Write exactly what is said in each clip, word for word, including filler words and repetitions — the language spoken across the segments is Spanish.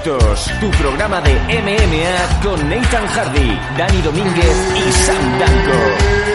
Adictos, tu programa de M M A con Nathan Hardy, Dani Domínguez y Sam Danko.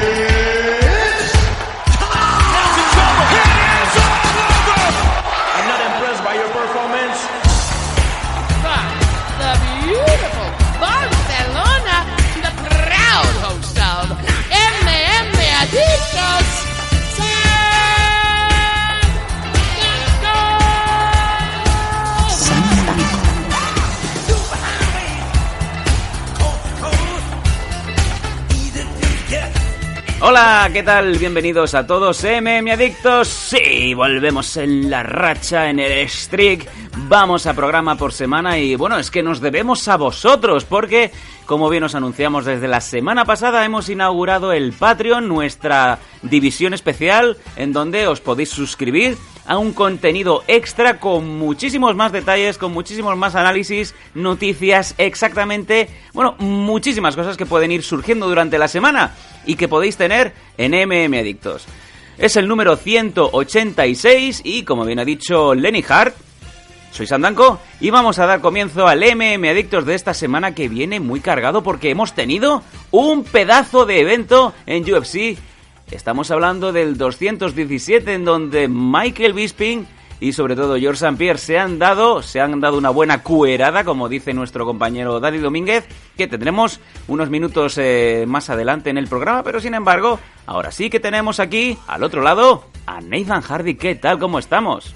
Hola, ¿qué tal? Bienvenidos a todos, M M Adictos. Sí, volvemos en la racha, en el streak. Vamos a programa por semana y bueno, es que nos debemos a vosotros porque, como bien os anunciamos desde la semana pasada, hemos inaugurado el Patreon, nuestra división especial en donde os podéis suscribir a un contenido extra con muchísimos más detalles, con muchísimos más análisis, noticias, exactamente, bueno, muchísimas cosas que pueden ir surgiendo durante la semana y que podéis tener en M M Adictos. Es el número ciento ochenta y seis y, como bien ha dicho Lenny Hart, soy Sam Danko y vamos a dar comienzo al M M Adictos de esta semana, que viene muy cargado porque hemos tenido un pedazo de evento en U F C. Estamos hablando del doscientos diecisiete, en donde Michael Bisping y sobre todo Georges St-Pierre se han dado, se han dado una buena cuerada, como dice nuestro compañero Dani Domínguez, que tendremos unos minutos eh, más adelante en el programa, pero sin embargo, ahora sí que tenemos aquí, al otro lado, a Nathan Hardy. ¿Qué tal? ¿Cómo estamos?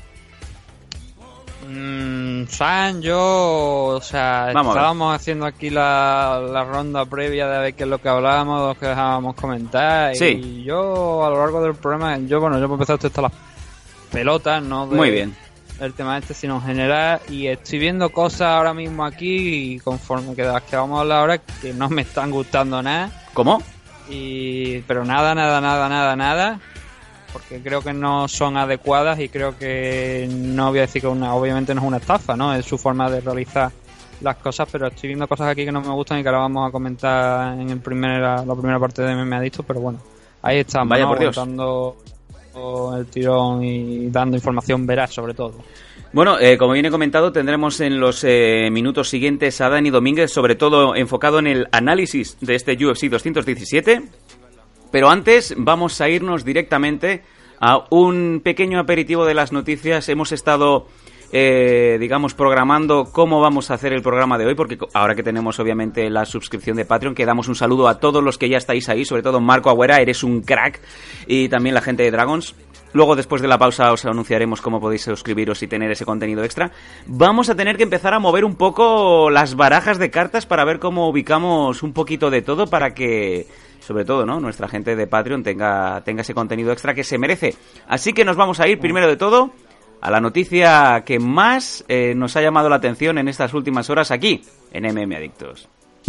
Mm, Sam, yo, o sea, Vamos estábamos haciendo aquí la, la ronda previa de ver qué es lo que hablábamos, lo que dejábamos comentar, sí. Y yo a lo largo del programa, yo bueno, yo he empezado a testar las pelotas, no de, muy bien, el tema este, sino en general, y estoy viendo cosas ahora mismo aquí y conforme que de las que vamos a hablar ahora que no me están gustando nada. ¿Cómo? Y pero nada, nada, nada, nada, nada. Porque creo que no son adecuadas y creo que no voy a decir que una, obviamente no es una estafa, ¿no? Es su forma de realizar las cosas, pero estoy viendo cosas aquí que no me gustan y que ahora vamos a comentar en el primera, la primera parte de M M Adictos, pero bueno, ahí estamos, Vaya, ¿no? por Dios. Aguantando el tirón y dando información veraz sobre todo. Bueno, eh, como bien he comentado, tendremos en los eh, minutos siguientes a Dani Domínguez, sobre todo enfocado en el análisis de este U F C doscientos diecisiete. Pero antes vamos a irnos directamente a un pequeño aperitivo de las noticias. Hemos estado, eh, digamos, programando cómo vamos a hacer el programa de hoy, porque ahora que tenemos obviamente la suscripción de Patreon, que damos un saludo a todos los que ya estáis ahí, sobre todo Marco Agüera, eres un crack, y también la gente de Dragons. Luego, después de la pausa, os anunciaremos cómo podéis suscribiros y tener ese contenido extra. Vamos a tener que empezar a mover un poco las barajas de cartas para ver cómo ubicamos un poquito de todo para que, sobre todo, ¿no?, nuestra gente de Patreon tenga, tenga ese contenido extra que se merece. Así que nos vamos a ir, primero de todo, a la noticia que más eh, nos ha llamado la atención en estas últimas horas aquí, en M M Adictos.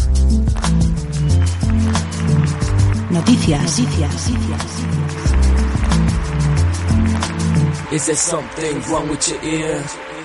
Noticias, noticias, noticias. Is there something wrong with your ear?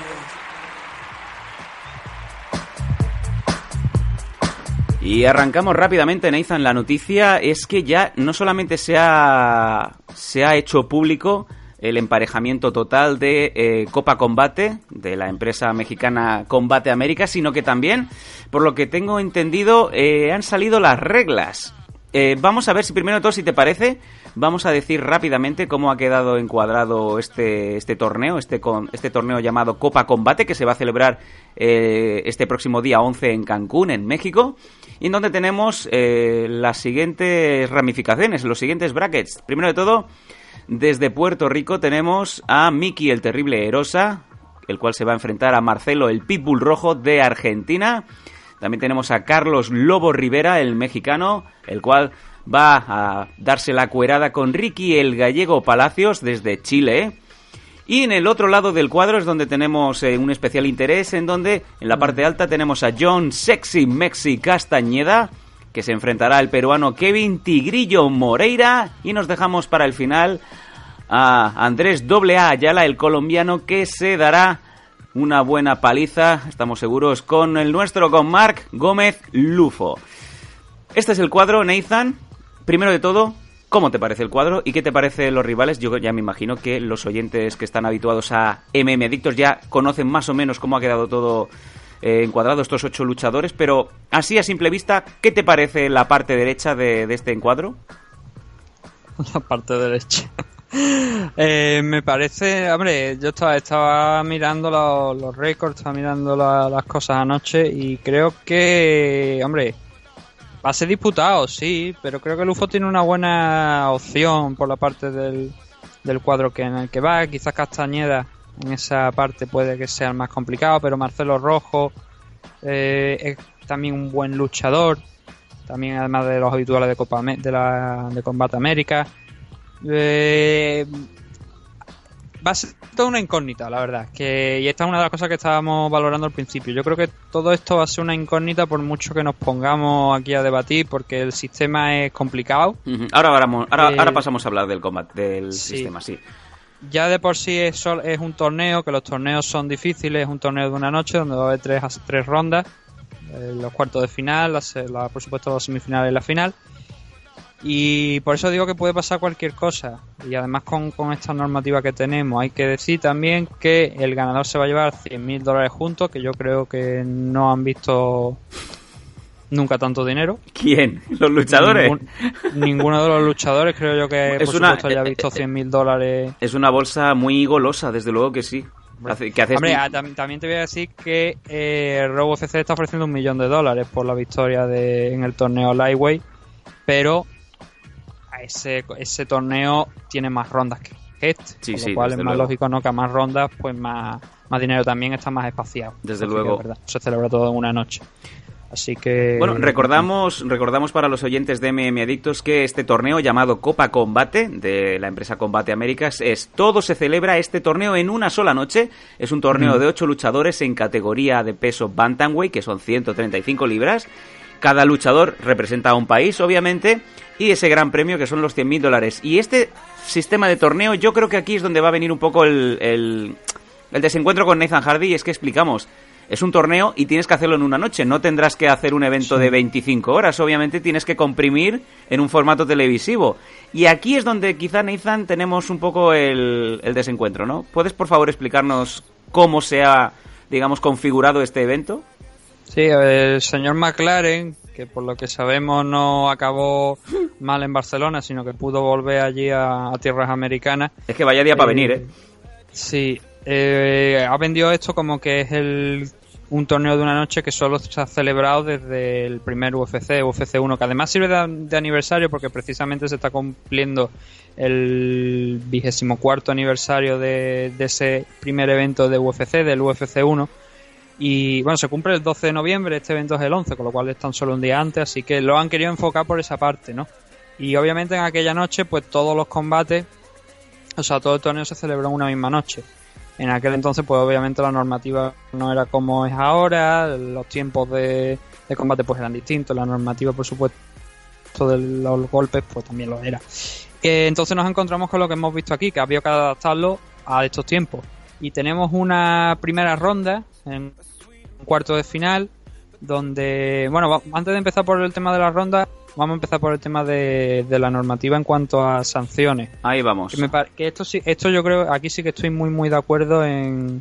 Y arrancamos rápidamente, Nathan. La noticia es que ya no solamente se ha, se ha hecho público el emparejamiento total de eh, Copa Combate, de la empresa mexicana Combate América, sino que también, por lo que tengo entendido, eh, han salido las reglas. Eh, vamos a ver si primero de todo, si te parece, vamos a decir rápidamente cómo ha quedado encuadrado este este torneo, este con, este torneo llamado Copa Combate, que se va a celebrar eh, este próximo día once en Cancún, en México, y en donde tenemos eh, las siguientes ramificaciones, los siguientes brackets. Primero de todo, desde Puerto Rico tenemos a Miki el Terrible Erosa, el cual se va a enfrentar a Marcelo el Pitbull Rojo de Argentina. También tenemos a Carlos Lobo Rivera, el mexicano, el cual va a darse la cuerada con Ricky el Gallego Palacios desde Chile. Y en el otro lado del cuadro es donde tenemos eh, un especial interés, en donde en la parte alta tenemos a John Sexy Mexi Castañeda, que se enfrentará al peruano Kevin Tigrillo Moreira. Y nos dejamos para el final a Andrés Doble A Ayala, el colombiano, que se dará una buena paliza, estamos seguros, con el nuestro, con Marc Gómez Lufo. Este es el cuadro, Nathan. Primero de todo, ¿cómo te parece el cuadro y qué te parecen los rivales? Yo ya me imagino que los oyentes que están habituados a M M Adictos ya conocen más o menos cómo ha quedado todo eh, encuadrado estos ocho luchadores, pero así a simple vista, ¿qué te parece la parte derecha de, de este encuadro? La parte derecha. eh, me parece, hombre, yo estaba, estaba mirando los, los récords, estaba mirando la, las cosas anoche y creo que, hombre, va a ser disputado, sí, pero creo que el U F O tiene una buena opción por la parte del, del cuadro que en el que va. Quizás Castañeda en esa parte puede que sea el más complicado, pero Marcelo Rojo eh, es también un buen luchador. También además de los habituales de Copa de la de Combate América. Eh, va a ser toda una incógnita, la verdad. Que, y esta es una de las cosas que estábamos valorando al principio. Yo creo que todo esto va a ser una incógnita por mucho que nos pongamos aquí a debatir, porque el sistema es complicado. Uh-huh. Ahora, ahora, ahora, eh, ahora pasamos a hablar del combate, del sí. sistema, sí. Ya de por sí es, es un torneo, que los torneos son difíciles. Es un torneo de una noche donde va a haber tres, tres rondas. Los cuartos de final, la, la, por supuesto las semifinales y la final, y por eso digo que puede pasar cualquier cosa. Y además con, con esta normativa que tenemos, hay que decir también que el ganador se va a llevar cien mil dólares juntos, que yo creo que no han visto nunca tanto dinero. ¿Quién? ¿Los luchadores? Ningún, ninguno de los luchadores creo yo que es por una, supuesto haya visto cien mil dólares. Es una bolsa muy golosa, desde luego que sí. ¿Qué haces? Hombre, ah, tam- también te voy a decir que eh, Raw U F C está ofreciendo un millón de dólares por la victoria de en el torneo Lightweight, pero ese ese torneo tiene más rondas que este, sí, con lo sí, cual es más luego. lógico, ¿no? Que a más rondas, pues más, más dinero también, está más espaciado. Desde Así luego. que, ¿verdad? Se celebra todo en una noche. Así que... Bueno, recordamos recordamos para los oyentes de M M Adictos que este torneo llamado Copa Combate, de la empresa Combate Américas, es todo se celebra este torneo en una sola noche. Es un torneo mm. de ocho luchadores en categoría de peso Bantamweight, que son ciento treinta y cinco libras. Cada luchador representa a un país, obviamente, y ese gran premio que son los cien mil dólares. Y este sistema de torneo, yo creo que aquí es donde va a venir un poco el, el, el desencuentro con Nathan Hardy, y es que explicamos... Es un torneo y tienes que hacerlo en una noche. No tendrás que hacer un evento sí. de veinticinco horas. Obviamente tienes que comprimir en un formato televisivo. Y aquí es donde quizá, Nathan, tenemos un poco el, el desencuentro, ¿no? ¿Puedes, por favor, explicarnos cómo se ha, digamos, configurado este evento? Sí, el señor McLaren, que por lo que sabemos no acabó mal en Barcelona, sino que pudo volver allí a, a tierras americanas. Es que vaya día eh, para venir, ¿eh? Sí. Eh, ha vendido esto como que es el un torneo de una noche que solo se ha celebrado desde el primer U F C, U F C uno, que además sirve de, de aniversario porque precisamente se está cumpliendo el vigésimo cuarto aniversario de, de ese primer evento de U F C, del U F C uno. Y bueno, se cumple el doce de noviembre, este evento es el once, con lo cual es tan solo un día antes, así que lo han querido enfocar por esa parte, ¿no? Y obviamente en aquella noche, pues todos los combates, o sea, todo el torneo se celebró en una misma noche. En aquel entonces, pues obviamente la normativa no era como es ahora, los tiempos de, de combate pues eran distintos, la normativa, por supuesto, de los golpes, pues también lo era. Eh, entonces nos encontramos con lo que hemos visto aquí, que había que adaptarlo a estos tiempos. Y tenemos una primera ronda, en un cuarto de final, donde, bueno, antes de empezar por el tema de la ronda, vamos a empezar por el tema de, de la normativa en cuanto a sanciones. Ahí vamos. Que, me pare, que esto sí, esto yo creo, aquí sí que estoy muy muy de acuerdo en,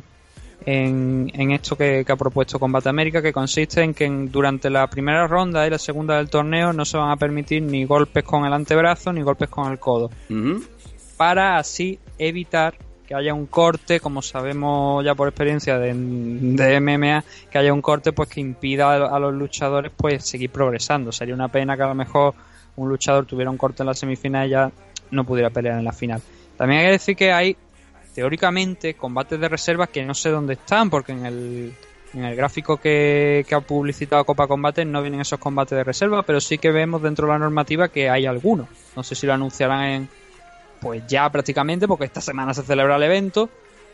en, en esto que, que ha propuesto Combate América, que consiste en que en, durante la primera ronda y la segunda del torneo no se van a permitir ni golpes con el antebrazo ni golpes con el codo. Uh-huh. Para así evitar que haya un corte, como sabemos ya por experiencia de, de M M A, que haya un corte pues que impida a, a los luchadores pues seguir progresando. Sería una pena que a lo mejor un luchador tuviera un corte en la semifinal y ya no pudiera pelear en la final. También hay que decir que hay teóricamente combates de reservas que no sé dónde están, porque en el, en el gráfico que, que ha publicitado Copa Combate no vienen esos combates de reserva, pero sí que vemos dentro de la normativa que hay algunos. No sé si lo anunciarán en pues ya prácticamente, porque esta semana se celebra el evento,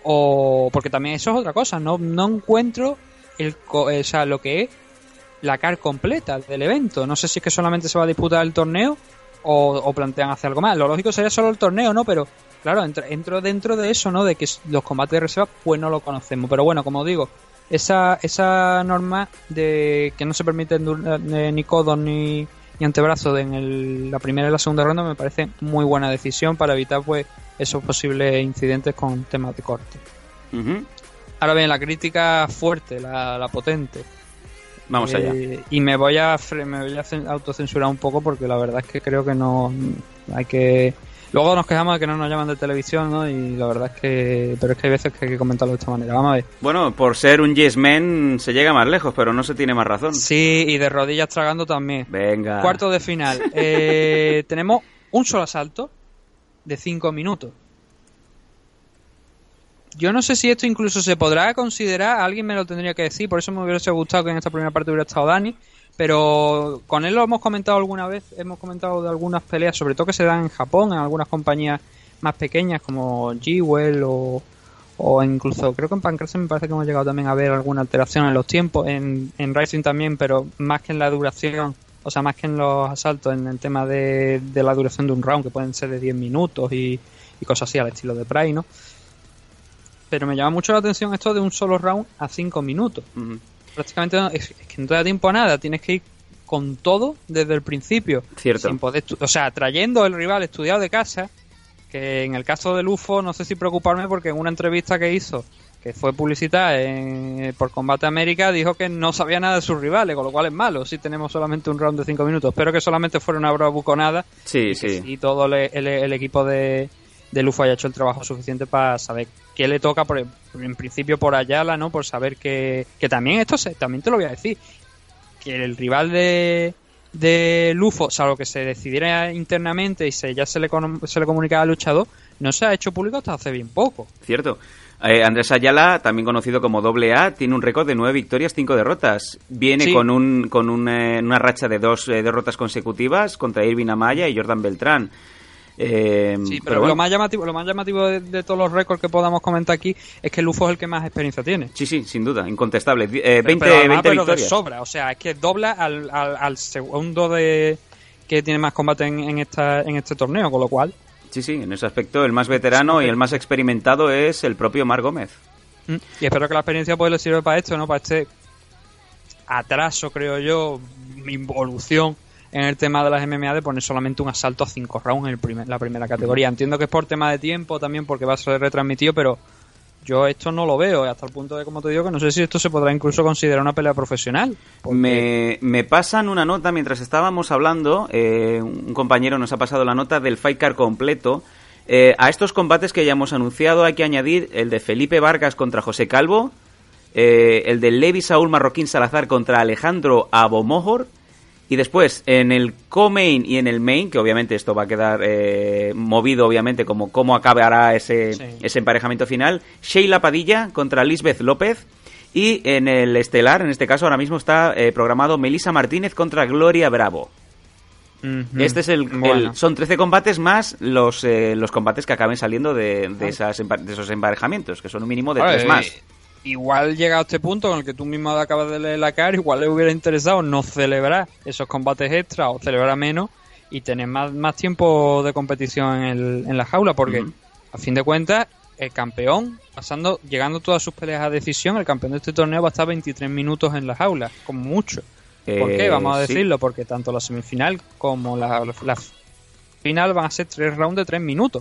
o porque también eso es otra cosa, no no encuentro el o sea, lo que es la car completa del evento. No sé si es que solamente se va a disputar el torneo o, o plantean hacer algo más. Lo lógico sería solo el torneo, ¿no? Pero claro, entro, entro dentro de eso, ¿no? De que los combates de reserva pues no lo conocemos. Pero bueno, como digo, esa esa norma de que no se permiten ni codos ni y antebrazo en el, la primera y la segunda ronda me parece muy buena decisión para evitar pues esos posibles incidentes con temas de corte. Uh-huh. Ahora bien, la crítica fuerte, la, la potente. Vamos eh, allá. Y me voy a me voy a autocensurar un poco porque la verdad es que creo que no hay que... Luego nos quejamos de que no nos llaman de televisión, ¿no? Y la verdad es que... Pero es que hay veces que hay que comentarlo de esta manera. Vamos a ver. Bueno, por ser un yes man se llega más lejos, pero no se tiene más razón. Sí, y de rodillas tragando también. Venga. Cuarto de final. Eh, tenemos un solo asalto de cinco minutos. Yo no sé si esto incluso se podrá considerar, alguien me lo tendría que decir, por eso me hubiese gustado que en esta primera parte hubiera estado Dani, pero con él lo hemos comentado alguna vez, hemos comentado de algunas peleas, sobre todo que se dan en Japón, en algunas compañías más pequeñas como Jewel o, o incluso creo que en Pancrase me parece que hemos llegado también a ver alguna alteración en los tiempos, en, en Rising también, pero más que en la duración, o sea, más que en los asaltos, en el tema de, de la duración de un round, que pueden ser de diez minutos y, y cosas así al estilo de Pride, ¿no? Pero me llama mucho la atención esto de un solo round a cinco minutos. Uh-huh. Prácticamente no, es, es que no te da tiempo a nada, tienes que ir con todo desde el principio. Cierto. Sin poder estu- o sea, trayendo el rival estudiado de casa, que en el caso del U F O no sé si preocuparme porque en una entrevista que hizo, que fue publicitada en, por Combate América, dijo que no sabía nada de sus rivales, con lo cual es malo si tenemos solamente un round de cinco minutos. Espero que solamente fuera una bravuconada. Sí, y sí. Y todo le, el, el equipo de... de U F O haya hecho el trabajo suficiente para saber qué le toca, por, en principio por Ayala, ¿no? Por saber que, que también esto se, también te lo voy a decir, que el rival de de U F O, salvo que se decidiera internamente y se ya se le se le comunicaba al luchador, no se ha hecho público hasta hace bien poco. Cierto. Eh, Andrés Ayala, también conocido como Doble A, tiene un récord de nueve victorias, cinco derrotas. Viene sí. con un con un, eh, una racha de dos eh, derrotas consecutivas contra Irving Amaya y Jordan Beltrán. Eh, sí, pero, pero lo bueno. más llamativo, lo más llamativo de, de todos los récords que podamos comentar aquí es que el U F O es el que más experiencia tiene. Sí, sí, sin duda, incontestable. Eh, pero, veinte, pero además, veinte pero victorias. de sobra, o sea, es que dobla al, al, al segundo de que tiene más combate en, en esta en este torneo, con lo cual. Sí, sí, en ese aspecto el más veterano y el más experimentado es el propio Marc Gómez. Y espero que la experiencia pues le sirva para esto, ¿no? Para este atraso, creo yo, involución en el tema de las M M A de poner solamente un asalto a cinco rounds en el primer, la primera categoría. Entiendo que es por tema de tiempo también, porque va a ser retransmitido, pero yo esto no lo veo, hasta el punto de, como te digo, que no sé si esto se podrá incluso considerar una pelea profesional. Porque... Me, me pasan una nota mientras estábamos hablando, eh, un compañero nos ha pasado la nota del Fight Card completo. Eh, a estos combates que ya hemos anunciado hay que añadir el de Felipe Vargas contra José Calvo, eh, el de Levi Saúl Marroquín Salazar contra Alejandro Abomojor, y después en el co-main y en el main, que obviamente esto va a quedar eh, movido obviamente como cómo acabará ese, sí. ese emparejamiento final, Sheila Padilla contra Lisbeth López, y en el estelar, en este caso ahora mismo está eh, programado Melissa Martínez contra Gloria Bravo. Uh-huh. Este es el, bueno. el son trece combates más los eh, los combates que acaben saliendo de, de, esas, de esos emparejamientos, que son un mínimo de Oye, tres más. Igual llegado a este punto con el que tú mismo acabas de leer la cara, igual le hubiera interesado no celebrar esos combates extra o celebrar menos y tener más, más tiempo de competición en, el, en la jaula, porque uh-huh. a fin de cuentas el campeón, pasando llegando todas sus peleas a decisión, el campeón de este torneo va a estar veintitrés minutos en la jaula, como mucho. ¿Por qué? Vamos a decirlo, sí. Porque tanto la semifinal como la, la final van a ser tres rounds de tres minutos.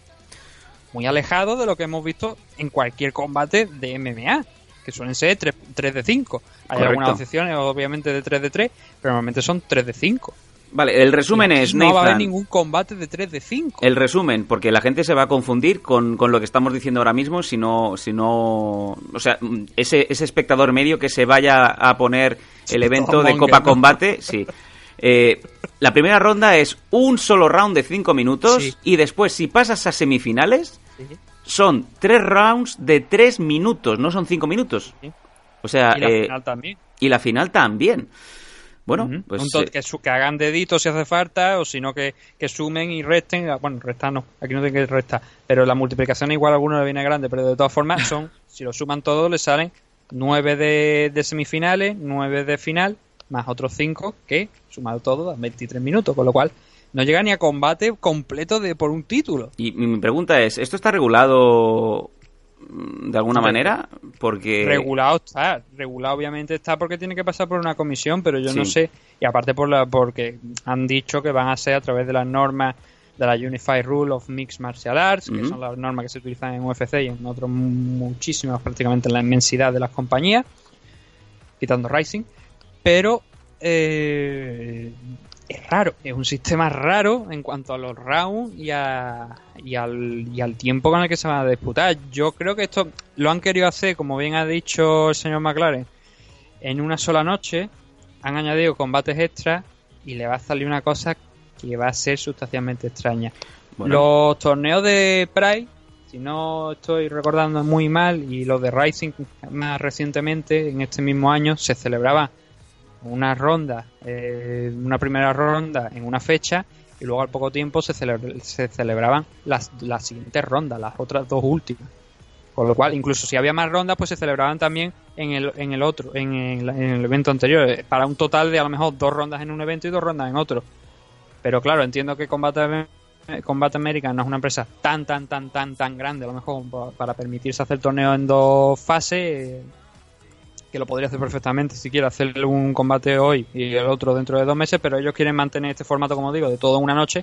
Muy alejado de lo que hemos visto en cualquier combate de M M A, que suelen ser tres de cinco. Hay Correcto. Algunas excepciones, obviamente, de tres de tres, pero normalmente son tres de cinco. Vale, el resumen es, no Nathan, va a haber ningún combate de tres de cinco. El resumen, porque la gente se va a confundir con, con lo que estamos diciendo ahora mismo, si no, si no, o sea, ese, ese espectador medio que se vaya a poner el evento de Copa Combate, sí. Eh, la primera ronda es un solo round de cinco minutos, sí. Y después, si pasas a semifinales, sí. Son tres rounds de tres minutos, no son cinco minutos. Sí. O sea, y la eh, final también. Y la final también. Bueno, uh-huh. pues... Un to- que, su- que hagan deditos si hace falta, o si no que, que sumen y resten. Bueno, restar no, aquí no tienen que restar. Pero la multiplicación igual a alguno le viene grande, pero de todas formas son, si lo suman todos, le salen nueve de, de semifinales, nueve de final, más otros cinco que, sumado todo, dan veintitrés minutos, con lo cual no llega ni a combate completo de por un título. Y mi pregunta es, ¿esto está regulado de alguna manera? Porque regulado está, regulado obviamente está porque tiene que pasar por una comisión, pero yo sí. no sé, y aparte por la porque han dicho que van a ser a través de las normas de la Unified Rule of Mixed Martial Arts, que uh-huh. son las normas que se utilizan en U F C y en otros muchísimas, prácticamente en la inmensidad de las compañías, quitando Rising, pero eh, es raro, es un sistema raro en cuanto a los rounds y, a, y, al, y al tiempo con el que se van a disputar. Yo creo que esto lo han querido hacer, como bien ha dicho el señor McLaren, en una sola noche. Han añadido combates extras y le va a salir una cosa que va a ser sustancialmente extraña. Bueno. Los torneos de Pride, si no estoy recordando muy mal, y los de Rising más recientemente, en este mismo año, se celebraban una ronda, eh, una primera ronda en una fecha, y luego al poco tiempo se, celebra, se celebraban las, las siguientes rondas, las otras dos últimas. Con lo cual, incluso si había más rondas, pues se celebraban también en el, en el otro, en el, en el evento anterior, para un total de a lo mejor dos rondas en un evento y dos rondas en otro. Pero claro, entiendo que Combat, Combat America no es una empresa tan, tan, tan, tan, tan grande, a lo mejor para permitirse hacer torneos en dos fases, que lo podría hacer perfectamente si quiere hacer un combate hoy y el otro dentro de dos meses, pero ellos quieren mantener este formato, como digo, de todo una noche.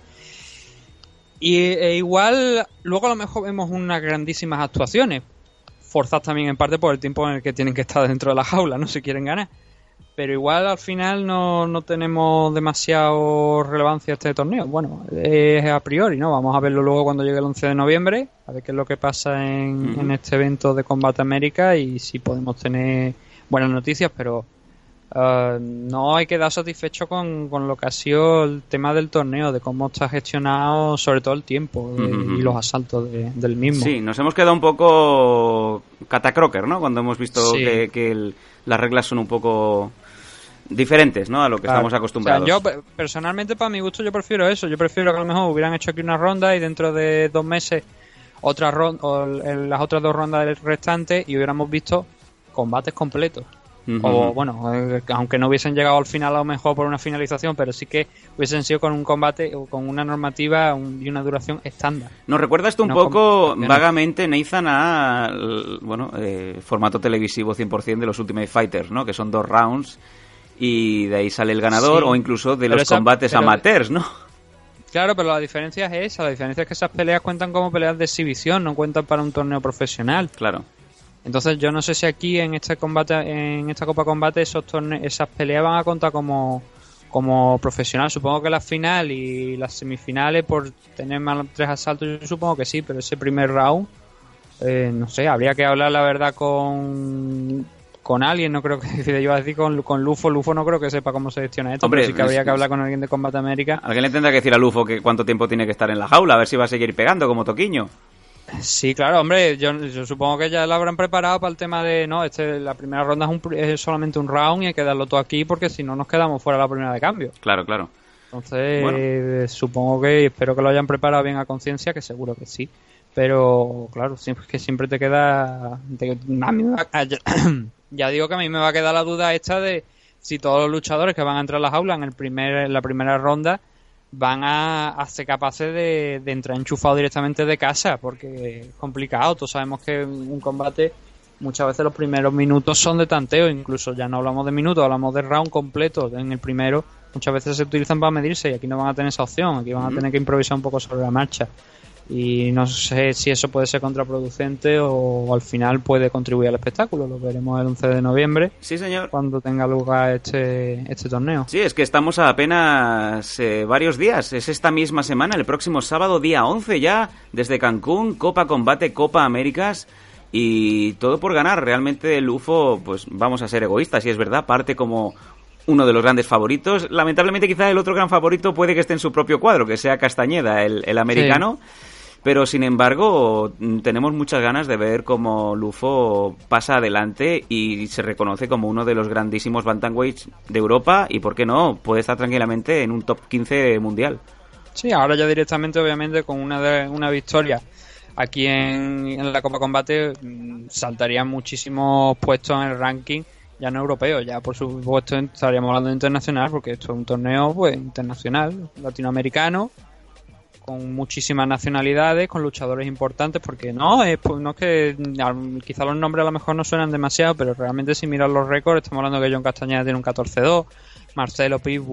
Y e igual, luego a lo mejor vemos unas grandísimas actuaciones, forzadas también en parte por el tiempo en el que tienen que estar dentro de la jaula, no se quieren ganar. Pero igual al final no, no tenemos demasiado relevancia a este torneo. Bueno, es a priori, ¿no? Vamos a verlo luego cuando llegue el once de noviembre, a ver qué es lo que pasa en, uh-huh. en este evento de Combat América y si podemos tener buenas noticias, pero uh, no hay que dar satisfecho con, con lo que ha sido el tema del torneo, de cómo está gestionado sobre todo el tiempo uh-huh. eh, y los asaltos de, del mismo. Sí, nos hemos quedado un poco catacroker, ¿no? Cuando hemos visto sí. que, que el, las reglas son un poco diferentes, ¿no? A lo que claro. estamos acostumbrados. O sea, yo personalmente, para mi gusto, yo prefiero eso. Yo prefiero que a lo mejor hubieran hecho aquí una ronda y dentro de dos meses otra ronda, o las otras dos rondas restantes, y hubiéramos visto combates completos. Uh-huh. O bueno, eh, aunque no hubiesen llegado al final a lo mejor por una finalización, pero sí que hubiesen sido con un combate o con una normativa un, y una duración estándar. ¿Nos recuerda esto un no poco com- vagamente, Nathan, a bueno, eh, formato televisivo cien por ciento de los Ultimate Fighters, ¿no? Que son dos rounds y de ahí sale el ganador, sí, o incluso de los esa, combates pero, amateurs, ¿no? Claro, pero la diferencia es esa, la diferencia es que esas peleas cuentan como peleas de exhibición, no cuentan para un torneo profesional. Claro. Entonces yo no sé si aquí en este combate, en esta Copa Combate, esos torne- esas peleas van a contar como, como profesional. Supongo que la final y las semifinales, por tener más tres asaltos, yo supongo que sí, pero ese primer round, eh, no sé, habría que hablar la verdad con con alguien, no creo que yo iba a decir con, con Lufo, Lufo no creo que sepa cómo se gestiona esto. Hombre, pero sí que habría que hablar con alguien de Combat América. Alguien le tendrá que decir a Lufo que cuánto tiempo tiene que estar en la jaula, a ver si va a seguir pegando como Toquiño. Sí, claro, hombre, yo, yo supongo que ya lo habrán preparado para el tema de, no, este la primera ronda es, un, es solamente un round y hay que darlo todo aquí porque si no nos quedamos fuera de la primera de cambio. Claro, claro. Entonces, bueno. supongo que, espero que lo hayan preparado bien a conciencia, que seguro que sí. Pero, claro, siempre que siempre te queda... Te, a mí me va, ya, ya digo que a mí me va a quedar la duda esta de si todos los luchadores que van a entrar a la jaula en, el primer, en la primera ronda van a, a ser capaces de, de entrar enchufados directamente de casa, porque es complicado. Todos sabemos que un combate muchas veces los primeros minutos son de tanteo, incluso ya no hablamos de minutos, hablamos de round completo. En el primero muchas veces se utilizan para medirse y aquí no van a tener esa opción, aquí van a tener que improvisar un poco sobre la marcha. Y no sé si eso puede ser contraproducente o al final puede contribuir al espectáculo. Lo veremos el once de noviembre. Sí, señor. Cuando tenga lugar este este torneo. Sí, es que estamos a apenas eh, varios días. Es esta misma semana, el próximo sábado, día once ya, desde Cancún, Copa Combate, Copa Américas. Y todo por ganar. Realmente el U F O, pues vamos a ser egoístas, y es verdad, parte como uno de los grandes favoritos. Lamentablemente quizá el otro gran favorito puede que esté en su propio cuadro, que sea Castañeda, el, el americano. Sí. Pero, sin embargo, tenemos muchas ganas de ver cómo Lufo pasa adelante y se reconoce como uno de los grandísimos bantamweights de Europa y, ¿por qué no?, puede estar tranquilamente en un top quince mundial. Sí, ahora ya directamente, obviamente, con una, de, una victoria aquí en, en la Copa Combate, saltarían muchísimos puestos en el ranking, ya no europeo, ya por supuesto estaríamos hablando de internacional, porque esto es un torneo pues internacional, latinoamericano, con muchísimas nacionalidades, con luchadores importantes, porque no es, pues, no es que quizá los nombres a lo mejor no suenan demasiado, pero realmente si miras los récords, estamos hablando que John Castañeda tiene un catorce dos, Marcelo Pitbull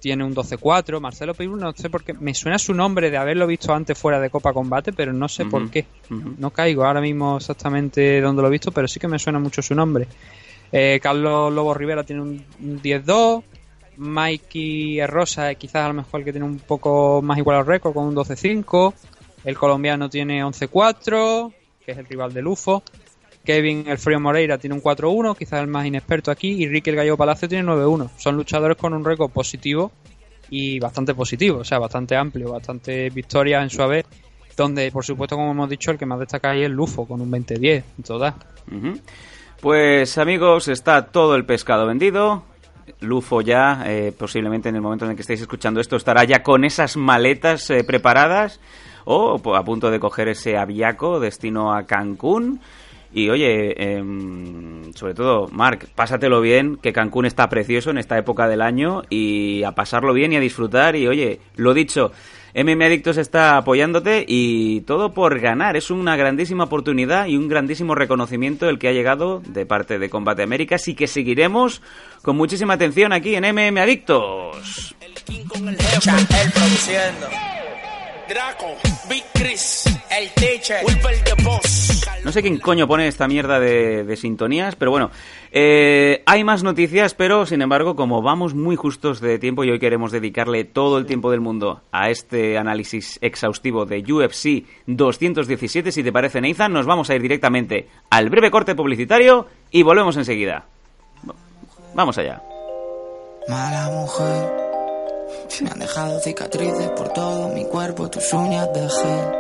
tiene un doce cuatro. Marcelo Pirul, no sé por qué, me suena su nombre de haberlo visto antes fuera de Copa Combate, pero no sé uh-huh. por qué. Uh-huh. No caigo ahora mismo exactamente dónde lo he visto, pero sí que me suena mucho su nombre. Eh, Carlos Lobo Rivera tiene un, un diez dos. Mikey Rosa, quizás a lo mejor el que tiene un poco más igual al récord, con un doce cinco. El colombiano tiene once cuatro, que es el rival de Lufo. Kevin El Frío Moreira tiene un cuatro uno, quizás el más inexperto aquí, y Ricky El Gallego Palacio tiene nueve uno. Son luchadores con un récord positivo y bastante positivo, o sea, bastante amplio, bastante victorias en su haber, donde, por supuesto, como hemos dicho, el que más destaca ahí es Lufo, con un veinte diez en total. Uh-huh. Pues, amigos, está todo el pescado vendido. Lufo ya, eh, posiblemente en el momento en el que estéis escuchando esto, estará ya con esas maletas eh, preparadas o a punto de coger ese aviaco destino a Cancún. Y oye, eh, sobre todo, Marc, pásatelo bien, que Cancún está precioso en esta época del año, y a pasarlo bien y a disfrutar. Y oye, lo dicho, M M A Adictos está apoyándote y todo por ganar. Es una grandísima oportunidad y un grandísimo reconocimiento el que ha llegado de parte de Combate Américas, y que seguiremos con muchísima atención aquí en M M A Adictos. El King con el jefe, el produciendo. Draco, Big Chris, el teacher, Wilber the Boss. No sé quién coño pone esta mierda de, de sintonías, pero bueno, eh, hay más noticias, pero sin embargo, como vamos muy justos de tiempo y hoy queremos dedicarle todo el tiempo del mundo a este análisis exhaustivo de U F C doscientos diecisiete, si te parece, Nathan, nos vamos a ir directamente al breve corte publicitario y volvemos enseguida. Vamos allá. Mala mujer. Me han dejado cicatrices por todo mi cuerpo, tus uñas de gel.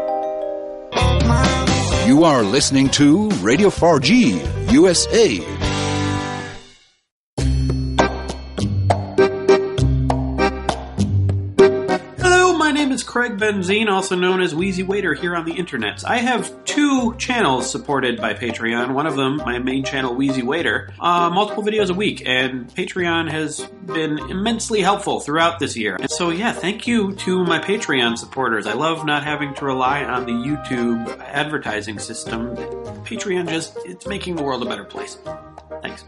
You are listening to Radio four G U S A. My name is Craig Benzine, also known as Wheezy Waiter here on the internets. I have two channels supported by Patreon. One of them, my main channel, Wheezy Waiter, uh, multiple videos a week, and Patreon has been immensely helpful throughout this year. And so, yeah, thank you to my Patreon supporters. I love not having to rely on the YouTube advertising system. Patreon just, it's making the world a better place. Thanks.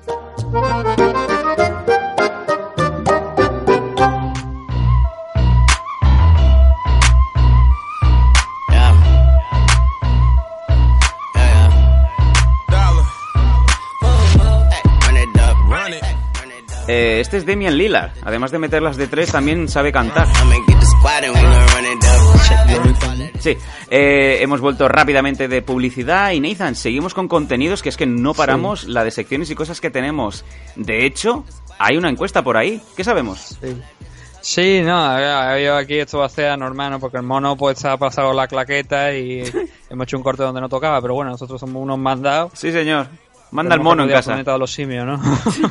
Eh, este es Damian Lillard. Además de meterlas de tres, también sabe cantar. Sí, eh, hemos vuelto rápidamente de publicidad. Y Nathan, seguimos con contenidos, que es que no paramos, sí. La de secciones y cosas que tenemos. De hecho, hay una encuesta por ahí. ¿Qué sabemos? Sí, sí no, yo aquí esto va a ser anormal, ¿no? Porque el mono pues ha pasado la claqueta y hemos hecho un corte donde no tocaba. Pero bueno, nosotros somos unos mandados. Sí, señor. Manda el mono en casa. Planeta de los simios, ¿no?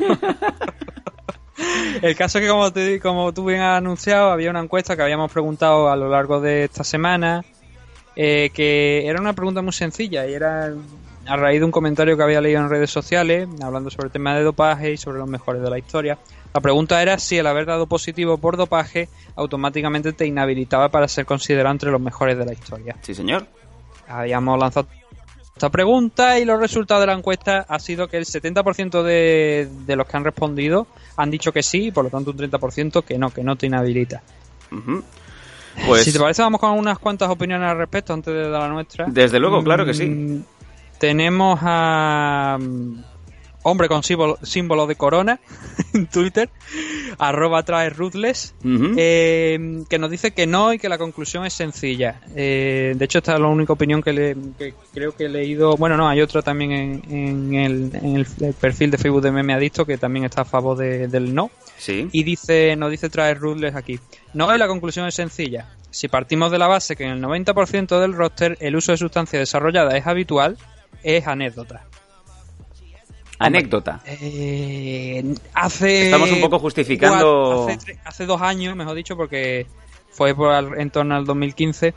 El caso es que, como, te, como tú bien has anunciado, había una encuesta que habíamos preguntado a lo largo de esta semana, eh, que era una pregunta muy sencilla y era a raíz de un comentario que había leído en redes sociales hablando sobre el tema de dopaje y sobre los mejores de la historia. La pregunta era si el haber dado positivo por dopaje automáticamente te inhabilitaba para ser considerado entre los mejores de la historia. Sí, señor. Habíamos lanzado esta pregunta y los resultados de la encuesta ha sido que el setenta por ciento de, de los que han respondido han dicho que sí, y por lo tanto un treinta por ciento que no, que no te inhabilita. Uh-huh. Pues, si te parece, vamos con unas cuantas opiniones al respecto antes de dar la nuestra. Desde luego, claro que sí. Tenemos a hombre con símbolo, símbolo de corona en Twitter, arroba trae ruthless, uh-huh. eh, que nos dice que no y que la conclusión es sencilla. Eh, de hecho, esta es la única opinión que, le, que creo que he leído. Bueno, no, hay otra también en, en, el, en el perfil de Facebook de M M A Adicto que también está a favor de, del no. Sí. Y dice, nos dice trae ruthless aquí. No, y la conclusión es sencilla. Si partimos de la base que en el noventa por ciento del roster el uso de sustancias desarrolladas es habitual, es anécdota. Anécdota. Eh, hace Estamos un poco justificando. Hace, tre- hace dos años, mejor dicho, porque fue por al, en torno al dos mil quince.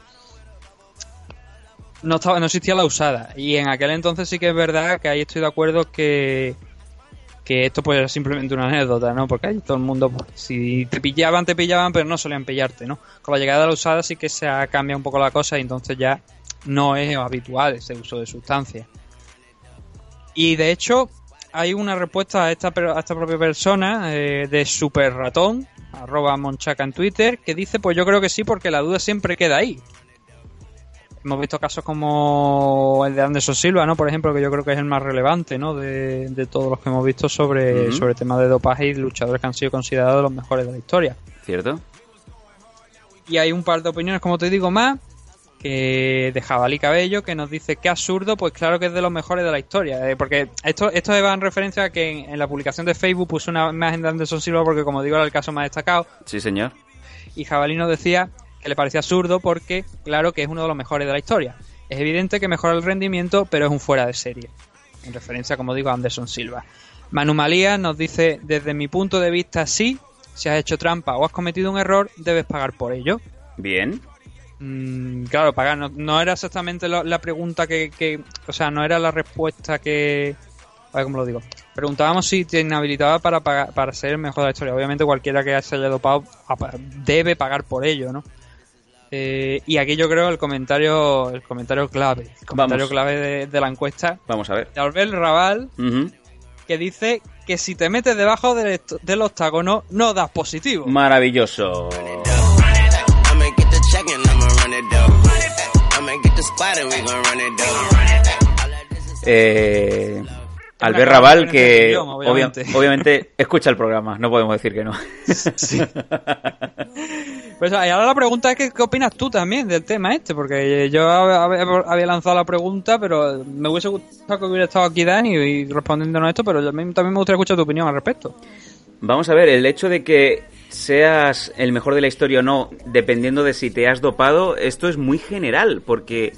No estaba, no existía la usada. Y en aquel entonces sí que es verdad que ahí estoy de acuerdo que que esto pues era simplemente una anécdota, ¿no? Porque ahí todo el mundo, pues, si te pillaban, te pillaban, pero no solían pillarte, ¿no? Con la llegada de la usada sí que se ha cambiado un poco la cosa y entonces ya no es habitual ese uso de sustancias. Y de hecho, hay una respuesta a esta, a esta propia persona eh, de Super Ratón, arroba Monchaca en Twitter, que dice, pues yo creo que sí, porque la duda siempre queda ahí. Hemos visto casos como el de Anderson Silva, ¿no? Por ejemplo, que yo creo que es el más relevante, ¿no? De, de todos los que hemos visto sobre, uh-huh. sobre temas de dopaje y luchadores que han sido considerados los mejores de la historia. ¿Cierto? Y hay un par de opiniones, como te digo, más, que de Jabalí Cabello, que nos dice que absurdo, pues claro que es de los mejores de la historia. Eh, porque esto esto va en referencia a que en, en la publicación de Facebook puso una imagen de Anderson Silva porque, como digo, era el caso más destacado. Sí, señor. Y Jabalí nos decía que le parecía absurdo porque, claro, que es uno de los mejores de la historia. Es evidente que mejora el rendimiento, pero es un fuera de serie. En referencia, como digo, a Anderson Silva. Manu Malía nos dice, desde mi punto de vista, sí, si has hecho trampa o has cometido un error, debes pagar por ello. Bien. Mm, claro, pagar. No, no era exactamente lo, la pregunta que, que... O sea, no era la respuesta que... A ver cómo lo digo. Preguntábamos si te inhabilitaba para pagar, para ser el mejor de la historia. Obviamente cualquiera que se haya dopado debe pagar por ello, ¿no? Eh, y aquí yo creo el comentario el comentario clave el comentario Vamos. clave de, de la encuesta. Vamos a ver. De Albert Raval, uh-huh. que dice que si te metes debajo del, del octágono no das positivo. Maravilloso. Eh, Albert Raval, que guión, obviamente. Obvia, obviamente escucha el programa, no podemos decir que no. Sí. Pues ahora la pregunta es que, ¿qué opinas tú también del tema este? Porque yo había lanzado la pregunta, pero me hubiese gustado que hubiera estado aquí Dani y respondiéndonos esto, pero también me gustaría escuchar tu opinión al respecto. Vamos a ver, el hecho de que seas el mejor de la historia o no, dependiendo de si te has dopado, esto es muy general, porque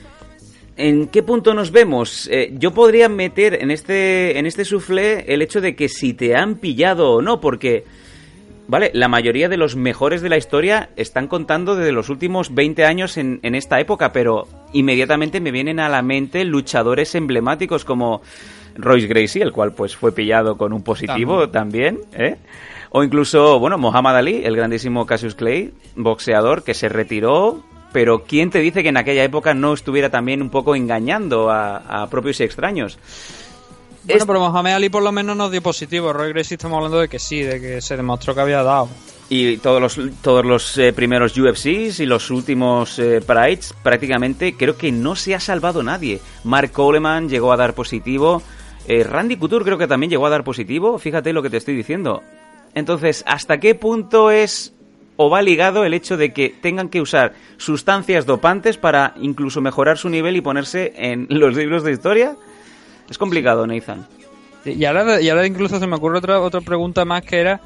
¿en qué punto nos vemos? Eh, yo podría meter en este en este soufflé el hecho de que si te han pillado o no, porque, vale, la mayoría de los mejores de la historia están contando desde los últimos veinte años en, en esta época, pero inmediatamente me vienen a la mente luchadores emblemáticos como Royce Gracie, el cual pues fue pillado con un positivo también, también ¿eh? O incluso, bueno, Muhammad Ali, el grandísimo Cassius Clay, boxeador que se retiró, pero ¿quién te dice que en aquella época no estuviera también un poco engañando a, a propios y extraños? Bueno, es... pero Muhammad Ali por lo menos nos dio positivo. Roy Gracie estamos hablando de que sí, de que se demostró que había dado. Y todos los todos los eh, primeros U F Cs y los últimos eh, Prides, prácticamente creo que no se ha salvado nadie. Mark Coleman llegó a dar positivo. Eh, Randy Couture creo que también llegó a dar positivo. Fíjate lo que te estoy diciendo. Entonces, ¿hasta qué punto es o va ligado el hecho de que tengan que usar sustancias dopantes para incluso mejorar su nivel y ponerse en los libros de historia? Es complicado, Nathan. Y ahora, y ahora incluso se me ocurre otra otra pregunta más, que era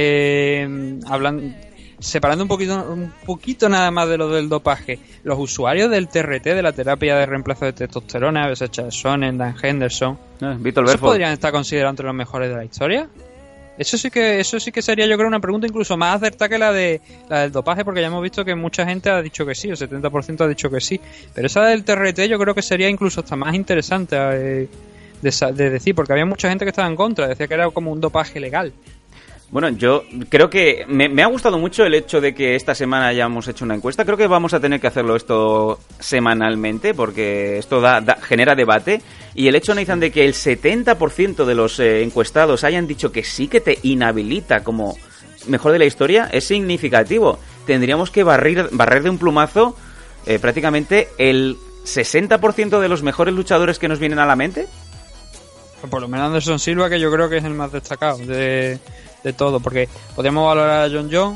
eh, hablando, separando un poquito un poquito nada más de lo del dopaje. Los usuarios del T R T, de la terapia de reemplazo de testosterona, a veces Charles Sonnen, Dan Henderson, eh, Víctor ¿eso Belfort, podrían estar considerados entre los mejores de la historia? Eso sí que eso sí que sería, yo creo, una pregunta incluso más acertada que la de la del dopaje, porque ya hemos visto que mucha gente ha dicho que sí, el setenta por ciento ha dicho que sí, pero esa del T R T yo creo que sería incluso hasta más interesante eh, de, de decir, porque había mucha gente que estaba en contra, decía que era como un dopaje legal. Bueno, yo creo que me, me ha gustado mucho el hecho de que esta semana hayamos hecho una encuesta. Creo que vamos a tener que hacerlo esto semanalmente, porque esto da, da, genera debate. Y el hecho, Nathan, de que el setenta por ciento de los eh, encuestados hayan dicho que sí que te inhabilita como mejor de la historia es significativo. Tendríamos que barrer, barrer de un plumazo eh, prácticamente el sesenta por ciento de los mejores luchadores que nos vienen a la mente. Por lo menos Anderson Silva, que yo creo que es el más destacado de... de todo, porque podríamos valorar a John Jones,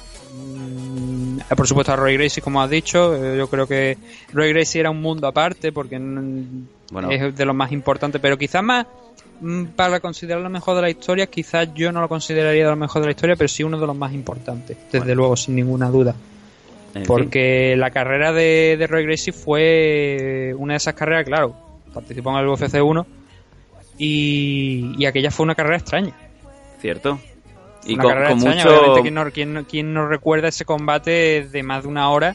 mmm, por supuesto a Roy Gracie, como has dicho. eh, yo creo que Roy Gracie era un mundo aparte, porque bueno, es de los más importantes, pero quizás más mmm, para considerar lo mejor de la historia, quizás yo no lo consideraría de lo mejor de la historia, pero sí uno de los más importantes, desde bueno. luego, sin ninguna duda, en porque fin. La carrera de, de Roy Gracie fue una de esas carreras, claro, participó en el U F C uno y, y aquella fue una carrera extraña. Cierto. Y una con, carrera con extraña, mucho... obviamente, ¿quién no, quién, quién no recuerda ese combate de más de una hora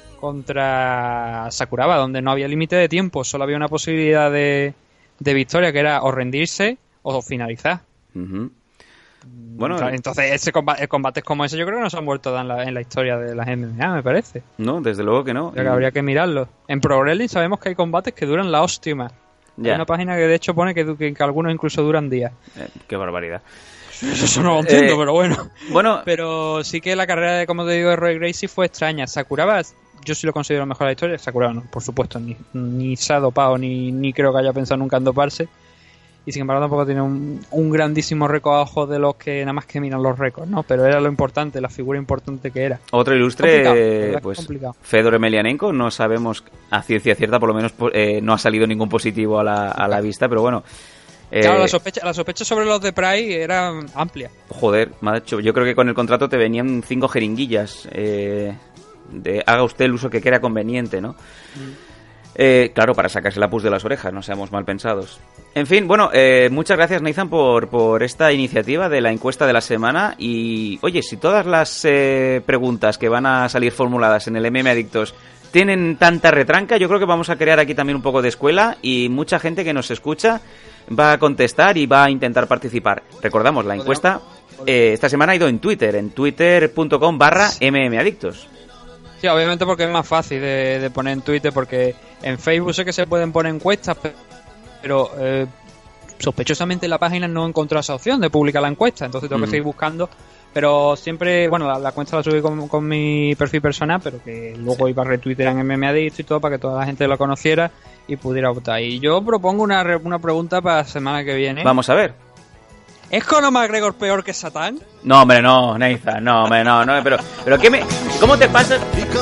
contra Sakuraba, donde no había límite de tiempo, solo había una posibilidad de, de victoria, que era o rendirse o finalizar? Uh-huh. Bueno, entonces ese combate, combates como ese yo creo que no se han vuelto a dar en la, en la historia de las M M A, me parece. No, desde luego que no. Que habría que mirarlo. En Pro Wrestling sabemos que hay combates que duran la hostia. Hay una página que de hecho pone que, que, que algunos incluso duran días. Eh, qué barbaridad. Eso no lo entiendo, eh, pero bueno. Bueno. Pero sí que la carrera, de, como te digo, de Roy Gracie fue extraña. Sakuraba, yo sí lo considero mejor de la historia. Sakuraba no, por supuesto, ni, ni se ha dopado, ni, ni creo que haya pensado nunca en doparse. Y sin embargo tampoco tiene un, un grandísimo récord a ojos de los que nada más que miran los récords, ¿no? Pero era lo importante, la figura importante que era. Otro ilustre, pues Fedor Emelianenko, no sabemos a ciencia cierta, por lo menos eh, no ha salido ningún positivo a la, a la vista, pero bueno. Eh, claro, la sospecha, la sospecha sobre los de Price era amplia. Joder, macho, yo creo que con el contrato te venían cinco jeringuillas. Eh, de haga usted el uso que quiera conveniente, ¿no? Mm. Eh, claro, para sacarse la pus de las orejas, no seamos mal pensados. En fin, bueno, eh, muchas gracias, Nathan, por, por esta iniciativa de la encuesta de la semana. Y, oye, si todas las eh, preguntas que van a salir formuladas en el M M Adictos tienen tanta retranca, yo creo que vamos a crear aquí también un poco de escuela y mucha gente que nos escucha va a contestar y va a intentar participar. Recordamos, la encuesta eh, esta semana ha ido en Twitter, en twitter.com barra mmadictos. Sí, obviamente porque es más fácil de, de poner en Twitter, porque en Facebook sé que se pueden poner encuestas, pero eh, sospechosamente en la página no he encontrado esa opción de publicar la encuesta, entonces tengo mm. que seguir buscando. Pero siempre, bueno, la, la cuenta la subí con, con mi perfil personal, pero que luego sí. iba a retuitear en mmadictos y todo para que toda la gente lo conociera y pudiera votar. Y yo propongo una, una pregunta para la semana que viene. Vamos a ver. ¿Es Conor McGregor peor que Satán? No, hombre, no, Nathan, no, hombre, no, no, pero, pero ¿qué me, ¿cómo te pasa?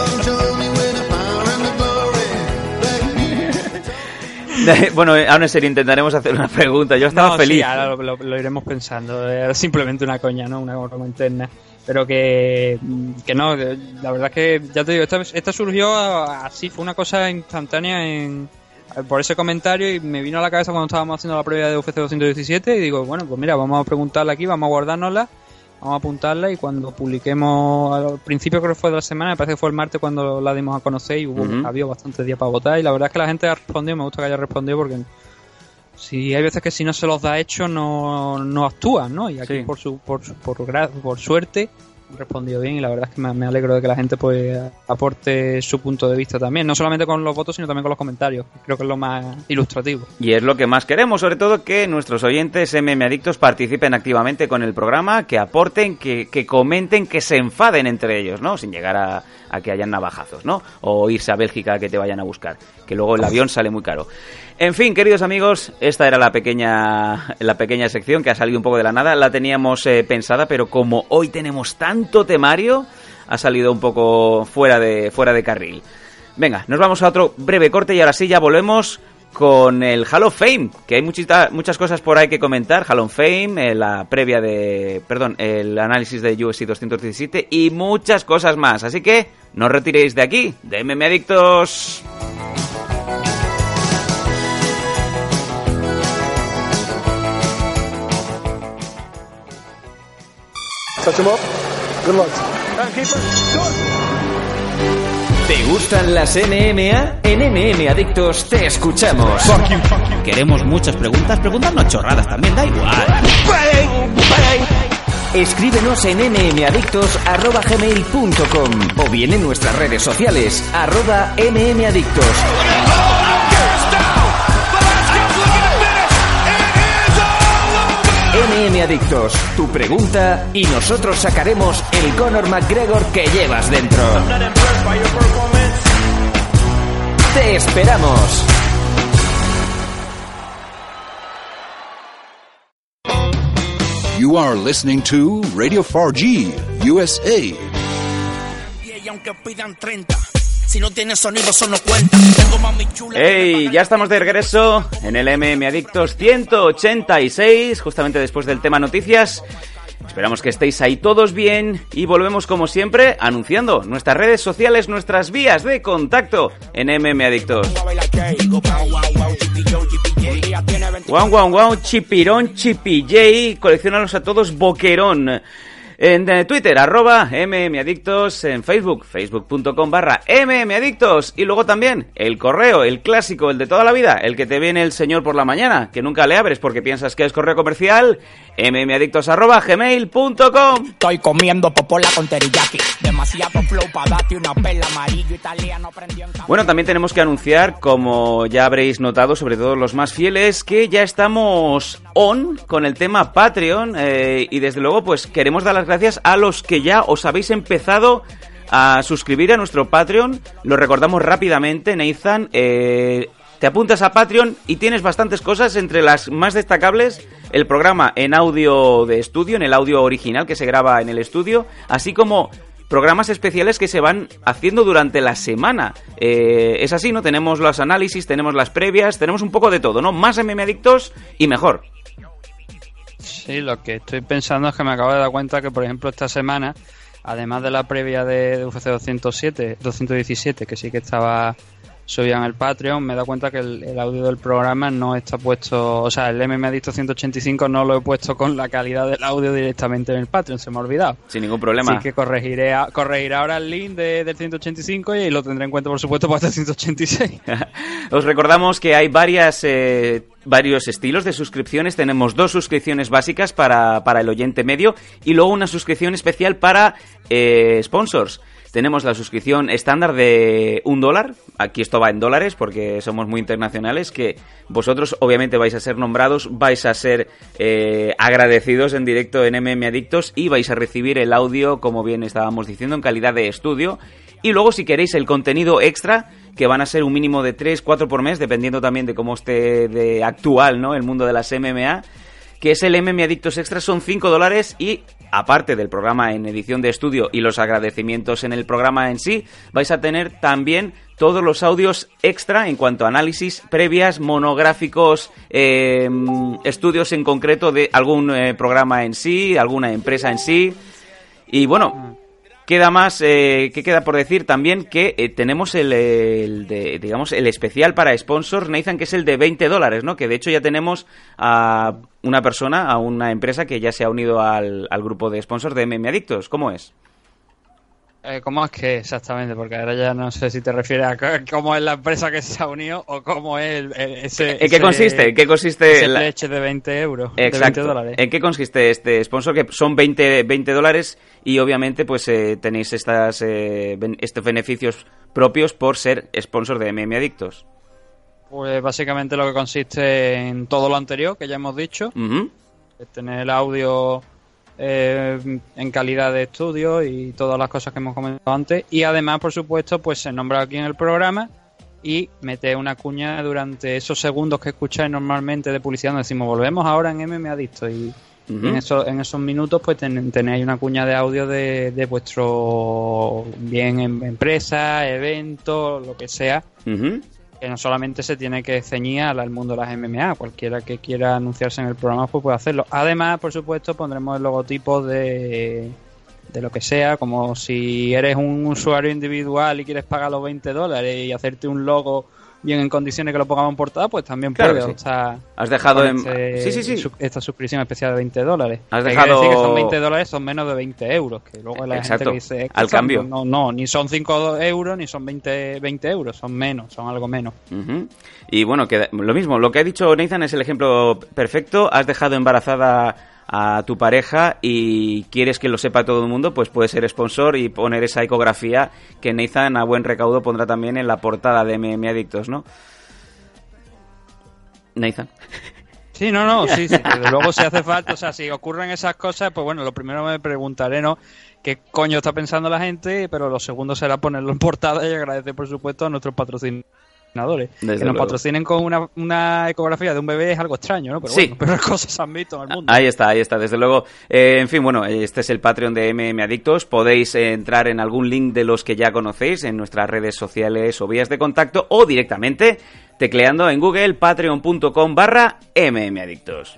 Bueno, aún en serio intentaremos hacer una pregunta. Yo estaba no, feliz. Sí, ahora lo, lo, lo iremos pensando. Era simplemente una coña, ¿no? Una broma interna. Pero que, que no, la verdad es que, ya te digo, esta, esta surgió así, fue una cosa instantánea en... por ese comentario y me vino a la cabeza cuando estábamos haciendo la previa de U F C doscientos diecisiete y digo, bueno, pues mira, vamos a preguntarla aquí, vamos a guardárnosla, vamos a apuntarla y cuando publiquemos al principio, creo que fue de la semana, me parece que fue el martes cuando la dimos a conocer y hubo, uh-huh. había bastantes días para votar y la verdad es que la gente ha respondido, me gusta que haya respondido porque si hay veces que si no se los da hecho no, no actúan, ¿no? Y aquí sí. por, su, por, por, por, por suerte respondido bien y la verdad es que me, me alegro de que la gente pues aporte su punto de vista también, no solamente con los votos sino también con los comentarios, creo que es lo más ilustrativo. Y es lo que más queremos, sobre todo que nuestros oyentes M M Adictos participen activamente con el programa, que aporten, que, que comenten, que se enfaden entre ellos, ¿no? Sin llegar a, a que hayan navajazos, ¿no? O irse a Bélgica a que te vayan a buscar, que luego el avión sale muy caro. En fin, queridos amigos, esta era la pequeña la pequeña sección que ha salido un poco de la nada. La teníamos eh, pensada, pero como hoy tenemos tanto temario, ha salido un poco fuera de fuera de carril. Venga, nos vamos a otro breve corte y ahora sí ya volvemos con el Hall of Fame, que hay muchita, muchas cosas por ahí que comentar. Hall of Fame, eh, la previa de... Perdón, el análisis de U F C doscientos diecisiete y muchas cosas más. Así que no os retiréis de aquí, de M M Adictos. ¿Te gustan las M M A? En M M Adictos te escuchamos. Fuck you, fuck you. Queremos muchas preguntas, preguntarnos chorradas también, da igual. Escríbenos en mmadictos arroba gmail punto com o bien en nuestras redes sociales arroba mmadictos. M M Adictos, tu pregunta y nosotros sacaremos el Conor McGregor que llevas dentro. ¡Te esperamos! You are listening to Radio four G, U S A. Y aunque pidan treinta, si no tiene sonido, eso no cuenta. ¡Hey! Ya estamos de regreso en el M M Adictos ciento ochenta y seis, justamente después del tema noticias. Esperamos que estéis ahí todos bien y volvemos como siempre anunciando nuestras redes sociales, nuestras vías de contacto en M M Adictos. Guau, guau, guau, chipirón, chipillay, coleccionalos a todos, boquerón. En eh, Twitter, arroba mmadictos, en Facebook, facebook.com barra mmadictos, y luego también el correo, el clásico, el de toda la vida, el que te viene el señor por la mañana, que nunca le abres porque piensas que es correo comercial, mmadictos arroba gmail punto com. Estoy comiendo popola con teriyaki, demasiado flow para darte una pela, amarillo italiano prendió en... Bueno, también tenemos que anunciar, como ya habréis notado, sobre todo los más fieles, que ya estamos on con el tema Patreon, eh, y desde luego pues queremos dar las gracias a los que ya os habéis empezado a suscribir a nuestro Patreon. Lo recordamos rápidamente, Nathan. Eh, te apuntas a Patreon y tienes bastantes cosas, entre las más destacables el programa en audio de estudio, en el audio original que se graba en el estudio, así como programas especiales que se van haciendo durante la semana. Eh, es así, ¿no? Tenemos los análisis, tenemos las previas, tenemos un poco de todo, ¿no? Más M M Adictos y mejor. Sí, lo que estoy pensando es que me acabo de dar cuenta que, por ejemplo, esta semana, además de la previa de, de U F C doscientos siete, doscientos diecisiete, que sí que estaba subida en el Patreon, me he dado cuenta que el, el audio del programa no está puesto, o sea, el M M Adicto ciento ochenta y cinco no lo he puesto con la calidad del audio directamente en el Patreon, se me ha olvidado. Sin ningún problema. Así que corregiré, a, corregiré ahora el link de, del ciento ochenta y cinco y lo tendré en cuenta, por supuesto, para el ciento ochenta y seis. Os recordamos que hay varias... Eh... varios estilos de suscripciones. Tenemos dos suscripciones básicas para, para el oyente medio y luego una suscripción especial para eh, sponsors. Tenemos la suscripción estándar de un dólar. Aquí esto va en dólares porque somos muy internacionales, que vosotros obviamente vais a ser nombrados, vais a ser eh, agradecidos en directo en M M Adictos y vais a recibir el audio, como bien estábamos diciendo, en calidad de estudio. Y luego, si queréis el contenido extra, que van a ser un mínimo de tres, cuatro por mes, dependiendo también de cómo esté de actual, ¿no?, el mundo de las M M A, que es el M M Adictos Extra, son cinco dólares, y aparte del programa en edición de estudio y los agradecimientos en el programa en sí, vais a tener también todos los audios extra en cuanto a análisis, previas, monográficos, eh, estudios en concreto de algún eh, programa en sí, alguna empresa en sí. Y bueno, queda más, eh, ¿qué queda por decir? También que eh, tenemos el, el de, digamos, el especial para sponsors, Nathan, que es el de veinte dólares, ¿no? Que de hecho ya tenemos a una persona, a una empresa que ya se ha unido al, al grupo de sponsors de M M Adictos. ¿Cómo es? Eh, ¿Cómo es que exactamente? Porque ahora ya no sé si te refieres a cómo es la empresa que se ha unido o cómo es el, el, ese... ¿En qué ese, consiste? ¿En qué consiste? Ese la... leche de veinte euros. Exacto. De veinte dólares. ¿En qué consiste este sponsor? Que son veinte, veinte dólares y obviamente pues eh, tenéis estas, eh, ben, estos beneficios propios por ser sponsor de M M Adictos. Pues básicamente lo que consiste en todo lo anterior que ya hemos dicho. Uh-huh. Es tener el audio... Eh, en calidad de estudio y todas las cosas que hemos comentado antes, y además, por supuesto, pues se nombra aquí en el programa y mete una cuña durante esos segundos que escucháis normalmente de publicidad, donde decimos volvemos ahora en M M Adicto, y uh-huh. en, eso, en esos minutos pues ten, tenéis una cuña de audio de, de vuestro bien en empresa, evento, lo que sea. Uh-huh. Que no solamente se tiene que ceñir al mundo de las M M A, cualquiera que quiera anunciarse en el programa pues puede hacerlo. Además, por supuesto, pondremos el logotipo de, de lo que sea, como si eres un usuario individual y quieres pagar los veinte dólares y hacerte un logo bien en condiciones que lo pongamos en portada, pues también claro puedes. Sí. O sea, has dejado en... este, sí, sí, sí. Su, esta suscripción especial de veinte dólares. Has que dejado... decir que son veinte dólares, son menos de veinte euros. Que luego la Exacto. gente que dice... Es que al son, cambio. No, no, ni son cinco euros, ni son veinte, veinte euros. Son menos, son algo menos. Uh-huh. Y bueno, que lo mismo, lo que ha dicho Nathan es el ejemplo perfecto. Has dejado embarazada a tu pareja y quieres que lo sepa todo el mundo, pues puedes ser sponsor y poner esa ecografía que Nathan a buen recaudo pondrá también en la portada de M M Adictos, ¿no? Nathan. Sí, no, no, sí, sí, desde luego si hace falta, o sea, si ocurren esas cosas, pues bueno, lo primero me preguntaré, ¿no?, qué coño está pensando la gente, pero lo segundo será ponerlo en portada y agradecer, por supuesto, a nuestros patrocinadores. Desde que nos luego. patrocinen con una, una ecografía de un bebé es algo extraño, ¿no? Pero sí. bueno, pero las cosas se han visto en el mundo. Ahí está, ahí está, desde luego. Eh, en fin, bueno, este es el Patreon de M M Adictos. Podéis eh, entrar en algún link de los que ya conocéis en nuestras redes sociales o vías de contacto, o directamente tecleando en Google patreon.com barra mmadictos.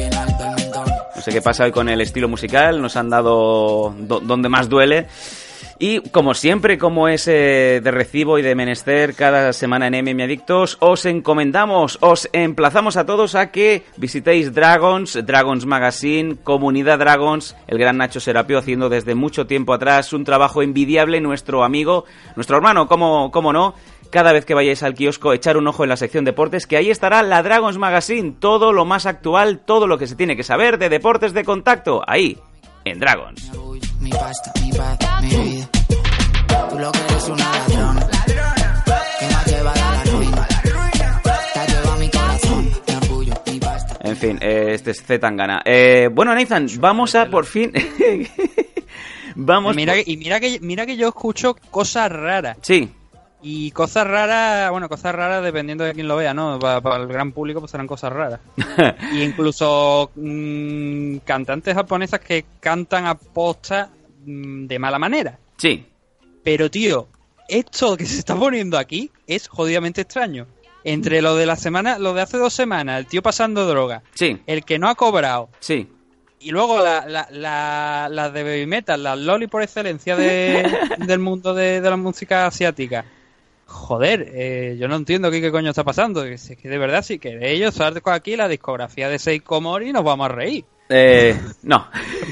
No sé qué pasa hoy con el estilo musical, nos han dado do- donde más duele. Y como siempre, como es eh, de recibo y de menester cada semana en M M Adictos, os encomendamos, os emplazamos a todos a que visitéis Dragons, Dragons Magazine, Comunidad Dragons, el gran Nacho Serapio haciendo desde mucho tiempo atrás un trabajo envidiable, nuestro amigo, nuestro hermano, como, como no. Cada vez que vayáis al kiosco, echar un ojo en la sección deportes, que ahí estará la Dragons Magazine, todo lo más actual, todo lo que se tiene que saber de deportes de contacto, ahí, en Dragons. Mi pasta, mi paz, mi vida. Tú lo que eres una ladrona, que me ha llevado a la ruina. Te ha llevado mi corazón, mi orgullo, mi pasta. En fin, eh, este es Z Tangana. Eh, bueno, Nathan, vamos a por fin... vamos mira, por... que, y mira que, mira que yo escucho cosas raras. Sí. Y cosas raras, bueno, cosas raras dependiendo de quién lo vea, ¿no? Para, para el gran público pues serán cosas raras. Y incluso mmm, cantantes japonesas que cantan a posta mmm, de mala manera. Sí. Pero, tío, esto que se está poniendo aquí es jodidamente extraño. Entre lo de la semana, lo de hace dos semanas, el tío pasando droga. Sí. El que no ha cobrado. Sí. Y luego las la, la, la de Baby Metal, las loli por excelencia de, del mundo de, de la música asiática. Joder, eh, yo no entiendo aquí qué coño está pasando. Es que de verdad, si queréis, yo saco aquí la discografía de Seiko Mori y nos vamos a reír. Eh, no.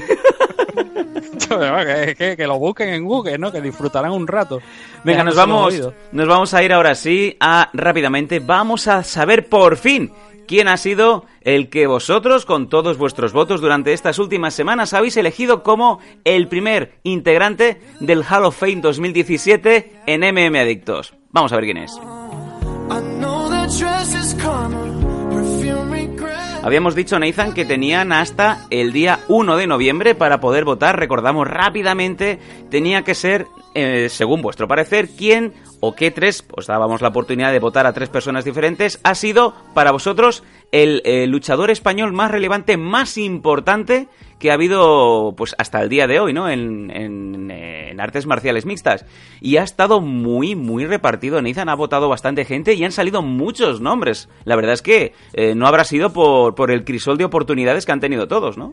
que, que, que lo busquen en Google, ¿no? Que disfrutarán un rato. Venga, nos vamos, nos vamos a ir ahora sí a rápidamente. Vamos a saber por fin quién ha sido el que vosotros, con todos vuestros votos durante estas últimas semanas, habéis elegido como el primer integrante del Hall of Fame dos mil diecisiete en M M Adictos. Vamos a ver quién es. Habíamos dicho, Nathan, que tenían hasta el día uno de noviembre para poder votar. Recordamos rápidamente, tenía que ser, eh, según vuestro parecer, quién o qué tres, os dábamos la oportunidad de votar a tres personas diferentes, ha sido para vosotros el eh, luchador español más relevante, más importante que ha habido pues hasta el día de hoy, ¿no? En, en, en artes marciales mixtas. Y ha estado muy, muy repartido. Nathan, ha votado bastante gente y han salido muchos nombres. La verdad es que eh, no habrá sido por, por el crisol de oportunidades que han tenido todos, ¿no?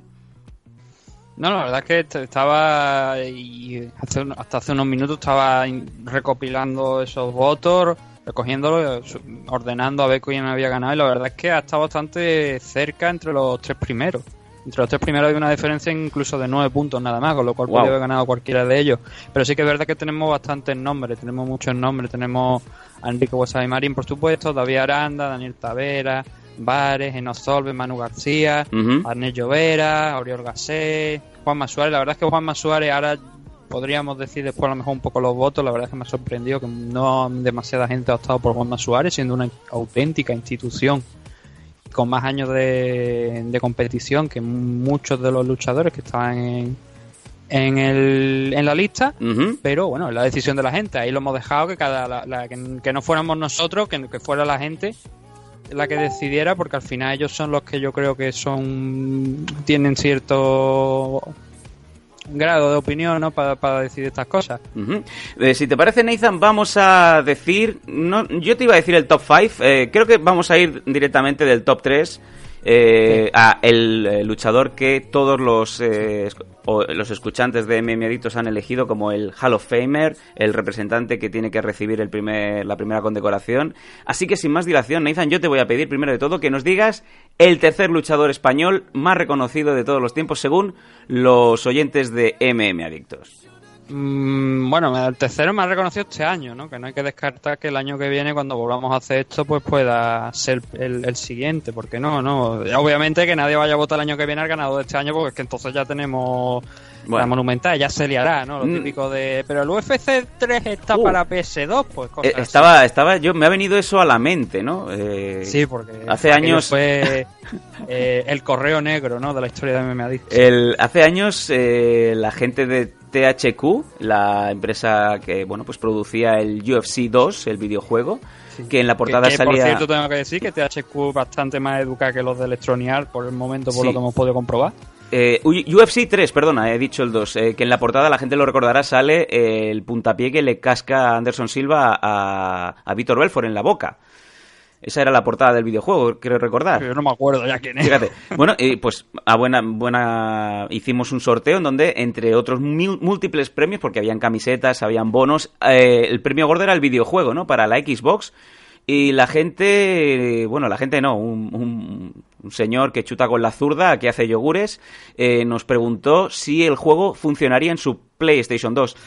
No, la verdad es que estaba, y hace, hasta hace unos minutos estaba recopilando esos votos, recogiéndolos, ordenando a ver quién había ganado, y la verdad es que ha estado bastante cerca entre los tres primeros. Entre los tres primeros hay una diferencia incluso de nueve puntos nada más, con lo cual wow. Podría haber ganado cualquiera de ellos. Pero sí que es verdad que tenemos bastantes nombres, tenemos muchos nombres, tenemos a Enrique Wasabi Marín, por supuesto, David Aranda, Daniel Tavera, Vares, Enos Solve, Manu García, uh-huh. Arnés Llovera, Oriol Gasset, Juanma Suárez. La verdad es que Juanma Suárez, ahora podríamos decir después a lo mejor un poco los votos, la verdad es que me ha sorprendido que no demasiada gente ha optado por Juanma Suárez, siendo una auténtica institución con más años de, de competición que muchos de los luchadores que estaban en, en, el, en la lista, uh-huh. Pero bueno, es la decisión de la gente, ahí lo hemos dejado, que cada la, la, que, que no fuéramos nosotros, que, que fuera la gente la que decidiera, porque al final ellos son los que yo creo que son tienen cierto grado de opinión, ¿no? Para, para decidir estas cosas. Uh-huh. Eh, si te parece, Nathan, vamos a decir, no, yo te iba a decir el top cinco, eh, creo que vamos a ir directamente del top tres eh, sí. a el, el luchador que todos los eh, o los escuchantes de M M Adictos han elegido como el Hall of Famer, el representante que tiene que recibir el primer, la primera condecoración. Así que sin más dilación, Nathan, yo te voy a pedir primero de todo que nos digas el tercer luchador español más reconocido de todos los tiempos según los oyentes de M M Adictos. Mm, bueno, el tercero más reconocido este año, ¿no? Que no hay que descartar que el año que viene, cuando volvamos a hacer esto, pues pueda ser el, el siguiente, porque no, no. Obviamente que nadie vaya a votar el año que viene al ganador de este año, porque es que entonces ya tenemos bueno. La Monumental, ya se liará, ¿no? Lo típico de, pero el U F C tres está uh, para P S dos, pues cosas eh, estaba, así. estaba, yo me ha venido eso a la mente, ¿no? Eh, sí, porque hace años fue eh, el correo negro, ¿no? De la historia de M M Adictos. El hace años eh, la gente de T H Q, la empresa que bueno pues producía el U F C dos, el videojuego, sí. Que en la portada que, que, salía... Por cierto, tengo que decir que T H Q es bastante más educada que los de Electronic Arts por el momento, por sí. Lo que hemos podido comprobar. Eh, U F C tres, perdona, he dicho el dos, eh, que en la portada la gente lo recordará, sale eh, el puntapié que le casca a Anderson Silva a, a Víctor Belfort en la boca. Esa era la portada del videojuego, creo recordar. Yo no me acuerdo ya quién es. Fíjate. Bueno, y pues a buena, buena hicimos un sorteo en donde, entre otros mil, múltiples premios, porque habían camisetas, habían bonos, eh, el premio gordo era el videojuego, ¿no? Para la Xbox. Y la gente, bueno, la gente no, un, un, un señor que chuta con la zurda, que hace yogures, eh, nos preguntó si el juego funcionaría en su PlayStation dos.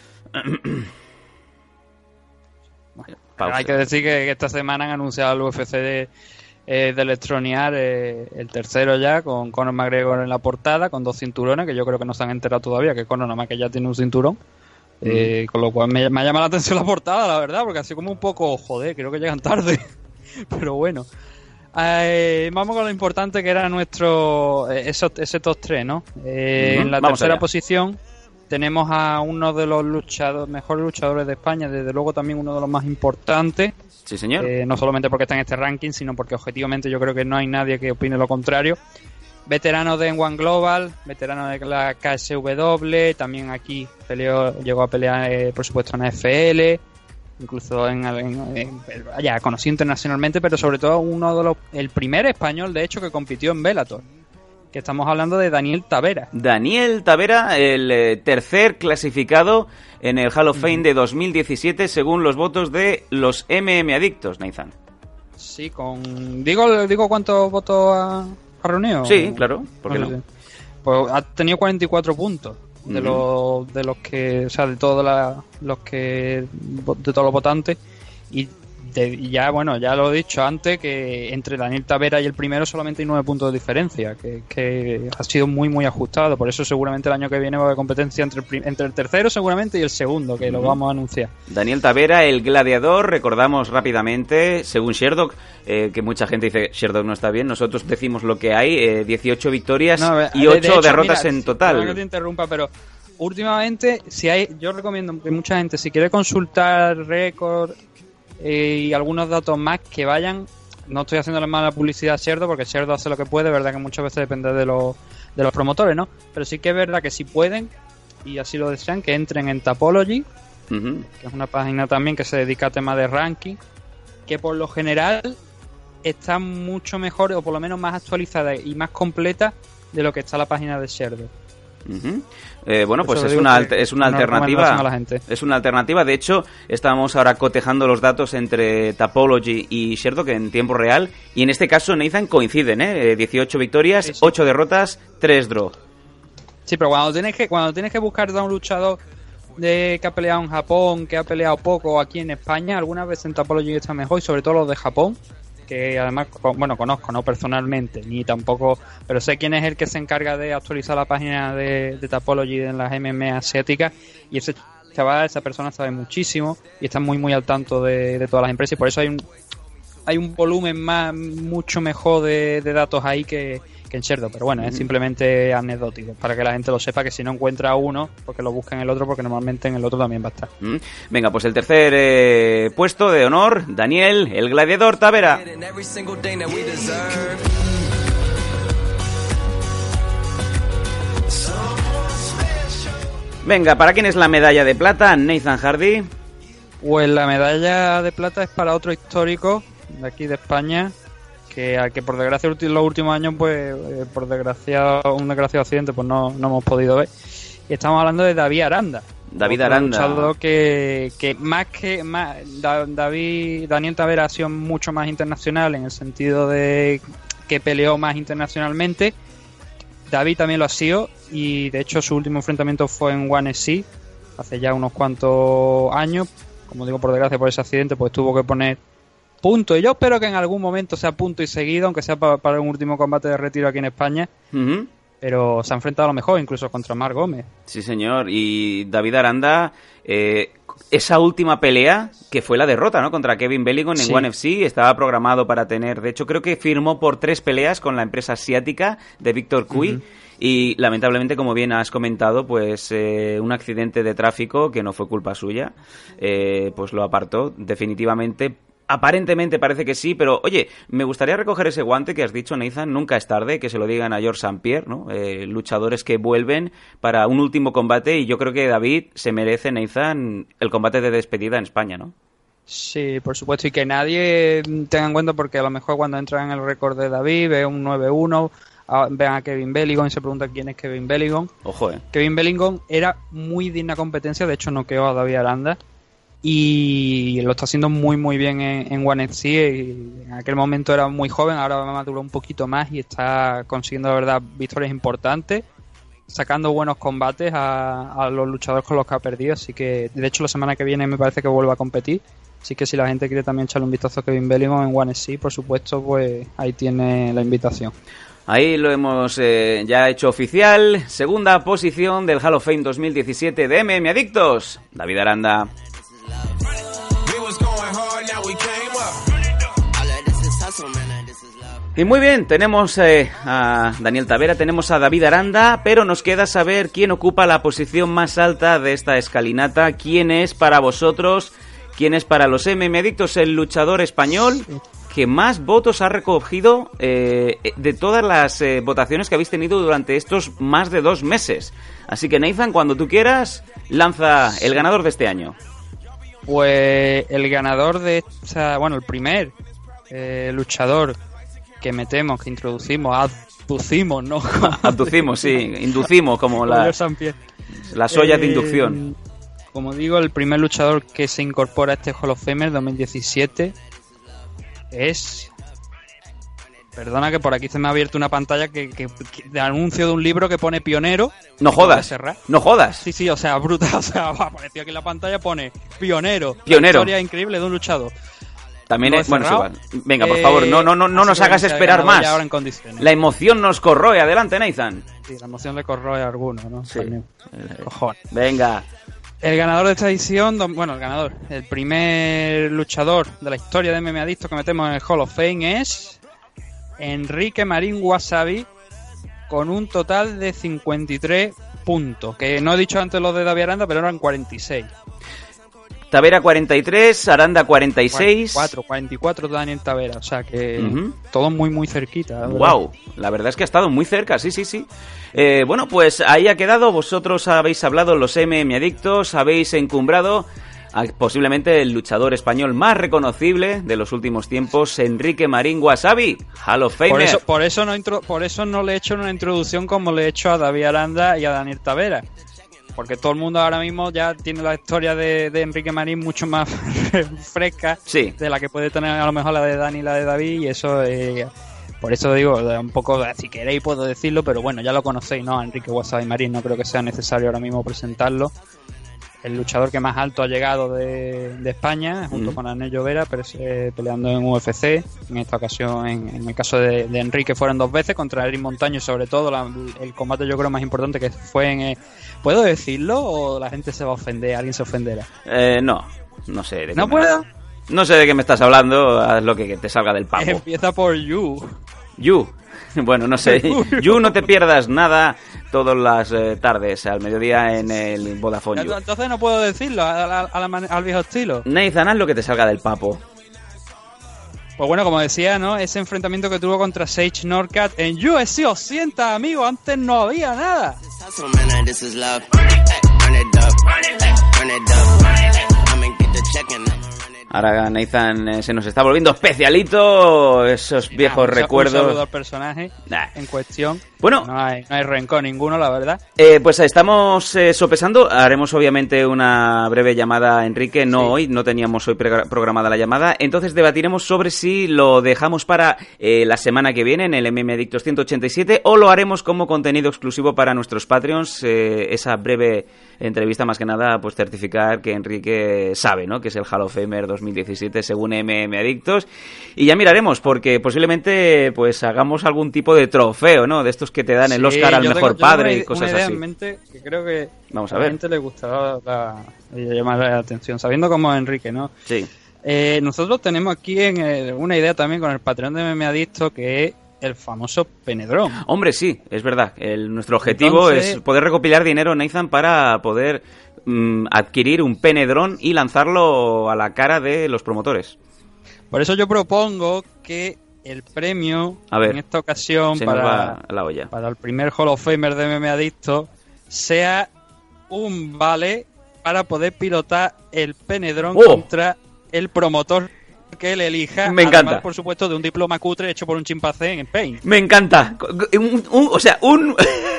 Pausa. Hay que decir que, que esta semana han anunciado el U F C de, eh, de Electroniar, eh, el tercero ya, con Conor McGregor en la portada, con dos cinturones, que yo creo que no se han enterado todavía, que Conor nada más que ya tiene un cinturón. Eh, con lo cual me, me ha llamado la atención la portada, la verdad, porque así como un poco, joder, creo que llegan tarde. Pero bueno. Eh, vamos con lo importante que era nuestro eh, eso, ese top tres, ¿no? Eh, uh-huh. En la vamos tercera allá. posición tenemos a uno de los luchadores, mejores luchadores de España, desde luego también uno de los más importantes. Sí, señor. Eh, no solamente porque está en este ranking, sino porque objetivamente yo creo que no hay nadie que opine lo contrario. Veterano de One Global, veterano de la K S W, también aquí peleó, llegó a pelear, eh, por supuesto, en la F L, incluso en, en, en ya conocido internacionalmente, pero sobre todo uno de los, el primer español, de hecho, que compitió en Bellator, que estamos hablando de Daniel Tavera. Daniel Tavera, el eh, tercer clasificado en el Hall of Fame de dos mil diecisiete, según los votos de los M M Adictos, Nathan. Sí, con digo digo cuántos votos ha ¿Ha reunido? Sí, claro, ¿por qué no? no? Pues ha tenido cuarenta y cuatro puntos de uh-huh. los de los que, o sea, de todos la, los que de todos los votantes y, de, y ya bueno, ya lo he dicho antes que entre Daniel Tavera y el primero solamente hay nueve puntos de diferencia, que, que ha sido muy muy ajustado, por eso seguramente el año que viene va a haber competencia entre el, entre el tercero seguramente y el segundo, que uh-huh. lo vamos a anunciar. Daniel Tavera, el gladiador, recordamos rápidamente, según Sherdog, eh, que mucha gente dice Sherdog no está bien, nosotros decimos lo que hay, eh, dieciocho victorias no, y ocho de hecho, derrotas mira, en total. Perdón que te interrumpa, pero últimamente, si hay, yo recomiendo que mucha gente, si quiere consultar récord eh, y algunos datos más, que vayan. No estoy haciendo la mala publicidad a Sherdog, porque Sherdog hace lo que puede, verdad que muchas veces depende de los, de los promotores, ¿no? Pero sí que es verdad que si pueden, y así lo desean, que entren en Tapology, uh-huh. que es una página también que se dedica a temas de ranking, que por lo general está mucho mejor, o por lo menos más actualizada y más completa de lo que está la página de Sherdog. Uh-huh. Eh, bueno, pues es una, alter, es una alternativa. Es una alternativa. De hecho, estamos ahora cotejando los datos entre Tapology y Sherdog en tiempo real. Y en este caso, Nathan, coinciden, ¿eh? dieciocho victorias, sí, sí. ocho derrotas, tres draw. Sí, pero cuando tienes que cuando tienes que buscar a un luchador de que ha peleado en Japón, que ha peleado poco aquí en España, algunas veces en Tapology está mejor, y sobre todo los de Japón, que además, bueno, conozco, no personalmente, ni tampoco, pero sé quién es el que se encarga de actualizar la página de, de Tapology en las M M A asiáticas, y ese chaval, esa persona sabe muchísimo y está muy muy al tanto de, de todas las empresas, y por eso hay un hay un volumen más mucho mejor de, de datos ahí que, que en Sherdog, pero bueno, es simplemente anecdótico, para que la gente lo sepa, que si no encuentra uno, porque lo busca en el otro, porque normalmente en el otro también va a estar. Mm. Venga, pues el tercer eh, puesto de honor, Daniel, el gladiador Tavera. Venga, ¿para quién es la medalla de plata, Nathan Hardy? Pues la medalla de plata es para otro histórico de aquí de España, que a que por desgracia en los últimos años, pues eh, por desgracia un desgraciado accidente, pues no, no hemos podido ver. Y estamos hablando de David Aranda. David Aranda. Que, que más que más, da, David Daniel Tavera ha sido mucho más internacional en el sentido de que peleó más internacionalmente. David también lo ha sido, y de hecho su último enfrentamiento fue en One F C hace ya unos cuantos años. Como digo, por desgracia por ese accidente, pues tuvo que poner punto, y yo espero que en algún momento sea punto y seguido, aunque sea para, para un último combate de retiro aquí en España. Uh-huh. Pero se ha enfrentado a lo mejor incluso contra Marc Gómez. Sí, señor. Y David Aranda, eh, esa última pelea, que fue la derrota, ¿no?, contra Kevin Belligon en sí. One F C, estaba programado para tener, de hecho creo que firmó por tres peleas con la empresa asiática de Víctor Cui. Uh-huh. Y lamentablemente, como bien has comentado, pues eh, un accidente de tráfico que no fue culpa suya, eh, pues lo apartó definitivamente. Aparentemente parece que sí, pero oye, me gustaría recoger ese guante que has dicho, Nathan, nunca es tarde, que se lo digan a George Saint Pierre, ¿no? Eh, luchadores que vuelven para un último combate, y yo creo que David se merece, Nathan, el combate de despedida en España, ¿no? Sí, por supuesto, y que nadie tenga en cuenta, porque a lo mejor cuando entran en el récord de David, ve un nueve uno, a, vean a Kevin Bellingham y se preguntan quién es Kevin Bellingham. Ojo, eh. Kevin Bellingham era muy digna competencia, de hecho noqueó a David Aranda y lo está haciendo muy muy bien en, en One F C. Y en aquel momento era muy joven, ahora maduró un poquito más y está consiguiendo, la verdad, victorias importantes, sacando buenos combates a, a los luchadores con los que ha perdido. Así que, de hecho, la semana que viene me parece que vuelve a competir. Así que si la gente quiere también echarle un vistazo a Kevin Bellingham en One F C, por supuesto, pues ahí tiene la invitación. Ahí lo hemos eh, ya hecho oficial. Segunda posición del Hall of Fame dos mil diecisiete de M M Adictos, David Aranda. Y muy bien, tenemos eh, a Daniel Tavera, tenemos a David Aranda, pero nos queda saber quién ocupa la posición más alta de esta escalinata. ¿Quién es para vosotros, quién es para los M M Adictos el luchador español que más votos ha recogido eh, de todas las eh, votaciones que habéis tenido durante estos más de dos meses? Así que, Nathan, cuando tú quieras, lanza el ganador de este año. Pues el ganador de esta, bueno, el primer eh, luchador que metemos, que introducimos, abducimos, ¿no? Abducimos, sí, inducimos, como la, las ollas eh, de inducción. Como digo, el primer luchador que se incorpora a este Hall of Famer dos mil diecisiete es... Perdona que por aquí se me ha abierto una pantalla que, que, que de anuncio de un libro que pone pionero. No jodas, no jodas. Sí, sí, o sea, brutal, o sea, apareció aquí en la pantalla, pone pionero. Pionero. Historia increíble de un luchador. También es, bueno, es igual. Venga, por favor, no, no, no, no nos hagas esperar más. La emoción nos corroe. Adelante, Nathan. Sí, la emoción le corroe a alguno, ¿no? Sí. Cojones. Venga. El ganador de esta edición, bueno, el ganador, el primer luchador de la historia de M M Adictos que metemos en el Hall of Fame es Enrique Marín Wasabi, con un total de cincuenta y tres puntos. Que no he dicho antes los de David Aranda, pero eran cuarenta y seis. Tavera cuarenta y tres, Aranda cuarenta y seis. cuarenta y cuatro, cuarenta y cuatro de Daniel Tavera, o sea que uh-huh. todo muy muy cerquita. Wow, la verdad es que ha estado muy cerca, sí, sí, sí. Eh, bueno, pues ahí ha quedado. Vosotros habéis hablado, los M M Adictos, habéis encumbrado a posiblemente el luchador español más reconocible de los últimos tiempos, Enrique Marín Wasabi, Hall of Famer. Por eso, por eso no intro, por eso no le he hecho una introducción como le he hecho a David Aranda y a Daniel Tavera. Porque todo el mundo ahora mismo ya tiene la historia de, de Enrique Marín mucho más fresca, sí, de la que puede tener a lo mejor la de Dani y la de David, y eso, eh, por eso digo, un poco, si queréis puedo decirlo, pero bueno, ya lo conocéis, ¿no? Enrique Wasabi Marín, no creo que sea necesario ahora mismo presentarlo. El luchador que más alto ha llegado de, de España, junto mm. con Arnel Llovera, pero, eh, peleando en U F C. En esta ocasión, en, en el caso de, de Enrique, fueron dos veces contra Eric Montaño, y sobre todo la, el combate yo creo más importante que fue en... Eh, ¿Puedo decirlo o la gente se va a ofender? ¿Alguien se ofenderá? Eh, no, no sé. De ¿No puedo? Me... No sé de qué me estás hablando, haz lo que te salga del pavo. Empieza por You. You. Bueno, no sé. You, no te pierdas nada todas las eh, tardes al mediodía en el Vodafone You. Entonces no puedo decirlo a la, a la, al viejo estilo. Nathan, haz lo que te salga del papo. Pues bueno, como decía, ¿no? Ese enfrentamiento que tuvo contra Sage Northcutt en U F C ochenta, amigo, antes no había nada. Ahora Nathan eh, se nos está volviendo especialito, esos viejos nah, recuerdos. Un saludo al personaje nah. en cuestión. Bueno, no hay, no hay rencor ninguno, la verdad. Eh, pues estamos eh, sopesando. Haremos obviamente una breve llamada a Enrique. No sí. hoy, no teníamos hoy pre- programada la llamada. Entonces debatiremos sobre si lo dejamos para eh, la semana que viene en el M M Adictos ciento ochenta y siete o lo haremos como contenido exclusivo para nuestros Patreons. Eh, esa breve entrevista, más que nada, pues certificar que Enrique sabe, ¿no? Que es el Hall of Famer dos mil diecisiete según M M Adictos. Y ya miraremos, porque posiblemente pues hagamos algún tipo de trofeo, ¿no? De estos que te dan el sí, Oscar al mejor tengo, padre una, y cosas una idea así. En mente que creo que Vamos a, a ver. la gente le gustará la, la, llamar la atención, sabiendo cómo es Enrique, ¿no? Sí. Eh, nosotros tenemos aquí en el, una idea también con el Patreon de M M Adicto, que es el famoso Penedrón. Hombre, sí, es verdad. El, nuestro objetivo Entonces, es poder recopilar dinero, Nathan, para poder mm, adquirir un Penedrón y lanzarlo a la cara de los promotores. Por eso yo propongo que el premio a ver, en esta ocasión se para, nos va a la olla. para el primer Hall of Famer de M M Adicto sea un vale para poder pilotar el Penedrón oh. contra el promotor que él elija. Me encanta. Además, por supuesto, de un diploma cutre hecho por un chimpancé en Paint. Me encanta. Un, un, o sea, un...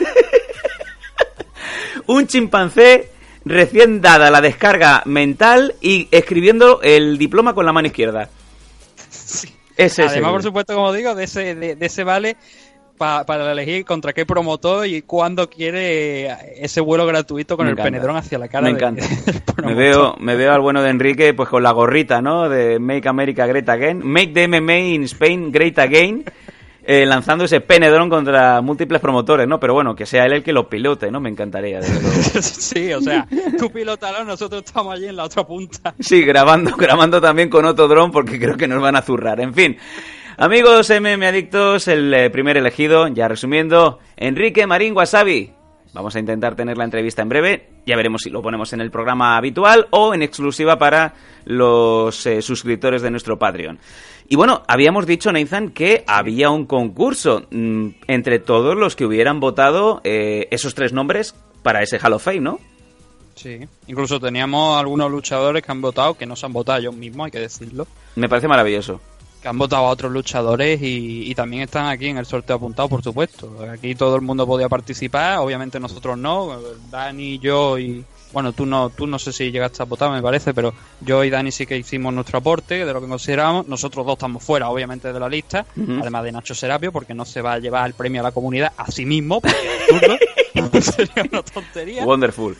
un chimpancé recién dada la descarga mental y escribiendo el diploma con la mano izquierda. Sí. Ese Además, es por supuesto, como digo, de ese, de, de ese vale pa, para elegir contra qué promotor y cuándo quiere ese vuelo gratuito con me el encanta. penedrón hacia la cara. Me de, encanta. De, me veo, me veo al bueno de Enrique pues con la gorrita, ¿no? De Make America Great Again, Make the M M A in Spain Great Again. Eh, lanzando ese penedrón contra múltiples promotores, ¿no? Pero bueno, que sea él el que lo pilote, ¿no? Me encantaría. Desde luego. Sí, o sea, tú pilótalo, nosotros estamos allí en la otra punta. Sí, grabando, grabando también con otro dron porque creo que nos van a zurrar. En fin, amigos M M Adictos, el eh, primer elegido, ya resumiendo, Enrique Marín Wasabi. Vamos a intentar tener la entrevista en breve. Ya veremos si lo ponemos en el programa habitual o en exclusiva para los eh, suscriptores de nuestro Patreon. Y bueno, habíamos dicho, Nathan, que había un concurso mmm, entre todos los que hubieran votado eh, esos tres nombres para ese Hall of Fame, ¿no? Sí, incluso teníamos algunos luchadores que han votado, que no se han votado ellos mismos, hay que decirlo. Me parece maravilloso. Que han votado a otros luchadores y, y también están aquí en el sorteo apuntado, por supuesto. Aquí todo el mundo podía participar, obviamente nosotros no, Dani, yo y... Bueno, tú no tú no sé si llegaste a votar, me parece, pero yo y Dani sí que hicimos nuestro aporte de lo que consideramos. Nosotros dos estamos fuera, obviamente, de la lista, uh-huh. Además de Nacho Serapio, porque no se va a llevar el premio a la comunidad a sí mismo, porque es sería una tontería. Wonderful.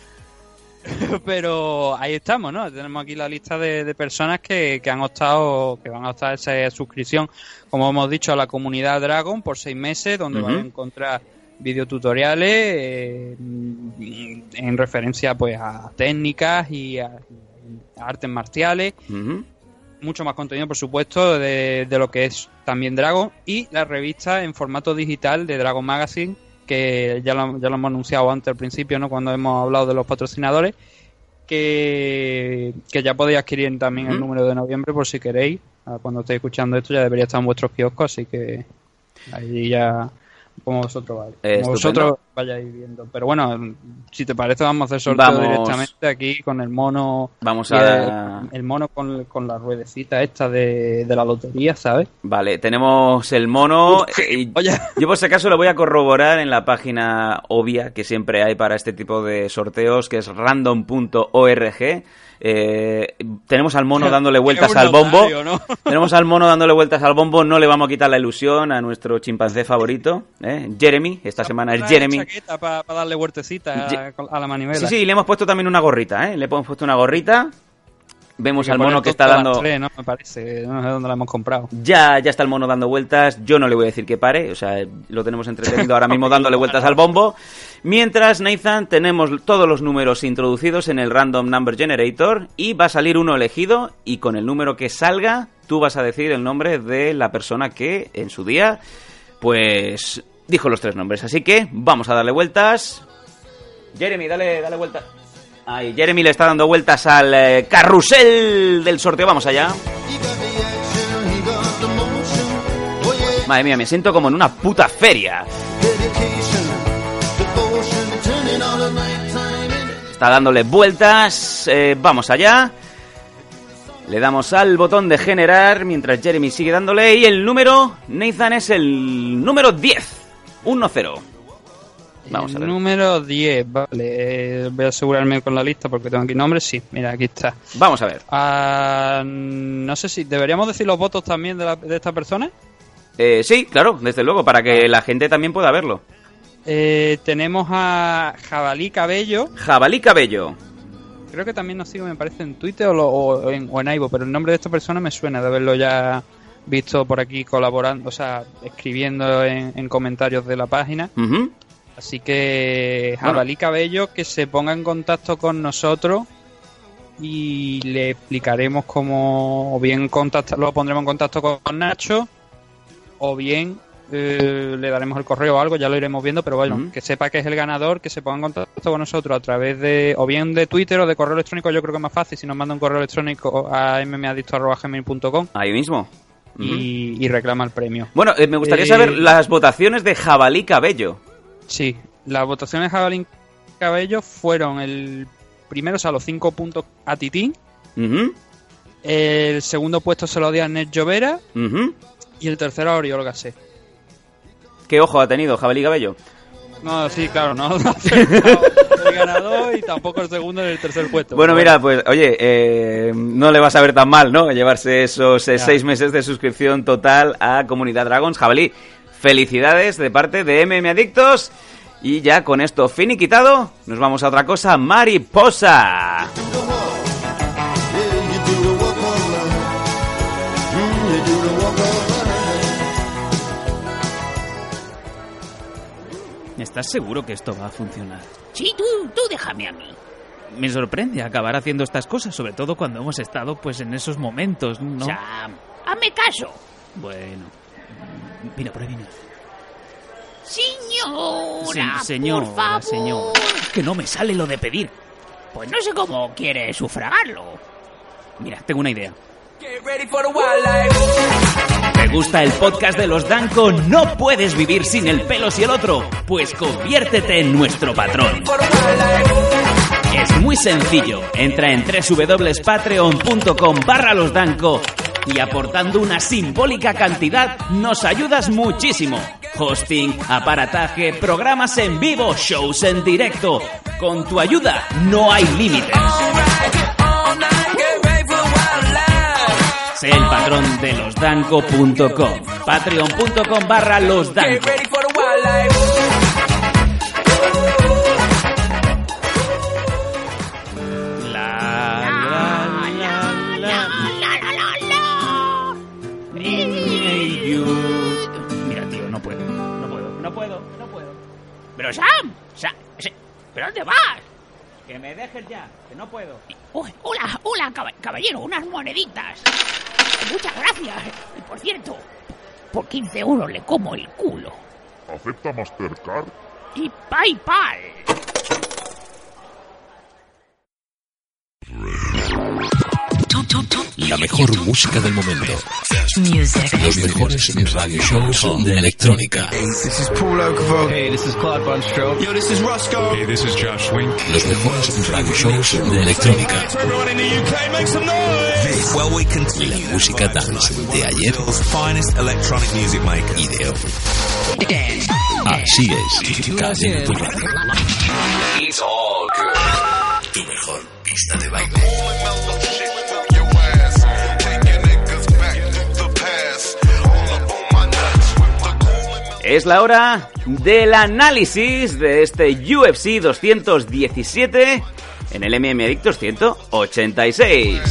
Pero ahí estamos, ¿no? Tenemos aquí la lista de, de personas que, que han optado, que van a optar a esa suscripción, como hemos dicho, a la comunidad Dragon por seis meses, donde uh-huh. van a encontrar videotutoriales eh, en referencia pues a técnicas y a, a artes marciales, uh-huh. Mucho más contenido, por supuesto, de, de lo que es también Dragon, y la revista en formato digital de Dragon Magazine, que ya lo, ya lo hemos anunciado antes al principio, ¿no? Cuando hemos hablado de los patrocinadores, que, que ya podéis adquirir también uh-huh. el número de noviembre por si queréis. Cuando estéis escuchando esto ya debería estar en vuestros kioscos, así que ahí ya... Como vosotros, vale. Eh, Como vosotros vayáis viendo. Pero bueno, si te parece, vamos a hacer sorteo vamos, directamente aquí con el mono. Vamos a. El, el mono con, con la ruedecita esta de, de la lotería, ¿sabes? Vale, tenemos el mono. Y yo, por si acaso, lo voy a corroborar en la página obvia que siempre hay para este tipo de sorteos, que es random punto org. Eh, tenemos al mono dándole vueltas al bombo, ¿no? Tenemos al mono dándole vueltas al bombo. No le vamos a quitar la ilusión a nuestro chimpancé favorito, ¿eh? Jeremy. Esta semana es Jeremy. Chaqueta para pa darle vueltecita a, a la manivela. Sí, sí, le hemos puesto también una gorrita, ¿eh? Le hemos puesto una gorrita. Vemos al mono que está dando... Tres, ¿no? Me parece, no sé dónde la hemos comprado. Ya, ya está el mono dando vueltas. Yo no le voy a decir que pare, o sea, lo tenemos entretenido ahora mismo dándole vueltas al bombo. Mientras, Nathan, tenemos todos los números introducidos en el Random Number Generator y va a salir uno elegido, y con el número que salga, tú vas a decir el nombre de la persona que en su día, pues, dijo los tres nombres. Así que vamos a darle vueltas. Jeremy, dale, dale vueltas. Ahí, Jeremy le está dando vueltas al eh, carrusel del sorteo. Vamos allá. Madre mía, me siento como en una puta feria. Está dándole vueltas. Eh, vamos allá. Le damos al botón de generar mientras Jeremy sigue dándole. Y el número, Nathan, es el número diez. uno cero. Vamos a ver. Número diez, vale. Eh, voy a asegurarme con la lista porque tengo aquí nombres. Sí, mira, aquí está. Vamos a ver. Uh, no sé si deberíamos decir los votos también de, la, de esta persona. Eh, sí, claro, desde luego, para que la gente también pueda verlo. Eh, tenemos a Jabalí Cabello. Jabalí Cabello. Creo que también nos sigue, me parece, en Twitter o, lo, o en, o en Ivo, pero el nombre de esta persona me suena de haberlo ya visto por aquí colaborando, o sea, escribiendo en, en comentarios de la página. Uh-huh. Así que Jabalí bueno. Cabello, que se ponga en contacto con nosotros y le explicaremos cómo, o bien contactar, lo pondremos en contacto con Nacho, o bien eh, le daremos el correo o algo, ya lo iremos viendo, pero bueno, uh-huh. que sepa que es el ganador, que se ponga en contacto con nosotros a través de, o bien de Twitter o de correo electrónico. Yo creo que es más fácil si nos manda un correo electrónico a m m adicto arroba gmail punto com. Ahí mismo. Uh-huh. Y, y reclama el premio. Bueno, eh, me gustaría eh... saber las votaciones de Jabalí Cabello. Sí, las votaciones de Jabalí Cabello fueron el primero, o sea, los cinco puntos a Titín. Uh-huh. El segundo puesto se lo dio a Ned Llovera. Uh-huh. Y el tercero a Oriol Gasset. ¿Qué ojo ha tenido Jabalí Cabello? No, sí, claro, no, no ha acertado el ganador y tampoco el segundo en el tercer puesto. Bueno, mira, pues, oye, eh, no le vas a ver tan mal, ¿no? Llevarse esos eh, seis meses de suscripción total a Comunidad Dragons. Jabalí, felicidades de parte de M M Adictos. Y ya con esto finiquitado, nos vamos a otra cosa, Mariposa. ¿Estás seguro que esto va a funcionar? Sí, tú, tú déjame a mí. Me sorprende acabar haciendo estas cosas, sobre todo cuando hemos estado pues en esos momentos, ¿no? Sam, hazme caso. Bueno, mira, por ahí viene. Señora, sí, señora, por favor. Señor. Que no me sale lo de pedir. Pues no sé cómo quiere sufragarlo. Mira, tengo una idea. ¿Te gusta el podcast de los Danco? ¿No puedes vivir sin el Pelos y el Otro? Pues conviértete en nuestro patrón. Es muy sencillo. Entra en www.patreon.com barra los Danco y aportando una simbólica cantidad nos ayudas muchísimo. Hosting, aparataje, programas en vivo, shows en directo. Con tu ayuda no hay límites. Sé el patrón de losdanco punto com. Patreon.com barra losdanco. La, la, la, la, la. Hey, you. Mira, tío, no puedo, no puedo, no puedo, no puedo. Pero Sam, Sam, ¿pero dónde vas? Que me dejes ya, que no puedo. Uy, hola, hola, caballero, unas moneditas. Muchas gracias. Y por cierto, por quince euros le como el culo. ¿Acepta Mastercard? Y PayPal. La mejor música del momento. Los mejores radio shows de electrónica. This is Paul Oakenfold. Hey, this is Clyde Bunstrop. Yo, this is Roscoe. Hey, this is Josh Wink. Los mejores radio shows de electrónica. Everyone in the U K, make some noise. Well, we continue. La música dance de ayer. Finest electronic music maker. Y de hoy. Así es. Cadena tu radio. It's all good. Tu mejor pista de baile. Es la hora del análisis de este U F C doscientos diecisiete en el M M Adictos ciento ochenta y seis.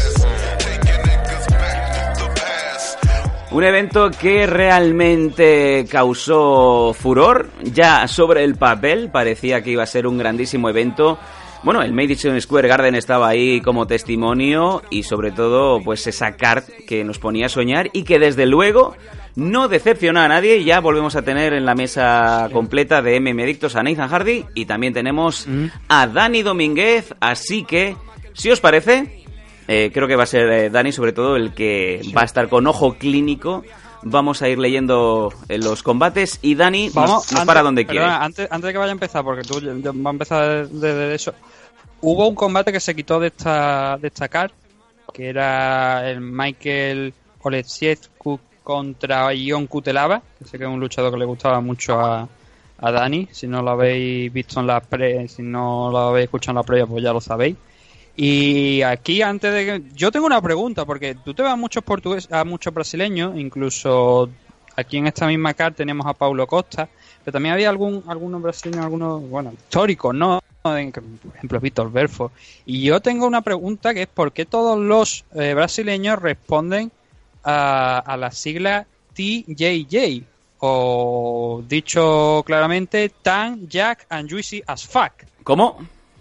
Un evento que realmente causó furor. Ya sobre el papel parecía que iba a ser un grandísimo evento. Bueno, el Madison Square Garden estaba ahí como testimonio y sobre todo pues esa card que nos ponía a soñar y que desde luego no decepcionó a nadie. Ya volvemos a tener en la mesa completa de M M Adictos a Nathan Hardy y también tenemos mm. a Dani Domínguez, así que si os parece, eh, creo que va a ser eh, Dani sobre todo el que sí. va a estar con ojo clínico. Vamos a ir leyendo los combates y Dani Vamos, nos, nos antes, para donde quiere. Perdona, antes, antes de que vaya a empezar, porque tú ya, va a empezar desde de, de eso. Hubo un combate que se quitó de esta de esta card, que era el Michael Oleksiejczuk contra Ion Kutelaba, que sé que es un luchador que le gustaba mucho a, a Dani. Si no lo habéis visto en la pre, si no lo habéis escuchado en la previa, pues ya lo sabéis. Y aquí, antes de que... Yo tengo una pregunta, porque tú te vas a muchos portugueses, a muchos brasileños, incluso aquí en esta misma card tenemos a Paulo Costa, pero también había algún algunos brasileños, algunos, bueno, históricos, ¿no? Por ejemplo, Víctor Belfort. Y yo tengo una pregunta que es ¿por qué todos los eh, brasileños responden a, a la sigla T J J? O dicho claramente, Tan, Jack and Juicy as fuck. ¿Cómo?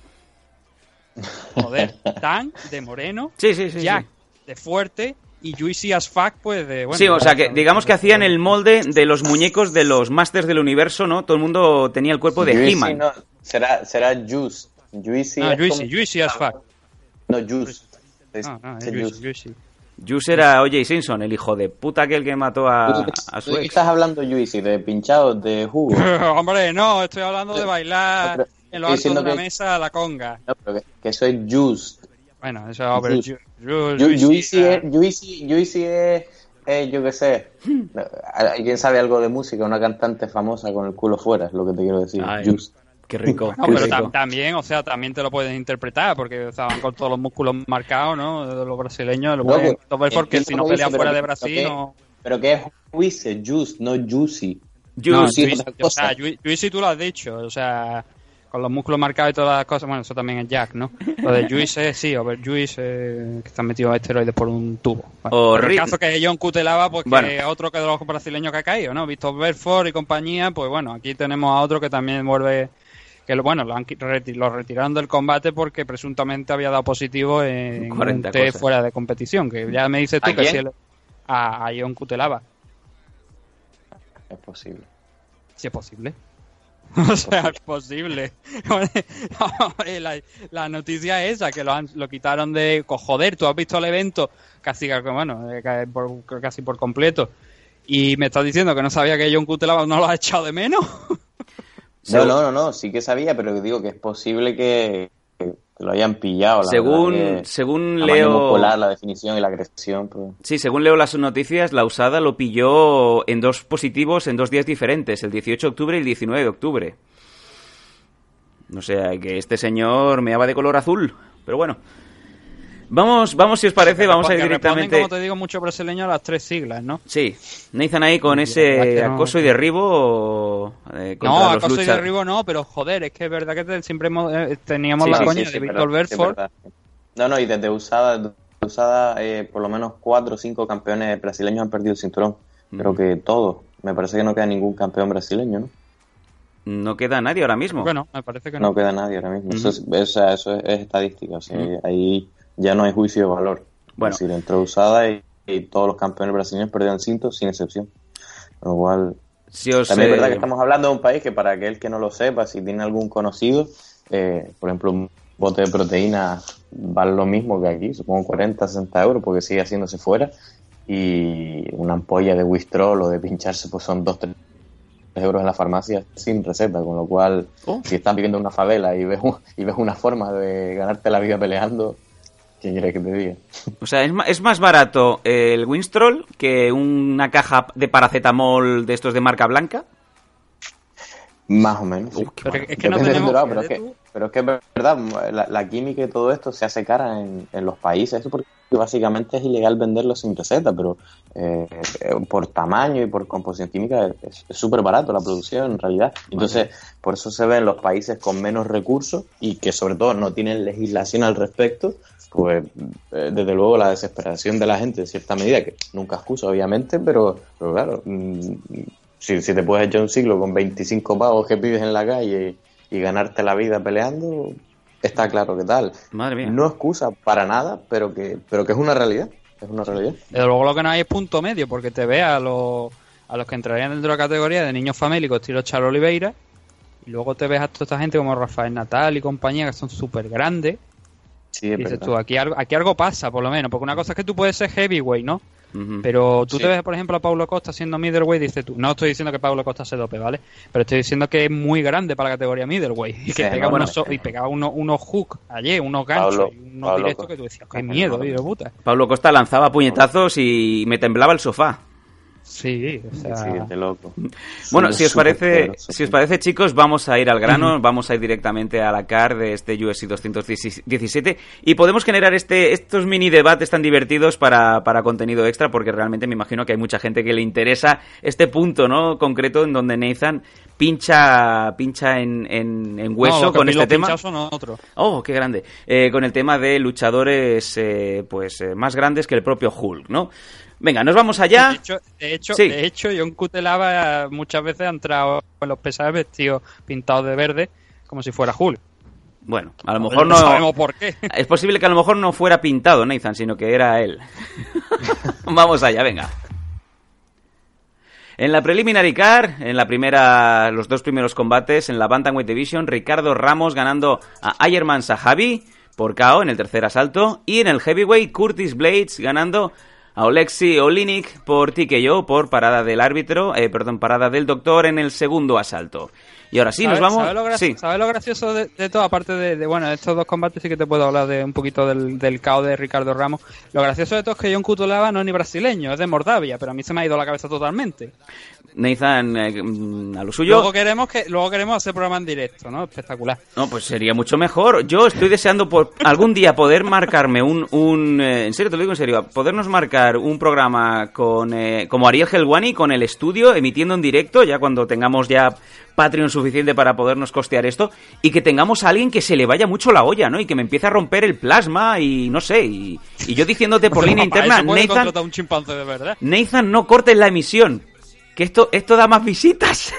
Joder, Tan de moreno, sí, sí, sí, Jack sí. de fuerte y Juicy as fuck pues de... Bueno, sí, o sea, que digamos que hacían el molde de los muñecos de los Masters del Universo, ¿no? Todo el mundo tenía el cuerpo de He-Man. No, será, será Juice. Juicy, no, Juicy, como... Juicy as fuck. No, Juice. Es, no, no, es es Juicy, Juicy. Juice era O J Simpson, el hijo de puta aquel que mató a, a su ex. ex. ¿Estás hablando, Juicy, de pinchados, de jugo? Hombre, no, estoy hablando de bailar no, en lo alto de una que... mesa la conga. No, pero que, que soy Juice. Bueno, eso es over, Juicy es, Juicy, Juicy es, eh, yo qué sé, ¿alguien sabe algo de música? Una cantante famosa con el culo fuera, es lo que te quiero decir. Juicy. Qué rico. No, pero tam- también, o sea, también te lo puedes interpretar, porque o sea, van con todos los músculos marcados, ¿no? De los brasileños, lo No, pueden pues, ver porque si no entiendo pelean Juicy, fuera pero de que- Brasil, pero que- no... Pero que es Juicy, Juice, no Juicy. No, Juicy es Juicy, otra o cosa. sea, Ju- Juicy tú lo has dicho, o sea, con los músculos marcados y todas las cosas, bueno, eso también es Jack, ¿no? Lo de Juice, sí, o ver Juice, eh, que están metidos esteroides por un tubo. Vale. O Pero el Ri- caso que es John Cutelaba, pues Bueno. que otro que de los brasileños que ha caído, ¿no? Víctor Belfort y compañía, pues bueno, aquí tenemos a otro que también vuelve... que lo- bueno, lo, han, qui- reti- lo retiraron del combate porque presuntamente había dado positivo en un cuarenta test cosas. fuera de competición, que ya me dices tú ¿A que quién? si él, a, a John Cutelaba, Es posible. si es posible. O sea, es posible. Hombre, la, la noticia es esa, que lo, han, lo quitaron de... co- Joder, tú has visto el evento casi, bueno, eh, ca- por, casi por completo y me estás diciendo que no sabía que John Cutelaba no lo ha echado de menos. No, no, no, no, sí que sabía, pero digo que es posible que, que lo hayan pillado. La Según- verdad que según tamaño leo- muscular, la definición y la agresión, pues... Sí, según leo las noticias, la USADA lo pilló en dos positivos en dos días diferentes, el dieciocho de octubre y el diecinueve de octubre. O sea, que este señor meaba de color azul, pero bueno. Vamos, vamos si os parece, vamos a ir Porque responden, directamente... como te digo, muchos brasileños a las tres siglas, ¿no? Sí, Nathan ahí con la ese verdad que no- acoso y derribo eh, contra No, los acoso y lucha- derribo no, pero joder, es que es verdad que te- siempre hemos- eh, teníamos Sí, la sí, coña sí, de sí, Víctor pero- sí, es Belfort. verdad. No, no, y desde usada, desde usada eh, por lo menos cuatro o cinco campeones brasileños han perdido el cinturón. Creo que todos. Me parece que no queda ningún campeón brasileño, ¿no? No queda nadie ahora mismo. Bueno, me parece que no. No queda nadie ahora mismo. Ujú. Eso, es, o sea, eso es, es estadística. O sea, ahí ya no hay juicio de valor. Bueno. Es decir, entró usada y, y todos los campeones brasileños perdieron cinto sin excepción. Con lo cual, Si os, también eh, es verdad que estamos hablando de un país que, para aquel que no lo sepa, si tiene algún conocido, eh, por ejemplo, un bote de proteína vale lo mismo que aquí, supongo cuarenta, sesenta euros, porque sigue haciéndose fuera. Y una ampolla de Wistrol o de pincharse, pues son dos, tres euros en la farmacia sin receta, con lo cual, Oh. si estás viviendo en una favela y ves, un- y ves una forma de ganarte la vida peleando, ¿qué quieres que te diga? O sea, es, ma- es más barato el Winstrol que una caja de paracetamol de estos de marca blanca. Más o menos. sí. Pero es que no Depende del tenemos... dorado, pero, es fíjate que, tú. pero es que es verdad, la, la química y todo esto se hace cara en, en los países, eso porque básicamente es ilegal venderlo sin receta, pero eh, eh, por tamaño y por composición química es súper barato la producción en realidad. Entonces, por eso se ve en los países con menos recursos y que sobre todo no tienen legislación al respecto, pues eh, desde luego la desesperación de la gente en cierta medida, que nunca excusa obviamente, pero, pero claro, mm, si, si te puedes echar un siglo con veinticinco pavos que pides en la calle y, y ganarte la vida peleando, está claro que tal. Madre mía. No excusa para nada, pero que pero que es una realidad. Es una realidad. Desde luego lo que no hay es punto medio, porque te ve a los, a los que entrarían dentro de la categoría de niños famélicos, estilo Charo Oliveira, y luego te ves a toda esta gente como Rafael Natal y compañía, que son súper grandes. Sí, Y es dices verdad. tú, aquí algo, aquí algo pasa, por lo menos, porque una cosa es que tú puedes ser heavyweight, ¿no? Ujú. Pero tú Sí. te ves, por ejemplo, a Paulo Costa siendo middleweight, dices tú, no estoy diciendo que Paulo Costa se dope, ¿vale? Pero estoy diciendo que es muy grande para la categoría middleweight y que Sí, pega no, unos, bueno. so- y pegaba unos, unos hooks ayer, unos ganchos Pablo- y unos Pablo directos Costa. que tú decías, qué miedo, hijo de puta. Pablo Costa lanzaba puñetazos y me temblaba el sofá. Sí, o sea... Sí, de loco. Bueno, Súper, si os súper parece, poderoso, si os sí. parece, chicos, vamos a ir al grano, vamos a ir directamente a la card de este U F C doscientos diecisiete y podemos generar este estos mini debates tan divertidos para, para contenido extra, porque realmente me imagino que hay mucha gente que le interesa este punto, ¿no? Concreto en donde Nathan pincha pincha en, en, en hueso No, los que con los este tema. pinchados son otros. Oh, qué grande. Eh, con el tema de luchadores eh, pues eh, más grandes que el propio Hulk, ¿no? Venga, nos vamos allá. De hecho, de hecho, Sí. de hecho John Cutelaba muchas veces ha entrado en los pesajes vestidos pintados de verde como si fuera Hulk. Bueno, a lo mejor No no... sabemos por qué. Es posible que a lo mejor no fuera pintado Nathan, sino que era él. Vamos allá, venga. En la Preliminary Card, en la primera, los dos primeros combates, en la Bantamweight Division, Ricardo Ramos ganando a Ayerman Sahabi por K O en el tercer asalto, y en el Heavyweight, Curtis Blades ganando a Oleksiy Oleinik por T K O, por parada del árbitro, eh, perdón, parada del doctor en el segundo asalto. Y ahora sí, ¿Sabes, nos vamos... ¿sabes lo, gra- sí. ¿sabes lo gracioso de, de todo? Aparte de, de, bueno, de estos dos combates sí que te puedo hablar de un poquito del, del caos de Ricardo Ramos. Lo gracioso de todo es que John Cutelaba no es ni brasileño, es de Moldavia, pero a mí se me ha ido la cabeza totalmente. Nathan, eh, a lo suyo... Luego queremos que luego queremos hacer programa en directo, ¿no? Espectacular. No, pues sería mucho mejor. Yo estoy deseando por algún día poder marcarme un... un eh, en serio, te lo digo en serio, podernos marcar un programa con eh, como Ariel Helwani, con el estudio, emitiendo en directo, ya cuando tengamos ya Patreon suficiente para podernos costear esto, y que tengamos a alguien que se le vaya mucho la olla, ¿no? Y que me empiece a romper el plasma y no sé, y, y yo diciéndote por línea interna, Nathan, un chimpancé de verdad. Nathan, no cortes la emisión, que esto esto da más visitas.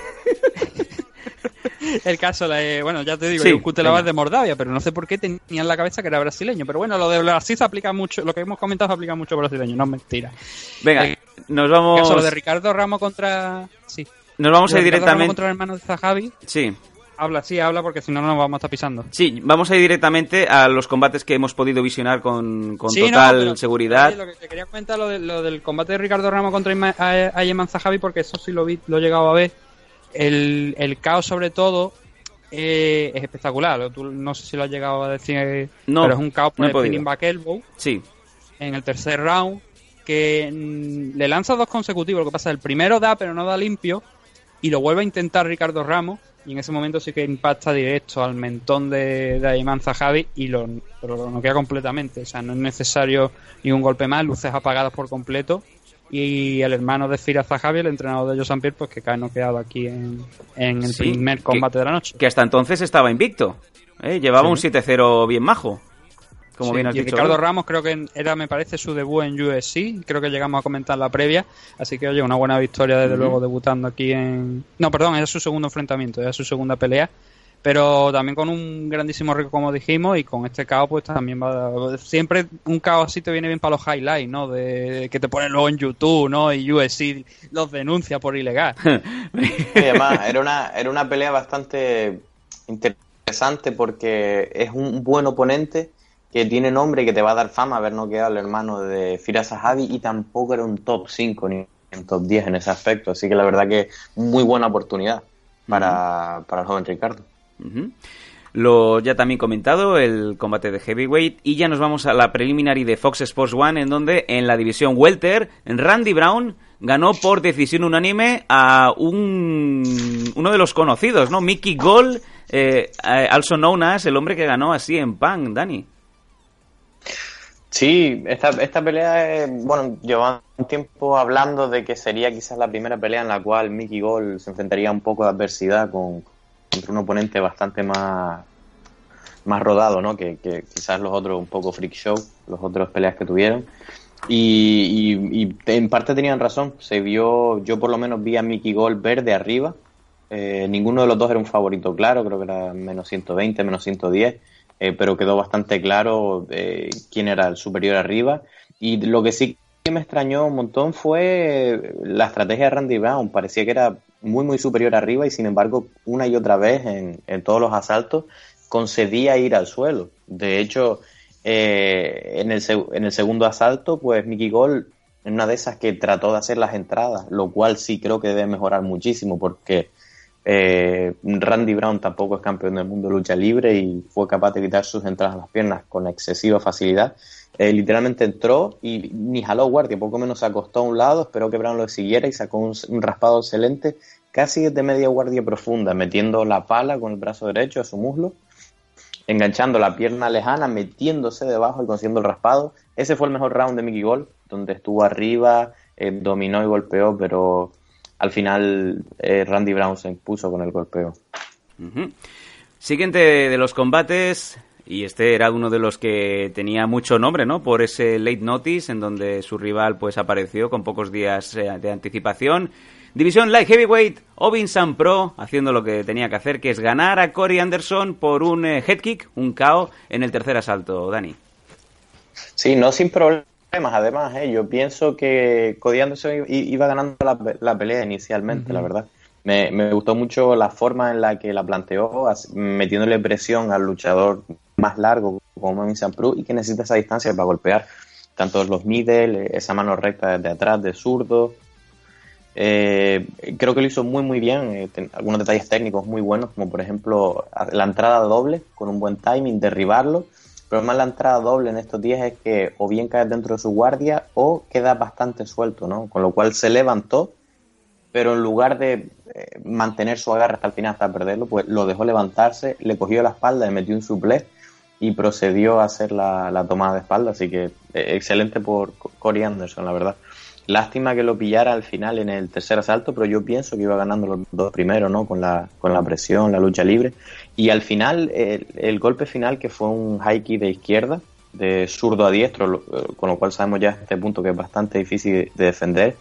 El caso, de, bueno, ya te digo, Sí, yo Cutelaba es de Moldavia, pero no sé por qué tenía en la cabeza que era brasileño. Pero bueno, lo de Brasil se aplica mucho, lo que hemos comentado se aplica mucho a brasileño, no es mentira. Venga, El nos vamos... caso, lo de Ricardo Ramos contra... Sí. Nos vamos Lo a de ir Ricardo Ramos directamente... contra el hermano de Zahavi. Sí. Habla, sí, habla, porque si no, no nos vamos a estar pisando. Sí, vamos a ir directamente a los combates que hemos podido visionar con, con Sí, total no, pero, seguridad. sí, lo que te quería comentar lo, de, lo del combate de Ricardo Ramos contra Ima- a- Ayman Zahavi, porque eso sí lo vi, lo he llegado a ver. El, el caos, sobre todo, eh, es espectacular. Tú, no sé si lo has llegado a decir, eh, No, pero es un caos por no he el podido. spinning back elbow. Sí. En el tercer round, que mm, le lanza dos consecutivos. Lo que pasa es el primero da, pero no da limpio, y lo vuelve a intentar Ricardo Ramos. Y en ese momento sí que impacta directo al mentón de, de Ayman Zahavi y lo, pero lo noquea completamente. O sea, no es necesario ni un golpe más, luces apagadas por completo. Y el hermano de Firas Zahavi, el entrenador de Joe Saint Pierre, pues que cae noqueado aquí en, en el Sí, primer combate que, de la noche. Que hasta entonces estaba invicto. ¿eh? Llevaba Sí. un siete cero bien majo. Como Sí, bien has y dicho. Ricardo ¿eh? Ramos creo que era, me parece, su debut en U F C. Creo que llegamos a comentar la previa. Así que, oye, una buena victoria, desde Ujú. luego, debutando aquí en... No, perdón, era su segundo enfrentamiento, era su segunda pelea. Pero también con un grandísimo récord, como dijimos, y con este caos, pues también va... Siempre un caos así te viene bien para los highlights, ¿no? De que te ponen luego en YouTube, ¿no? Y U F C los denuncia por ilegal. Y además, era una, era una pelea bastante interesante porque es un buen oponente que tiene nombre y que te va a dar fama haber noqueado al hermano de Firas Zahavi, y tampoco era un top cinco ni un top diez en ese aspecto. Así que la verdad que muy buena oportunidad para, para el joven Ricardo. Ujú. Lo ya también comentado, el combate de heavyweight, y ya nos vamos a la preliminary de Fox Sports One, en donde en la división welter Randy Brown ganó por decisión unánime a un uno de los conocidos, ¿no? Mickey Gall, eh, also known as el hombre que ganó así en Punk, Dani. Sí, esta, esta pelea, eh, bueno, llevaba un tiempo hablando de que sería quizás la primera pelea en la cual Mickey Gall se enfrentaría a un poco de adversidad con, contra un oponente bastante más, más rodado, ¿no? Que, que quizás los otros un poco freak show, los otros peleas que tuvieron. Y, y, y en parte tenían razón. Se vio, yo por lo menos vi a Mickey Gall verde arriba. Eh, ninguno de los dos era un favorito claro, creo que era menos ciento veinte, menos ciento diez. Eh, pero quedó bastante claro eh, quién era el superior arriba. Y lo que sí que me extrañó un montón fue la estrategia de Randy Brown. Parecía que era muy muy superior arriba, y sin embargo una y otra vez en, en todos los asaltos concedía ir al suelo. De hecho, eh, en, el, en el segundo asalto, pues Mickey Gall, en una de esas que trató de hacer las entradas, lo cual sí creo que debe mejorar muchísimo, porque Eh, Randy Brown tampoco es campeón del mundo de lucha libre y fue capaz de evitar sus entradas a las piernas con excesiva facilidad. Eh, literalmente entró y ni jaló guardia, poco menos se acostó a un lado, esperó que Brown lo siguiera y sacó un, un raspado excelente, casi desde media guardia profunda, metiendo la pala con el brazo derecho a su muslo, enganchando la pierna lejana, metiéndose debajo y consiguiendo el raspado. Ese fue el mejor round de Mickey Gall, donde estuvo arriba, eh, dominó y golpeó, pero al final eh, Randy Brown se impuso con el golpeo. Uh-huh. Siguiente de los combates, y este era uno de los que tenía mucho nombre, ¿no? Por ese late notice en donde su rival pues apareció con pocos días eh, de anticipación. División Light Heavyweight, Ovin San Pro haciendo lo que tenía que hacer, que es ganar a Corey Anderson por un eh, head kick, un K O en el tercer asalto, Dani. Sí, no sin problemas. Además, eh, yo pienso que Cody Anderson iba ganando la, la pelea inicialmente, uh-huh. la verdad. Me, me gustó mucho la forma en la que la planteó, metiéndole presión al luchador más largo como Ovin San Pro y que necesita esa distancia para golpear. tanto los middle, esa mano recta desde atrás de zurdo. Eh, creo que lo hizo muy muy bien, eh, ten, algunos detalles técnicos muy buenos, como por ejemplo la entrada doble con un buen timing, derribarlo. Pero más la entrada doble en estos días es que o bien caes dentro de su guardia o queda bastante suelto, ¿no? Con lo cual se levantó, pero en lugar de eh, mantener su agarre hasta el final, hasta perderlo, pues lo dejó levantarse, le cogió la espalda, le metió un suplé y procedió a hacer la, la tomada de espalda. Así que eh, excelente por Corey Anderson, la verdad. Lástima que lo pillara al final en el tercer asalto, pero yo pienso que iba ganando los dos primeros, ¿no? Con la, con la presión, la lucha libre. Y al final, el, el golpe final, que fue un high kick de izquierda, de zurdo a diestro, lo, con lo cual sabemos ya a este punto que es bastante difícil de defender,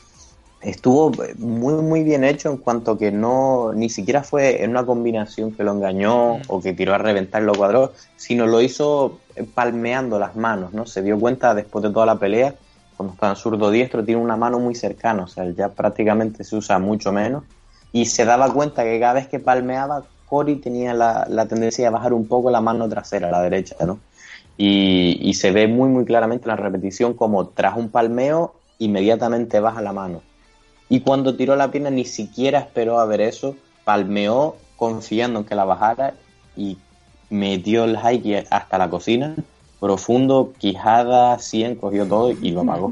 estuvo muy muy bien hecho en cuanto que no ni siquiera fue en una combinación que lo engañó o que tiró a reventar y lo cuadró, sino lo hizo palmeando las manos, ¿no? Se dio cuenta después de toda la pelea, cuando está en zurdo diestro, tiene una mano muy cercana, o sea, ya prácticamente se usa mucho menos, y se daba cuenta que cada vez que palmeaba, Corey tenía la, la tendencia a bajar un poco la mano trasera, a la derecha, ¿no? Y, y se ve muy muy claramente en la repetición como tras un palmeo, inmediatamente baja la mano. Y cuando tiró la pierna ni siquiera esperó a ver eso, palmeó confiando en que la bajara y metió el high kick hasta la cocina, profundo, quijada, cien, cogió todo y lo apagó.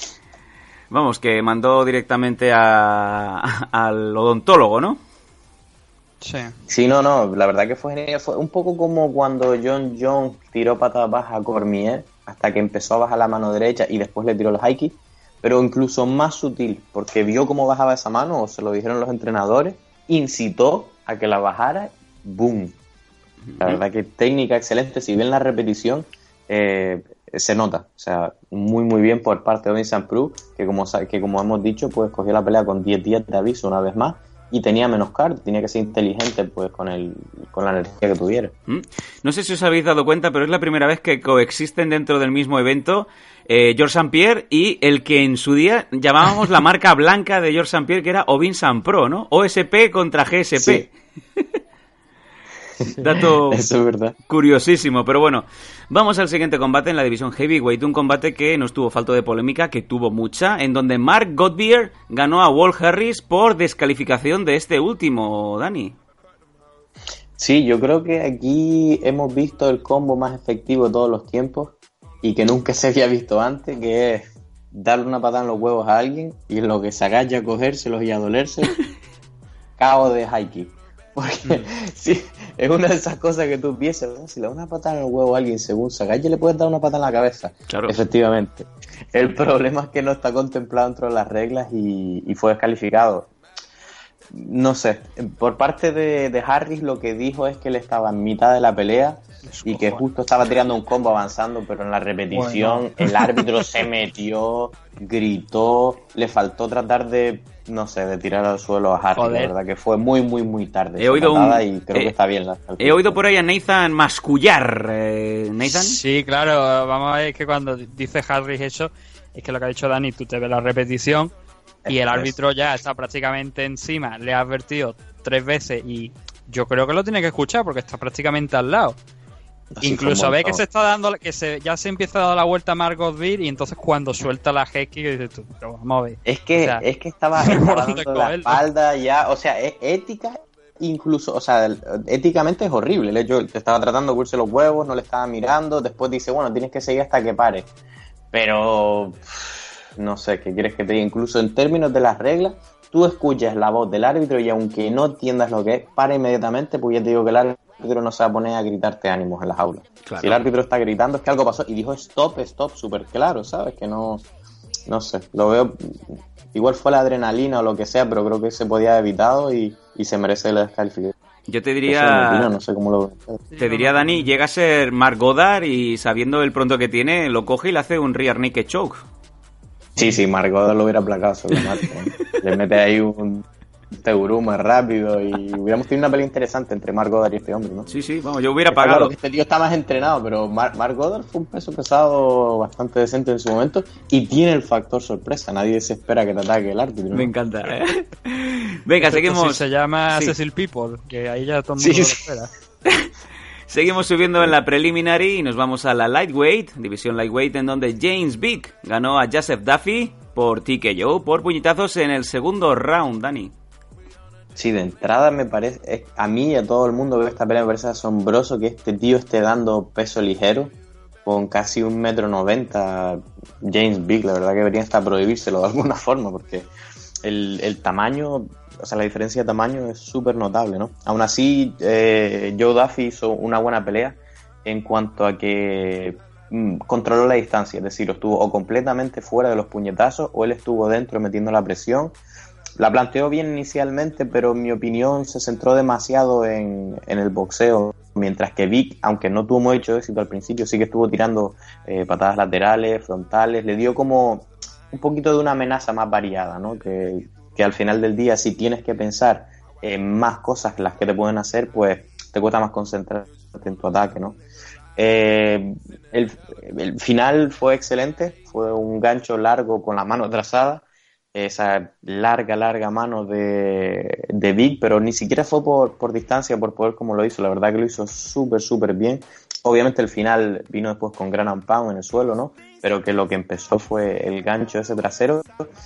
Vamos, que mandó directamente a, al odontólogo, ¿no? Sí. Sí, no, no, la verdad que fue genial. Fue un poco como cuando John Jones tiró patadas bajas a Cormier hasta que empezó a bajar la mano derecha y después le tiró los high kicks, pero incluso más sutil, porque vio cómo bajaba esa mano, o se lo dijeron los entrenadores, incitó a que la bajara, ¡boom! La verdad que técnica excelente, si ven la repetición, eh, se nota, o sea, muy muy bien por parte de Vincent Prue, que como, que como hemos dicho, pues cogió la pelea con diez días de aviso una vez más, y tenía menos card, tenía que ser inteligente pues con el con la energía que tuviera. No sé si os habéis dado cuenta, pero es la primera vez que coexisten dentro del mismo evento eh, Georges Saint-Pierre y el que en su día llamábamos la marca blanca de Georges Saint-Pierre, que era Ovin Saint-Pro, ¿no? O S P contra G S P. Sí. Dato Eso es verdad. Curiosísimo, pero bueno, vamos al siguiente combate en la división Heavyweight, un combate que no estuvo falto de polémica, que tuvo mucha, en donde Mark Godbeer ganó a Walt Harris por descalificación de este último, Dani. Sí, yo creo que aquí hemos visto el combo más efectivo de todos los tiempos y que nunca se había visto antes, que es darle una patada en los huevos a alguien y en lo que se agacha a cogérselos y a dolerse, cao de high kick. Porque sí, es una de esas cosas que tú piensas, ¿no? Si le das una patada en el huevo a alguien según se agacha, le puedes dar una patada en la cabeza. Claro. Efectivamente. El problema es que no está contemplado dentro de las reglas y, y fue descalificado. No sé, por parte de, de Harris lo que dijo es que él estaba en mitad de la pelea y que justo estaba tirando un combo avanzando, pero en la repetición bueno. El árbitro se metió, gritó, le faltó tratar de, no sé, de tirar al suelo a Harris. Joder. La verdad que fue muy, muy, muy tarde. He oído un, y creo eh, que está bien. La, he oído por ahí a Nathan mascullar. Eh, ¿Nathan? Sí, claro, vamos a ver que cuando dice Harris eso, es que lo que ha dicho Dani, tú te ves la repetición y el árbitro ya está prácticamente encima, le ha advertido tres veces y yo creo que lo tiene que escuchar porque está prácticamente al lado. Así incluso ve que se está dando, que se ya se empieza a dar la vuelta a Margot Beer y entonces cuando suelta la Hesky dices tú, pero vamos a ver. Es que, o sea, es que estaba, estaba dando la espalda ya, o sea, es ética incluso, o sea, éticamente es horrible. El hecho, te estaba tratando de curse los huevos, no le estaba mirando, después dice, bueno, tienes que seguir hasta que pare. Pero no sé, ¿qué quieres que te diga? Incluso en términos de las reglas, tú escuchas la voz del árbitro y aunque no entiendas lo que es, para inmediatamente, pues ya te digo que el árbitro no se va a poner a gritarte ánimos en las aulas. Claro. Si el árbitro está gritando es que algo pasó y dijo stop, stop, súper claro, ¿sabes? Que no, no sé, lo veo, igual fue la adrenalina o lo que sea, pero creo que se podía haber evitado y, y se merece la descalificación. Yo te diría, opinión, no sé cómo lo te diría Dani, llega a ser Mark Goddard y sabiendo el pronto que tiene, lo coge y le hace un rear naked choke. Sí, sí, Mark Goddard lo hubiera aplacado sobre Marco, ¿eh? Le mete ahí un Teurú más rápido y hubiéramos tenido una pelea interesante entre Mark Goddard y este hombre, ¿no? Sí, sí, vamos, yo hubiera está pagado. Claro que este tío está más entrenado, pero Mark, Mark Goddard fue un peso pesado bastante decente en su momento y tiene el factor sorpresa. Nadie se espera que te ataque el árbitro, ¿no? Me encanta, ¿eh? Venga, seguimos. Sí, se llama sí. Cecil People, que ahí ya todo el mundo sí, lo espera. Seguimos subiendo en la preliminary y nos vamos a la lightweight, división lightweight, en donde James Vick ganó a Joseph Duffy por T K O, por puñetazos en el segundo round, Dani. Sí, de entrada me parece, a mí y a todo el mundo que esta pelea me parece asombroso que este tío esté dando peso ligero con casi un metro noventa. James Vick, la verdad que debería hasta prohibírselo de alguna forma, porque el, el tamaño, o sea, la diferencia de tamaño es súper notable, ¿no? Aún así, eh, Joe Duffy hizo una buena pelea en cuanto a que mmm, controló la distancia, es decir, estuvo o completamente fuera de los puñetazos o él estuvo dentro metiendo la presión. La planteó bien inicialmente, pero en mi opinión se centró demasiado en, en el boxeo, mientras que Vick, aunque no tuvo mucho éxito al principio, sí que estuvo tirando eh, patadas laterales, frontales, le dio como un poquito de una amenaza más variada, ¿no? Que, que al final del día, si tienes que pensar en más cosas que las que te pueden hacer, pues te cuesta más concentrarte en tu ataque, ¿no? Eh, el, el final fue excelente, fue un gancho largo con la mano trazada, esa larga, larga mano de, de Vick, pero ni siquiera fue por, por distancia, por poder como lo hizo. La verdad que lo hizo súper, súper bien. Obviamente el final vino después con gran and pound en el suelo, ¿no? Pero que lo que empezó fue el gancho ese trasero.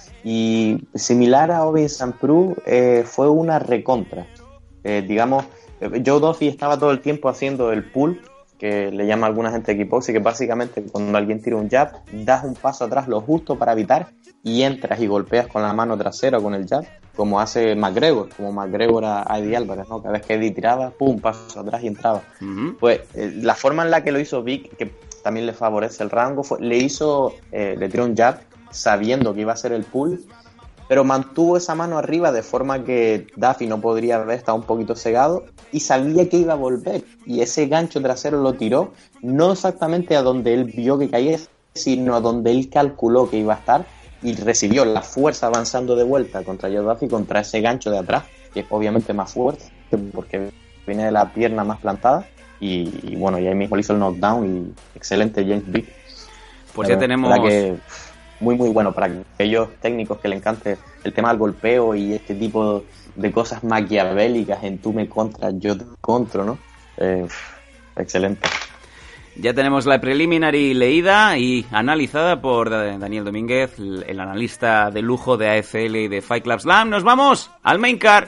Y similar a Ovince Saint Preux, eh, fue una recontra. Eh, digamos, Joe Duffy estaba todo el tiempo haciendo el pull, que le llama a alguna gente de kickboxing, que básicamente cuando alguien tira un jab, das un paso atrás lo justo para evitar y entras y golpeas con la mano trasera o con el jab, como hace McGregor, como McGregor a Eddie Álvarez, ¿no? Cada vez que Eddie tiraba, pum, paso atrás y entraba. Uh-huh. Pues eh, la forma en la que lo hizo Vick, que también le favorece el rango, fue, le hizo, eh, le tiró un jab sabiendo que iba a ser el pull, pero mantuvo esa mano arriba de forma que Duffy no podría haber estado un poquito cegado y sabía que iba a volver, y ese gancho trasero lo tiró no exactamente a donde él vio que caía, sino a donde él calculó que iba a estar, y recibió la fuerza avanzando de vuelta contra Joe Duffy, contra ese gancho de atrás, que es obviamente más fuerte porque viene de la pierna más plantada, y, y bueno, y ahí mismo le hizo el knockdown, y excelente James Vick. Pues ya tenemos... Que muy muy bueno para aquellos técnicos que le encante el tema del golpeo y este tipo de cosas maquiavélicas en tú me contra, yo te contra, ¿no? Eh, excelente. Ya tenemos la preliminary leída y analizada por Daniel Domínguez, el analista de lujo de A F L y de Fight Club Slam. ¡Nos vamos al main card!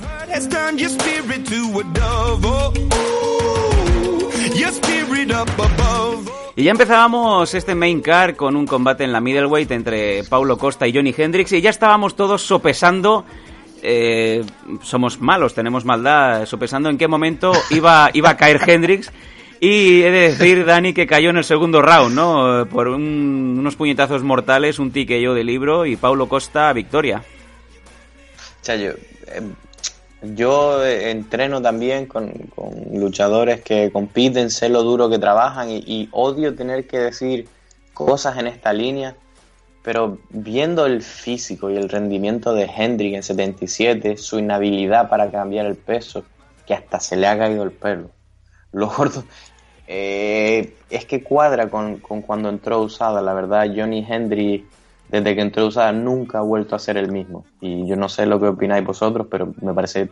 Y ya empezábamos este main card con un combate en la middleweight entre Paulo Costa y Johnny Hendricks, y ya estábamos todos sopesando, eh, somos malos, tenemos maldad, sopesando en qué momento iba, iba a caer Hendricks. Y he de decir, Dani, que cayó en el segundo round, ¿no? Por un, unos puñetazos mortales, un T K O de libro, y Paulo Costa, victoria. O sea, yo, eh, yo entreno también con, con luchadores que compiten, sé lo duro que trabajan, y, y odio tener que decir cosas en esta línea, pero viendo el físico y el rendimiento de Hendricks en setenta y siete, su inhabilidad para cambiar el peso, que hasta se le ha caído el pelo, lo gordo, eh, es que cuadra con, con cuando entró Usada. La verdad, Johnny Hendricks, desde que entró Usada, nunca ha vuelto a ser el mismo. Y yo no sé lo que opináis vosotros, pero me parece,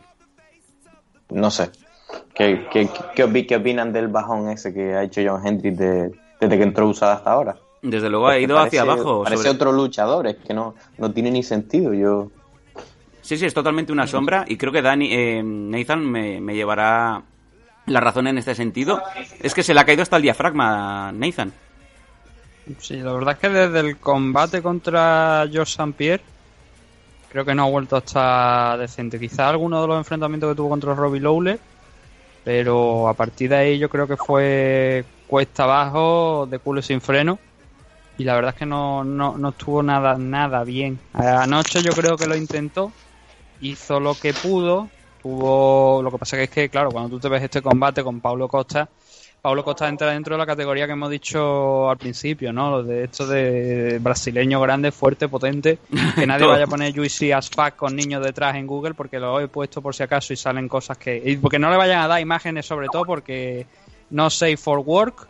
no sé, ¿qué, qué, qué, qué opinan del bajón ese que ha hecho John Hendricks de, desde que entró Usada hasta ahora? Desde luego ha ido hacia abajo. Parece sobre... otro luchador, es que no, no tiene ni sentido. Yo Sí, sí, es totalmente una sombra, y creo que Dani, eh, Nathan me, me llevará la razón en este sentido. Es que se le ha caído hasta el diafragma, Nathan. Sí, la verdad es que desde el combate contra George Saint Pierre creo que no ha vuelto a estar decente. Quizá alguno de los enfrentamientos que tuvo contra Robbie Lawler, pero a partir de ahí yo creo que fue cuesta abajo, de culo sin freno, y la verdad es que no, no, no estuvo nada, nada bien. Anoche yo creo que lo intentó, hizo lo que pudo. Hubo, lo que pasa que es que, claro, cuando tú te ves este combate con Paulo Costa, Paulo Costa entra dentro de la categoría que hemos dicho al principio, ¿no? Lo de esto de brasileño grande, fuerte, potente, que nadie vaya a poner juicy as fuck con niños detrás en Google, porque lo he puesto por si acaso y salen cosas que... Y porque no le vayan a dar imágenes, sobre todo, porque no safe for work.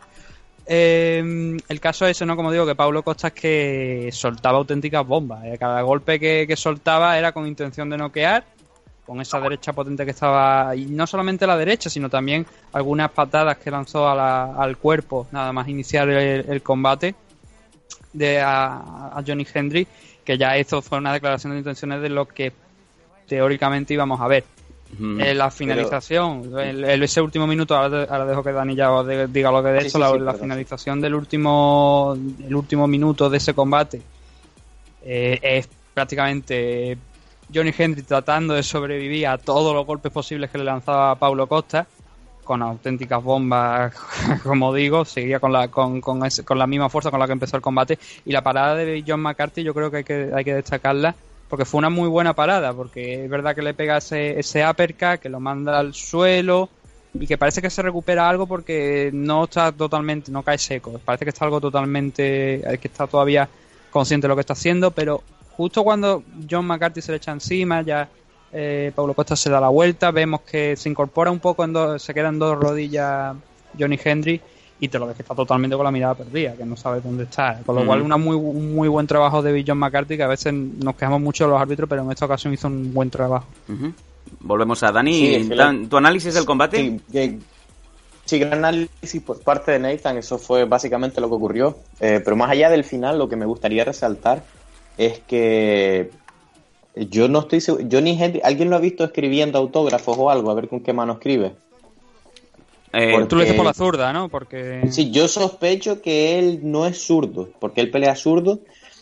Eh, el caso es ese, ¿no? Como digo, que Paulo Costa es que soltaba auténticas bombas. Cada golpe que, que soltaba era con intención de noquear. con esa derecha potente que estaba, y no solamente la derecha, sino también algunas patadas que lanzó a la, al cuerpo, nada más iniciar el, el combate de a, a Johnny Hendry, que ya esto fue una declaración de intenciones de lo que teóricamente íbamos a ver. Mm, eh, la finalización, pero... el, el, ese último minuto, ahora, ahora dejo que Dani ya os de, diga lo que de sí, esto, sí, la, sí, la finalización del último, el último minuto de ese combate eh, es prácticamente Johnny Hendry tratando de sobrevivir a todos los golpes posibles que le lanzaba Paulo Costa, con auténticas bombas, como digo, seguía con la con, con, ese, con la misma fuerza con la que empezó el combate, y la parada de John McCarthy yo creo que hay que, hay que destacarla, porque fue una muy buena parada, porque es verdad que le pega ese, ese uppercut, que lo manda al suelo, y que parece que se recupera algo porque no está totalmente, no cae seco, parece que está algo totalmente, que está todavía consciente de lo que está haciendo, pero justo cuando John McCarthy se le echa encima, ya eh, Paulo Costa se da la vuelta, vemos que se incorpora un poco, en dos, se quedan dos rodillas Johnny Hendry, y te lo ves que está totalmente con la mirada perdida, que no sabe dónde está. Con lo mm. cual, una muy, un muy buen trabajo de John McCarthy, que a veces nos quejamos mucho de los árbitros, pero en esta ocasión hizo un buen trabajo. Uh-huh. Volvemos a Dani. Sí, es que la... ¿Tu análisis del combate? Sí, que... Sí, gran análisis por parte de Nathan, eso fue básicamente lo que ocurrió. Eh, pero más allá del final, lo que me gustaría resaltar es que yo no estoy seguro. Johnny Hendry, ¿alguien lo ha visto escribiendo autógrafos o algo? A ver con qué mano escribe. Eh, porque, tú lo dices por la zurda, ¿no? Porque sí, yo sospecho que él no es zurdo, porque él pelea zurdo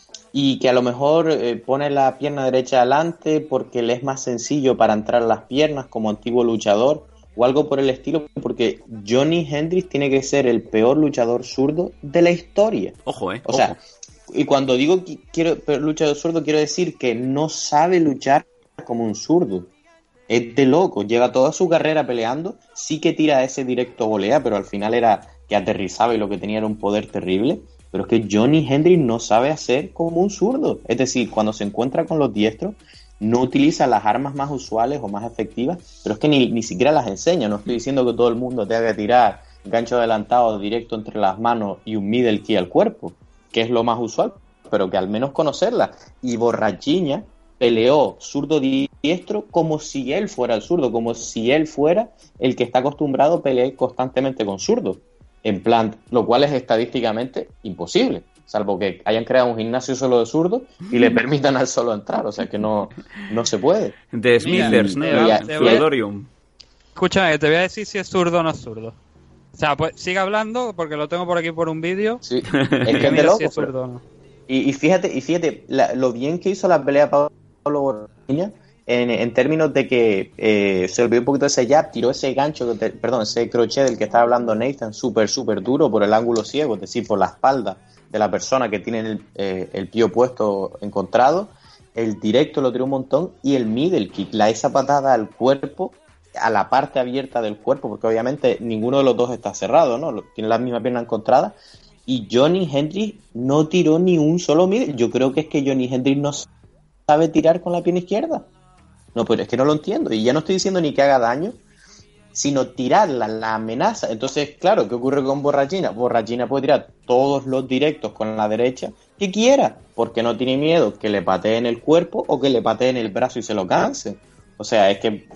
y que a lo mejor eh, pone la pierna derecha adelante porque le es más sencillo para entrar las piernas como antiguo luchador o algo por el estilo, porque Johnny Hendry tiene que ser el peor luchador zurdo de la historia. Ojo, eh. O ojo. sea, y cuando digo que quiero peor luchador zurdo, quiero decir que no sabe luchar como un zurdo. Es de loco, lleva toda su carrera peleando, sí que tira ese directo volea, pero al final era que aterrizaba y lo que tenía era un poder terrible. Pero es que Johnny Hendry no sabe hacer como un zurdo. Es decir, cuando se encuentra con los diestros, no utiliza las armas más usuales o más efectivas, pero es que ni, ni siquiera las enseña. No estoy diciendo que todo el mundo tenga que tirar gancho adelantado directo entre las manos y un middle key al cuerpo, que es lo más usual, pero que al menos conocerla. Y Borrachiña peleó zurdo diestro como si él fuera el zurdo, como si él fuera el que está acostumbrado a pelear constantemente con zurdo, en plan, lo cual es estadísticamente imposible, salvo que hayan creado un gimnasio solo de zurdos y le permitan al solo entrar, o sea que no, no se puede. De Smithers, ¿no? Fedorium. Escúchame, te voy a decir si es zurdo o no es zurdo. O sea, pues sigue hablando porque lo tengo por aquí por un vídeo. Sí, es que es de loco. Si es zurdo o no. Y, y fíjate, y fíjate la, lo bien que hizo la pelea Pablo Borrachiña en, en términos de que eh, se olvidó un poquito ese jab, tiró ese gancho, de, perdón, ese crochet del que estaba hablando Nathan, súper, súper duro por el ángulo ciego, es decir, por la espalda de la persona que tiene el, eh, el pie opuesto encontrado. El directo lo tiró un montón, y el middle kick, la esa patada al cuerpo, a la parte abierta del cuerpo, porque obviamente ninguno de los dos está cerrado, ¿no? Tiene la misma pierna encontrada. Y Johnny Hendry no tiró ni un solo middle. Yo creo que es que Johnny Hendry no sabe tirar con la pierna izquierda. No, pero es que no lo entiendo. Y ya no estoy diciendo ni que haga daño, sino tirarla, la amenaza. Entonces, claro, ¿qué ocurre con Borrachina? Borrachina puede tirar todos los directos con la derecha que quiera, porque no tiene miedo que le pateen el cuerpo o que le pateen el brazo y se lo canse. O sea, es que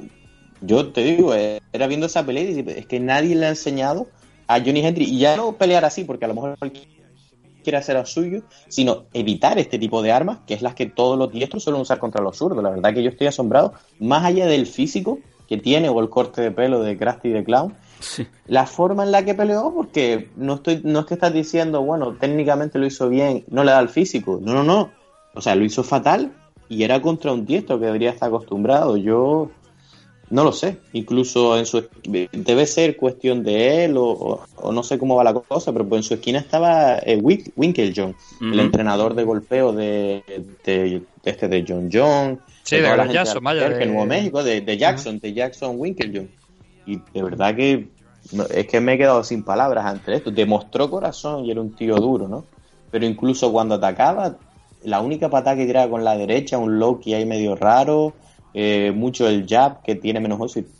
yo te digo, era viendo esa pelea y es que nadie le ha enseñado a Johnny Hendry, y ya no pelear así, porque a lo mejor quiere hacer a suyo, sino evitar este tipo de armas, que es las que todos los diestros suelen usar contra los zurdos. La verdad que yo estoy asombrado, más allá del físico que tiene o el corte de pelo de Krusty the Clown, sí, la forma en la que peleó, porque no estoy no es que estás diciendo, bueno, técnicamente lo hizo bien, no le da el físico. No, no, no. O sea, lo hizo fatal y era contra un diestro que debería estar acostumbrado. Yo no lo sé, incluso en su debe ser cuestión de él o, o, o no sé cómo va la cosa, pero pues en su esquina estaba eh, Winkeljohn, uh-huh, el entrenador de golpeo de, de, de este de John John, sí, de, de Jackson, vaya, de Nuevo México, de, de Jackson, uh-huh, de Jackson Winkeljohn, y de verdad que es que me he quedado sin palabras ante esto. Demostró corazón y era un tío duro, ¿no? Pero incluso cuando atacaba, la única patada que tiraba con la derecha, un low kick ahí medio raro. Eh, mucho el jab, que tiene menos oso,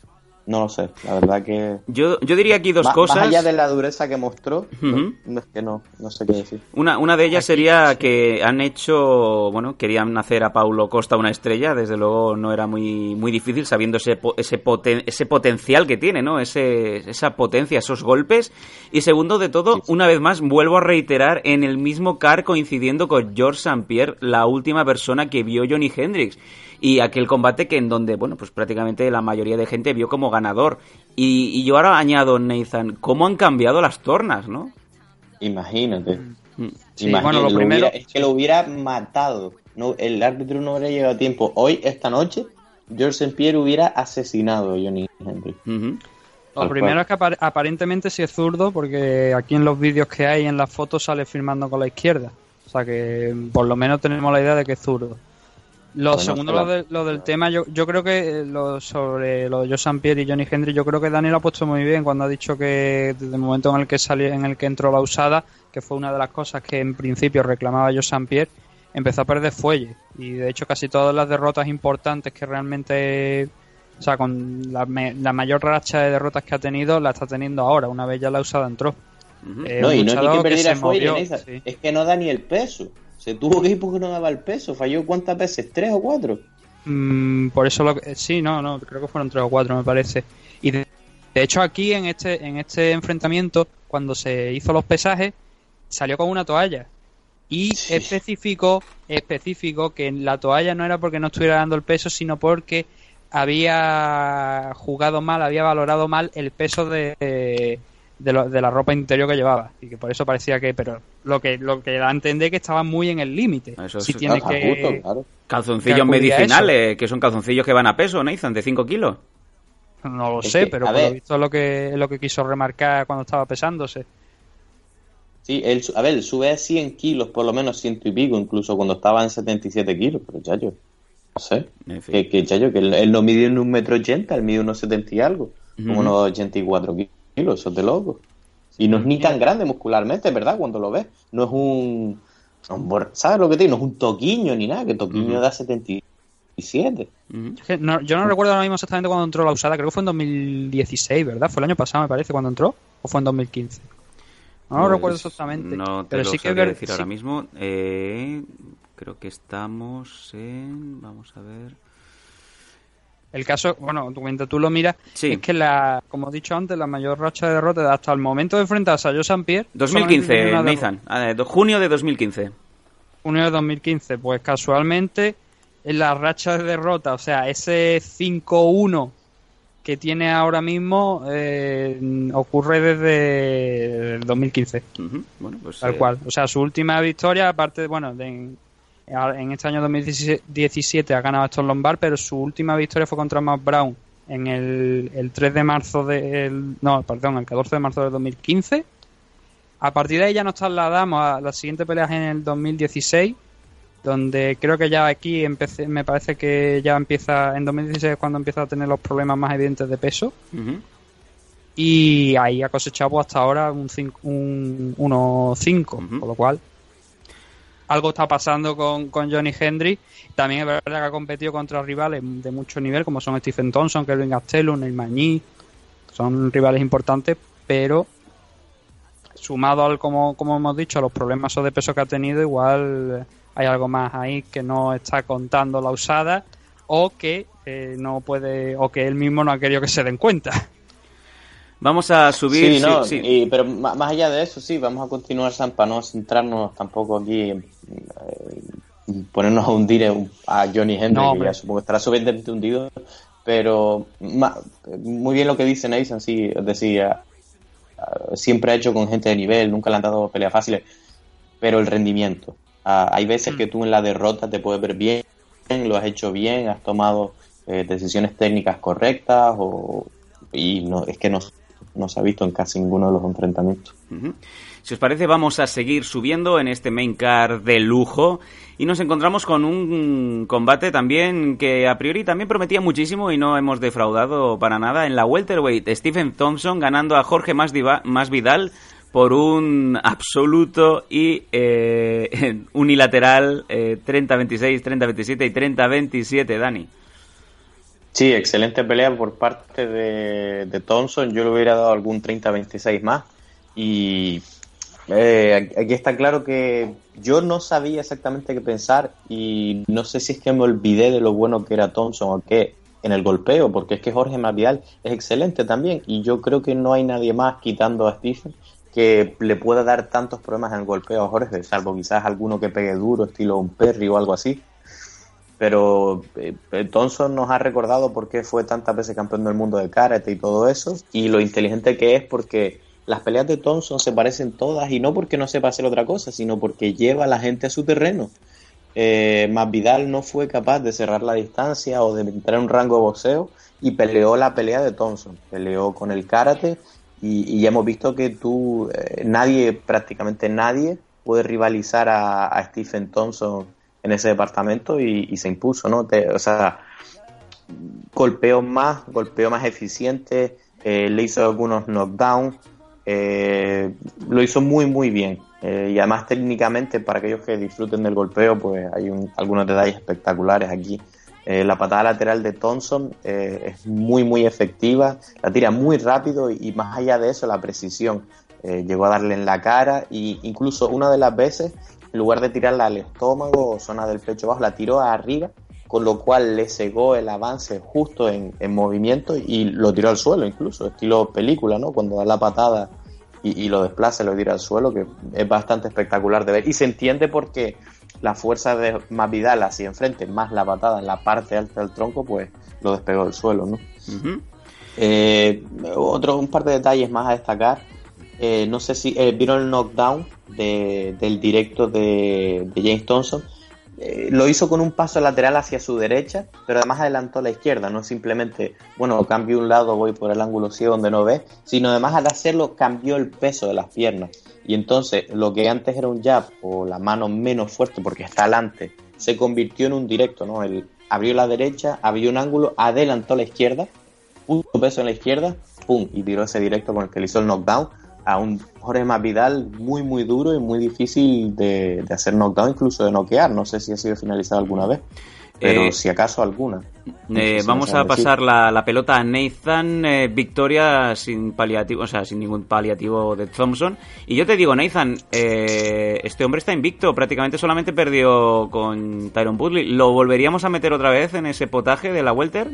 no lo sé, la verdad que... Yo, yo diría aquí dos más, cosas. Más allá de la dureza que mostró, uh-huh. no, no, es que no, no sé qué decir. Una, una de ellas aquí, sería sí. que han hecho, bueno, querían hacer a Paulo Costa una estrella, desde luego no era muy muy difícil, sabiendo ese ese, poten, ese potencial que tiene, ¿no? Ese, esa potencia, esos golpes. Y segundo de todo, sí. una vez más, vuelvo a reiterar, en el mismo car coincidiendo con Georges Saint-Pierre, la última persona que vio Johnny Hendricks. Y aquel combate que en donde, bueno, pues prácticamente la mayoría de gente vio como ganador. Y, y yo ahora añado, Nathan, ¿cómo han cambiado las tornas, no? Imagínate. Mm. Sí, Imagínate, bueno, lo primero... Hubiera, es que lo hubiera matado. No, el árbitro no hubiera llegado a tiempo. Hoy, esta noche, Georges Saint-Pierre hubiera asesinado a Johnny Hendricks. Uh-huh. Lo primero es que apar- aparentemente sí es zurdo, porque aquí en los vídeos que hay, en las fotos, sale firmando con la izquierda. O sea que por lo menos tenemos la idea de que es zurdo. Lo bueno, segundo, lo, de, lo del tema, yo yo creo que lo sobre lo de Georges Saint-Pierre y Johnny Hendricks, yo creo que Dani lo ha puesto muy bien cuando ha dicho que desde el momento en el que salió, en el que entró la usada, que fue una de las cosas que en principio reclamaba Georges Saint-Pierre, empezó a perder fuelle. Y de hecho casi todas las derrotas importantes que realmente, o sea, con la, la mayor racha de derrotas que ha tenido, la está teniendo ahora, una vez ya la usada entró. Uh-huh. Eh, no, y no es ni que perdiera fuelle, movió, sí. Es que no da ni el peso. Se tuvo que ir porque no daba el peso. ¿Falló cuántas veces? ¿Tres o cuatro? Mm, por eso lo que... Sí, no, no, creo que fueron tres o cuatro, me parece. Y de, de hecho aquí en este en este enfrentamiento, cuando se hizo los pesajes, salió con una toalla. Y sí. especificó, especificó que la toalla no era porque no estuviera dando el peso, sino porque había jugado mal, había valorado mal el peso de... de De, lo, de la ropa interior que llevaba, y que por eso parecía que, pero lo que lo que da a entender que estaba muy en el límite. Si tiene que justo, claro. Calzoncillos que medicinales, que son calzoncillos que van a peso, Nathan, de cinco kilos. No lo es sé, que, pero por ver, lo visto es lo que lo que quiso remarcar cuando estaba pesándose. Sí, él, a ver, sube a cien kilos, por lo menos ciento y pico, incluso cuando estaba en setenta y siete kilos, pero chayo, no sé, en fin. que, que chayo, que él, él no mide en un metro ochenta, él mide unos setenta y algo, uh-huh. como unos ochenta y cuatro kilos. Eso es de loco. Y no es ni tan grande muscularmente, ¿verdad? Cuando lo ves. No es un... ¿Sabes lo que te digo? No es un toquiño ni nada, que toquiño uh-huh. da setenta y siete. Uh-huh. No, yo no recuerdo ahora mismo exactamente cuando entró la usada. Creo que fue en dos mil dieciséis, ¿verdad? Fue el año pasado, me parece, cuando entró. ¿O fue en dos mil quince? No pues lo recuerdo exactamente. No te pero lo sí que sabría ver, decir sí. ahora mismo. Eh, creo que estamos en... Vamos a ver... El caso, bueno, mientras tú lo miras, sí. es que, la, como he dicho antes, la mayor racha de derrotas hasta el momento de enfrentarse a Georges Saint-Pierre... dos mil quince, Nathan. Ah, junio de dos mil quince. Junio de dos mil quince. Pues casualmente, en la racha de derrotas, o sea, ese cinco uno que tiene ahora mismo, eh, ocurre desde el dos mil quince. Uh-huh. Bueno, pues, Tal eh... cual. O sea, su última victoria, aparte, de, bueno, de... En este año dos mil diecisiete ha ganado Aston Lombard, pero su última victoria fue contra Matt Brown en el, el tres de marzo del... No, perdón, el catorce de marzo del dos mil quince. A partir de ahí ya nos trasladamos a las siguientes peleas en el dos mil dieciséis, donde creo que ya aquí empecé, me parece que ya empieza... En dos mil dieciséis es cuando empieza a tener los problemas más evidentes de peso. Uh-huh. Y ahí ha cosechado hasta ahora un, un uno cinco, uh-huh. con lo cual... Algo está pasando con, con Johnny Hendricks. También es verdad que ha competido contra rivales de mucho nivel, como son Stephen Thompson, Kelvin Gastelum, Neil Magny. Son rivales importantes, pero sumado al, como, como hemos dicho, a los problemas de peso que ha tenido, igual hay algo más ahí que no está contando la usada, o que eh, no puede, o que él mismo no ha querido que se den cuenta. Vamos a subir... Sí, no, sí, sí. Y, pero más allá de eso, sí, vamos a continuar, Sam, para no centrarnos tampoco aquí en eh, ponernos a hundir a Johnny Hendricks, no, que ya supongo que estará suficientemente hundido, pero ma, muy bien lo que dice Nathan, sí, es decir, uh, siempre ha hecho con gente de nivel, nunca le han dado peleas fáciles, pero el rendimiento. Uh, hay veces mm. que tú en la derrota te puedes ver bien, lo has hecho bien, has tomado eh, decisiones técnicas correctas, o y no es que no no se ha visto en casi ninguno de los enfrentamientos. Uh-huh. Si os parece, vamos a seguir subiendo en este main card de lujo y nos encontramos con un combate también que a priori también prometía muchísimo y no hemos defraudado para nada. En la welterweight, Stephen Thompson ganando a Jorge Masvidal por un absoluto y eh, unilateral eh, treinta veintiséis, treinta veintisiete y treinta veintisiete, Dani. Sí, excelente pelea por parte de, de Thompson. Yo le hubiera dado algún treinta a veintiséis más. Y eh, aquí está claro que yo no sabía exactamente qué pensar y no sé si es que me olvidé de lo bueno que era Thompson o qué en el golpeo, porque es que Jorge Masvidal es excelente también y yo creo que no hay nadie más quitando a Stephen que le pueda dar tantos problemas en el golpeo a Jorge, salvo quizás alguno que pegue duro, estilo un Perry o algo así. Pero eh, Thompson nos ha recordado por qué fue tantas veces campeón del mundo de karate y todo eso, y lo inteligente que es porque las peleas de Thompson se parecen todas, y no porque no sepa hacer otra cosa, sino porque lleva a la gente a su terreno. Eh, Masvidal no fue capaz de cerrar la distancia o de entrar en un rango de boxeo y peleó la pelea de Thompson, peleó con el karate y, y ya hemos visto que tú, eh, nadie, prácticamente nadie puede rivalizar a, a Stephen Thompson en ese departamento y, y se impuso, ¿no? Te, o sea, golpeó más, golpeó más eficiente, eh, le hizo algunos knockdowns, eh, lo hizo muy muy bien, eh, y además técnicamente para aquellos que disfruten del golpeo pues hay un, algunos detalles espectaculares aquí. Eh, la patada lateral de Thompson eh, es muy muy efectiva, la tira muy rápido y, y más allá de eso la precisión, eh, llegó a darle en la cara e incluso una de las veces en lugar de tirarla al estómago o zona del pecho bajo, la tiró arriba, con lo cual le cegó el avance justo en, en movimiento y lo tiró al suelo incluso, estilo película, ¿no? Cuando da la patada y, y lo desplaza y lo tira al suelo, que es bastante espectacular de ver. Y se entiende porque la fuerza de Masvidal hacia enfrente, más la patada en la parte alta del tronco, pues lo despegó del suelo, ¿no? Uh-huh. Eh, otro, un par de detalles más a destacar. Eh, no sé si eh, vieron el knockdown de, del directo de, de James Thompson. Eh, lo hizo con un paso lateral hacia su derecha, pero además adelantó a la izquierda, no simplemente, bueno, cambio un lado, voy por el ángulo ciego donde no ve, sino además al hacerlo cambió el peso de las piernas. Y entonces lo que antes era un jab o la mano menos fuerte porque está adelante, se convirtió en un directo, ¿no? Él abrió la derecha, abrió un ángulo, adelantó a la izquierda, puso peso en la izquierda, pum, y tiró ese directo con el que le hizo el knockdown a un Jorge Masvidal muy muy duro y muy difícil de, de hacer knockdown, incluso de noquear. No sé si ha sido finalizado alguna vez, pero eh, si acaso alguna. No eh, sé si vamos a pasar la, la pelota a Nathan. eh, victoria sin paliativo, o sea, sin ningún paliativo de Thompson. Y yo te digo, Nathan, eh, este hombre está invicto, prácticamente solamente perdió con Tyron Woodley. ¿Lo volveríamos a meter otra vez en ese potaje de la welter?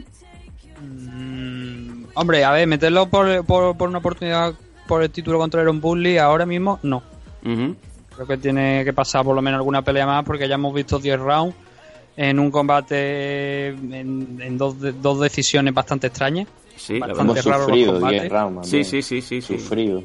Mm, hombre, a ver, meterlo por, por, por una oportunidad por el título contra Tyron Woodley ahora mismo, no. Uh-huh. Creo que tiene que pasar por lo menos alguna pelea más, porque ya hemos visto diez rounds en un combate en, en dos, de, dos decisiones bastante extrañas. Sí, bastante raro los combates. Rounds, sí, sí, sí, sí, sí. Sufrido.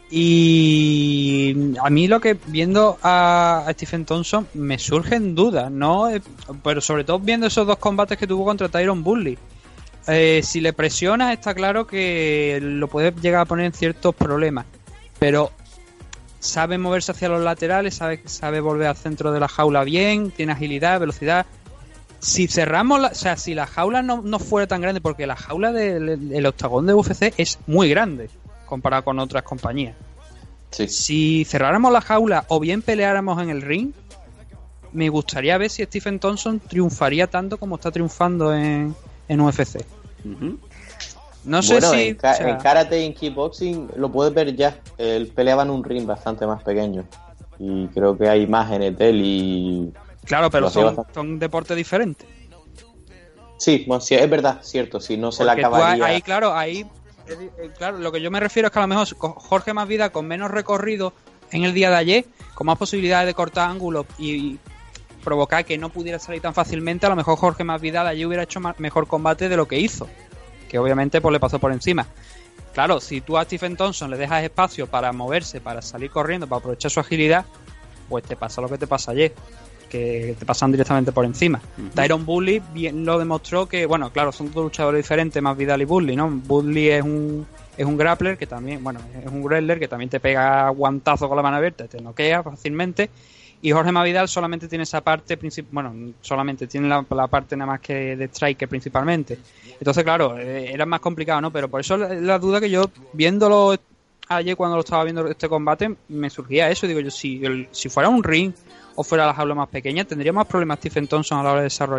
Y a mí lo que, viendo a, a Stephen Thompson, me surgen dudas, ¿no? Pero sobre todo viendo esos dos combates que tuvo contra Tyron Woodley. Eh, si le presionas está claro que lo puede llegar a poner en ciertos problemas, pero sabe moverse hacia los laterales, sabe, sabe volver al centro de la jaula bien, tiene agilidad, velocidad. Si cerramos, la, o sea, si la jaula no, no fuera tan grande, porque la jaula del, del octagón de U F C es muy grande comparado con otras compañías. Sí. Si cerráramos la jaula o bien peleáramos en el ring, me gustaría ver si Stephen Thompson triunfaría tanto como está triunfando en en U F C. Uh-huh. No sé bueno, si en, ca- o sea, en karate y en kickboxing lo puedes ver ya. Él peleaba en un ring bastante más pequeño y creo que hay más en él y claro, pero son, son deportes diferentes. Sí, bueno, sí, es verdad, cierto, si no se Porque la acabaría. Ahí, claro, ahí eh, claro, lo que yo me refiero es que a lo mejor Jorge Masvidal con menos recorrido en el día de ayer, con más posibilidades de cortar ángulos y provocar que no pudiera salir tan fácilmente, a lo mejor Jorge Masvidal allí hubiera hecho más, mejor combate de lo que hizo, que obviamente pues le pasó por encima. Claro, si tú a Stephen Thompson le dejas espacio para moverse, para salir corriendo, para aprovechar su agilidad, pues te pasa lo que te pasa ayer, que te pasan directamente por encima. Uh-huh. Tyron Woodley bien lo demostró que, bueno, claro, son dos luchadores diferentes, Masvidal y Woodley, ¿no? Woodley es un es un grappler que también, bueno, es un wrestler que también te pega guantazo con la mano abierta, te noquea fácilmente. Y Jorge Masvidal solamente tiene esa parte, bueno, solamente tiene la, la parte nada más que de striker principalmente. Entonces, claro, eh, era más complicado, ¿no? Pero por eso la, la duda que yo, viéndolo ayer cuando lo estaba viendo este combate, me surgía eso. Digo yo, si, el, si fuera un ring o fuera la jaula más pequeña, ¿tendría más problemas Stephen Thompson a la hora de desarrollar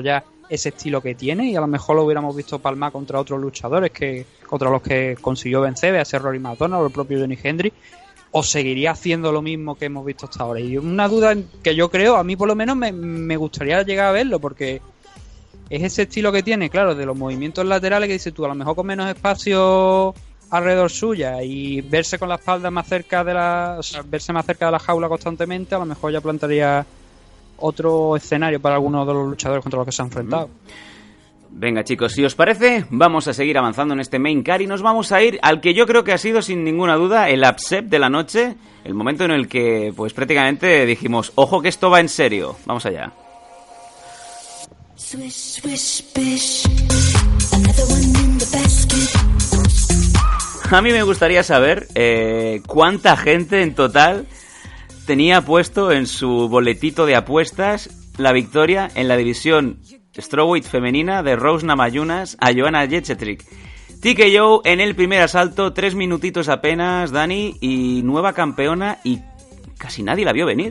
ese estilo que tiene, y a lo mejor lo hubiéramos visto palmar contra otros luchadores que contra los que consiguió vencer, a ser Rory McDonald o el propio Johnny Hendrix, o seguiría haciendo lo mismo que hemos visto hasta ahora. Y una duda que yo creo, a mí por lo menos me, me gustaría llegar a verlo, porque es ese estilo que tiene, claro, de los movimientos laterales, que dices tú, a lo mejor con menos espacio alrededor suya y verse con la espalda más cerca de la, o sea, verse más cerca de la jaula constantemente, a lo mejor ya plantaría otro escenario para algunos de los luchadores contra los que se han enfrentado. Venga, chicos, si os parece, vamos a seguir avanzando en este main card y nos vamos a ir al que yo creo que ha sido sin ninguna duda el upset de la noche, el momento en el que pues prácticamente dijimos, ojo que esto va en serio. Vamos allá. Swish, swish, bish. Another one in the basket. A mí me gustaría saber eh, cuánta gente en total tenía puesto en su boletito de apuestas la victoria en la división Strawweight femenina de Rose Namajunas a Joanna Jędrzejczyk. T K O en el primer asalto, tres minutitos apenas, Dani, y nueva campeona, y casi nadie la vio venir.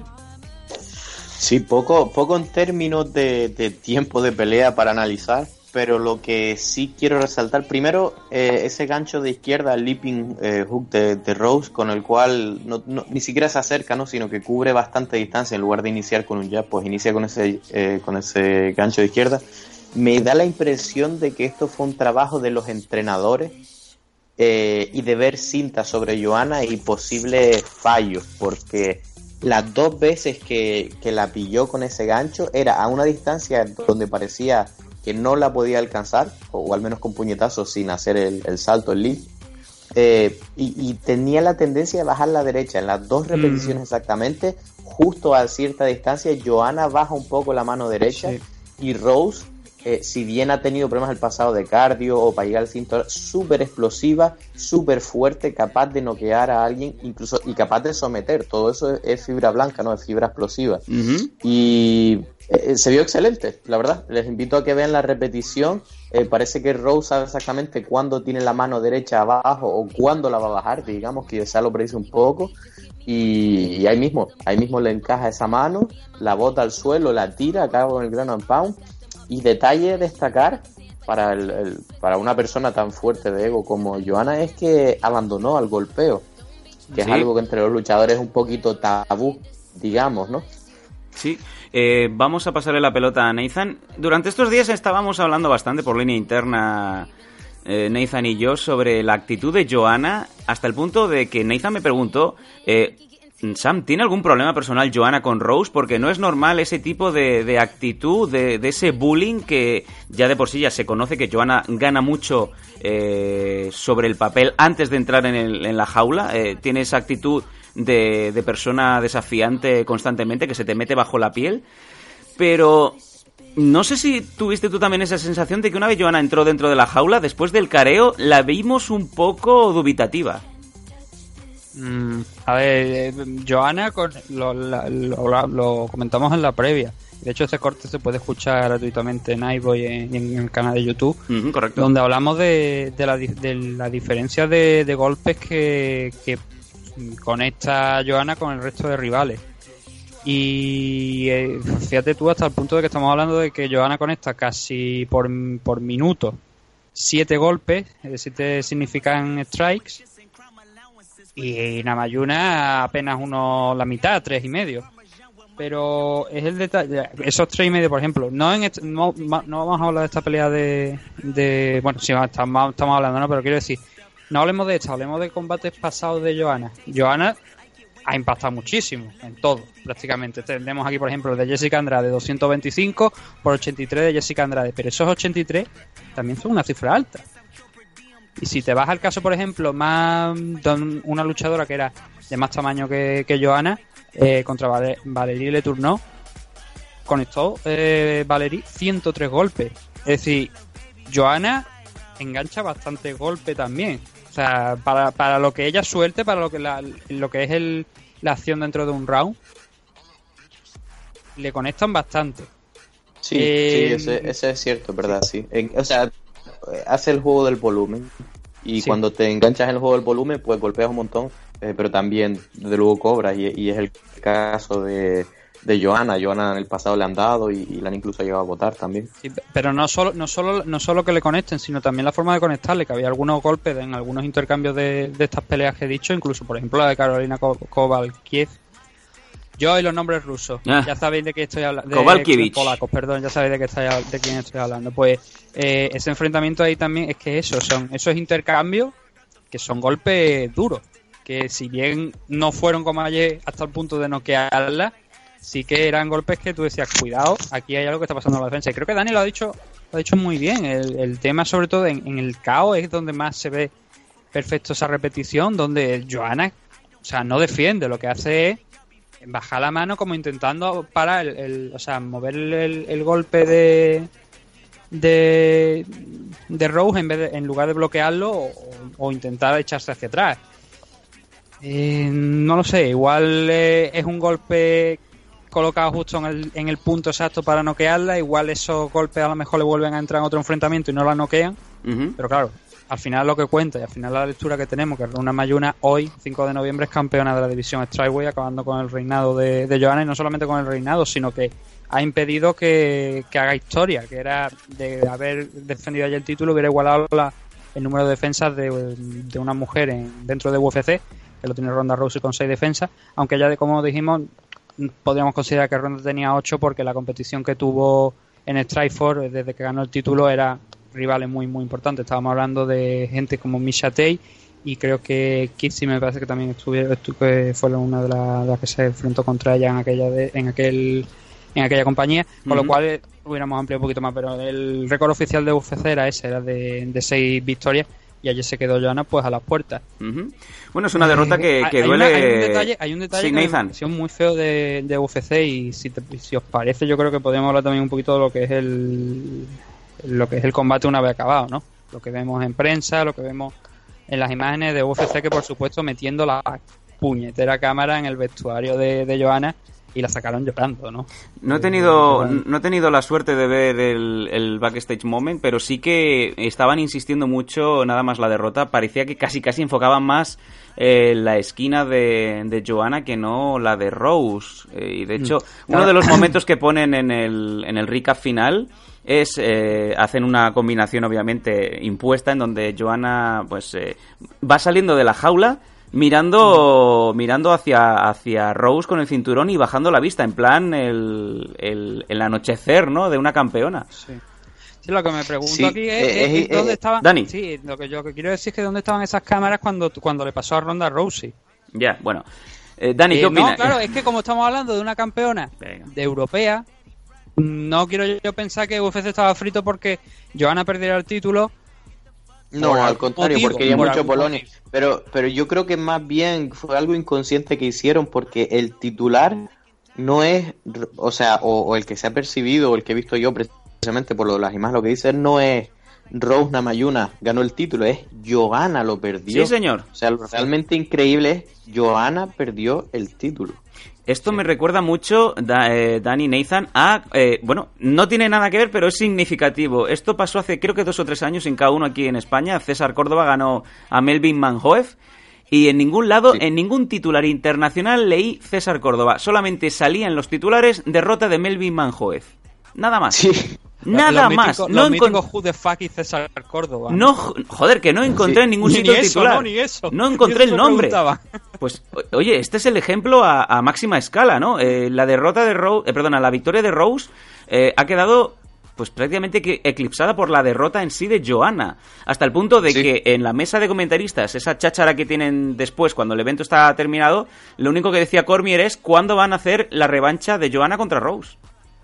Sí, poco, poco en términos de, de tiempo de pelea para analizar, pero lo que sí quiero resaltar, primero, eh, ese gancho de izquierda, el leaping eh, hook de, de Rose, con el cual no, no, ni siquiera se acerca, ¿no? Sino que cubre bastante distancia. En lugar de iniciar con un jab, pues inicia con ese, eh, con ese gancho de izquierda. Me da la impresión de que esto fue un trabajo de los entrenadores eh, y de ver cintas sobre Joanna y posibles fallos, porque las dos veces que, que la pilló con ese gancho era a una distancia donde parecía que no la podía alcanzar, o al menos con puñetazos sin hacer el, el salto, el leap, eh, y, y tenía la tendencia de bajar la derecha en las dos repeticiones mm. exactamente, justo a cierta distancia. Joanna baja un poco la mano derecha, sí. Y Rose, eh, si bien ha tenido problemas en el pasado de cardio o para llegar al cinturón, súper explosiva, súper fuerte, capaz de noquear a alguien, incluso, y capaz de someter. Todo eso es, es fibra blanca, no es fibra explosiva. Uh-huh. Y Eh, se vio excelente, la verdad. Les invito a que vean la repetición. Eh, parece que Rose sabe exactamente cuándo tiene la mano derecha abajo o cuándo la va a bajar, digamos que ya lo predice un poco, y, y ahí mismo, ahí mismo le encaja esa mano, la bota al suelo, la tira, acaba con el ground and pound. Y detalle a destacar para, el, el, para una persona tan fuerte de ego como Joanna es que abandonó al golpeo, que ¿sí? Es algo que entre los luchadores es un poquito tabú, digamos, ¿no? Sí, eh, vamos a pasarle la pelota a Nathan. Durante estos días estábamos hablando bastante por línea interna, eh, Nathan y yo, sobre la actitud de Joanna, hasta el punto de que Nathan me preguntó, eh, Sam, ¿tiene algún problema personal Joanna con Rose? Porque no es normal ese tipo de, de actitud, de, de ese bullying, que ya de por sí ya se conoce que Joanna gana mucho eh, sobre el papel antes de entrar en, el, en la jaula. Eh, tiene esa actitud De, de persona desafiante constantemente, que se te mete bajo la piel. Pero no sé si tuviste tú también esa sensación de que una vez Joanna entró dentro de la jaula, después del careo, la vimos un poco dubitativa. Mm, a ver, eh, Joanna, con, lo, la, lo, lo comentamos en la previa. De hecho, ese corte se puede escuchar gratuitamente en iVoox y en, en el canal de YouTube, uh-huh, correcto. Donde hablamos de, de, la, de la diferencia de, de golpes que, que conecta Joanna con el resto de rivales. Y eh, fíjate tú, hasta el punto de que estamos hablando de que Joanna conecta casi por, por minuto siete golpes, siete significan strikes, y Namajunas apenas uno, la mitad, tres y medio. Pero es el detalle, esos tres y medio, por ejemplo, no en est- no, no vamos a hablar de esta pelea de, de bueno, sí, estamos, estamos hablando, ¿no? Pero quiero decir, no hablemos de esto, hablemos de combates pasados de Joanna. Joanna ha impactado muchísimo en todo, prácticamente. Tenemos aquí, por ejemplo, el de Jessica Andrade, doscientos veinticinco por ochenta y tres de Jessica Andrade, pero esos ochenta y tres también son una cifra alta. Y si te vas al caso, por ejemplo, más de una luchadora que era de más tamaño que, que Joanna, eh, contra Val- Valérie Letourneau, conectó eh, Valérie ciento tres golpes. Es decir, Joanna engancha bastante golpe también. O sea, para, para lo que ella suelte, para lo que la, lo que es el, la acción dentro de un round, le conectan bastante. Sí, eh, sí, ese, ese es cierto, ¿verdad? Sí. En, o sea, hace el juego del volumen. Y sí, cuando te enganchas en el juego del volumen, pues golpeas un montón, eh, pero también, desde luego, cobras. Y, y es el caso de, de Johanna. Johanna en el pasado le han dado y, y la han incluso llegado a votar también. Sí, pero no solo, no solo no solo que le conecten, sino también la forma de conectarle, que había algunos golpes en algunos intercambios de, de estas peleas que he dicho, incluso por ejemplo la de Carolina Kovalkiev. Yo y los nombres rusos, ah. ya sabéis de qué estoy hablando. Kovalkiewicz. Polacos, perdón, ya sabéis de qué estoy, de quién estoy hablando. Pues eh, ese enfrentamiento ahí también es que eso, son esos intercambios que son golpes duros, que si bien no fueron como ayer hasta el punto de noquearla, sí que eran golpes que tú decías, cuidado, aquí hay algo que está pasando en la defensa. Y creo que Dani lo ha dicho, lo ha dicho muy bien. El, el tema, sobre todo en, en el caos, es donde más se ve perfecto esa repetición, donde Johanna, o sea, no defiende, lo que hace es bajar la mano como intentando parar el, el o sea, mover el, el golpe de de de Rose en vez de, en lugar de bloquearlo o, o intentar echarse hacia atrás. Eh, no lo sé, igual eh, es un golpe colocado justo en el, en el punto exacto para noquearla, igual esos golpes a lo mejor le vuelven a entrar en otro enfrentamiento y no la noquean, uh-huh. Pero claro, al final lo que cuenta y al final la lectura que tenemos, que Runa Mayuna hoy, cinco de noviembre, es campeona de la división Strawweight, acabando con el reinado de, de Johanna, y no solamente con el reinado, sino que ha impedido que, que haga historia, que era de haber defendido ayer el título, hubiera igualado la, el número de defensas de, de una mujer en, dentro de U F C, que lo tiene Ronda Rousey con seis defensas, aunque ya de, como dijimos, podríamos considerar que Ronda tenía ocho porque la competición que tuvo en Strikeforce desde que ganó el título era rivales muy muy importantes. Estábamos hablando de gente como Misha Tate y creo que Kitsy me parece que también estuvieron, que fueron una de las, de las que se enfrentó contra ella en aquella de, en aquel en aquella compañía, con uh-huh. Lo cual eh, hubiéramos ampliado un poquito más, pero el récord oficial de U F C era ese, era de, de seis victorias y ayer se quedó Johanna pues a las puertas. Uh-huh. Bueno, es una derrota que, que hay duele. Una, hay un detalle, hay un detalle sí, que me pareció muy feo de, de U F C y si, te, si os parece yo creo que podemos hablar también un poquito de lo que es el lo que es el combate una vez acabado, ¿no? Lo que vemos en prensa, lo que vemos en las imágenes de U F C, que por supuesto metiendo la puñetera cámara en el vestuario de, de Johanna y la sacaron llorando, ¿no? No he tenido no he tenido la suerte de ver el, el backstage moment, pero sí que estaban insistiendo mucho, nada más la derrota, parecía que casi casi enfocaban más eh, la esquina de, de Johanna que no la de Rose. Eh, y de hecho, mm. uno de los momentos que ponen en el, en el recap final es eh, hacen una combinación obviamente impuesta en donde Johanna pues eh, va saliendo de la jaula mirando mm. mirando hacia hacia Rose con el cinturón y bajando la vista en plan el, el, el anochecer, ¿no?, de una campeona. Sí. Sí, lo que me pregunto sí, aquí es, eh, es, eh, es dónde eh, estaban. Dani. Sí, lo que yo que quiero decir es que dónde estaban esas cámaras cuando cuando le pasó a Ronda Rousey. Ya, bueno. Eh, Dani, ¿qué eh, opinas? No, claro, es que como estamos hablando de una campeona Venga. de europea, no quiero yo pensar que U F C estaba frito porque Johanna perdiera el título. No, al contrario, motivo, porque hay mucho Polonia. Pero, pero yo creo que más bien fue algo inconsciente que hicieron, porque el titular no es, o sea, o, o el que se ha percibido, o el que he visto yo precisamente por lo de las imágenes, lo que dicen no es Rose Namajunas ganó el título, es Johanna lo perdió. Sí, señor. O sea, lo realmente increíble es Johanna perdió el título. Esto me recuerda mucho, da, eh, Dani Nathan, a... Eh, bueno, no tiene nada que ver, pero es significativo. Esto pasó hace creo que dos o tres años en K uno aquí en España. César Córdoba ganó a Melvin Manhoef. Y en ningún lado, sí. en ningún titular internacional leí César Córdoba. Solamente salía en los titulares derrota de Melvin Manhoef. Nada más. Sí. los Nada míticos, más. Los no míticos Who the fuck is César Córdoba. No, joder, que no encontré sí. en ningún ni sitio ni el eso, titular. No, ni eso. No encontré el nombre. Preguntaba. Pues, oye, este es el ejemplo a, a máxima escala, ¿no? Eh, la derrota de Rose, eh, perdona, la victoria de Rose eh, ha quedado pues prácticamente que eclipsada por la derrota en sí de Johanna, hasta el punto de sí. que en la mesa de comentaristas, esa cháchara que tienen después cuando el evento está terminado, lo único que decía Cormier es cuándo van a hacer la revancha de Johanna contra Rose.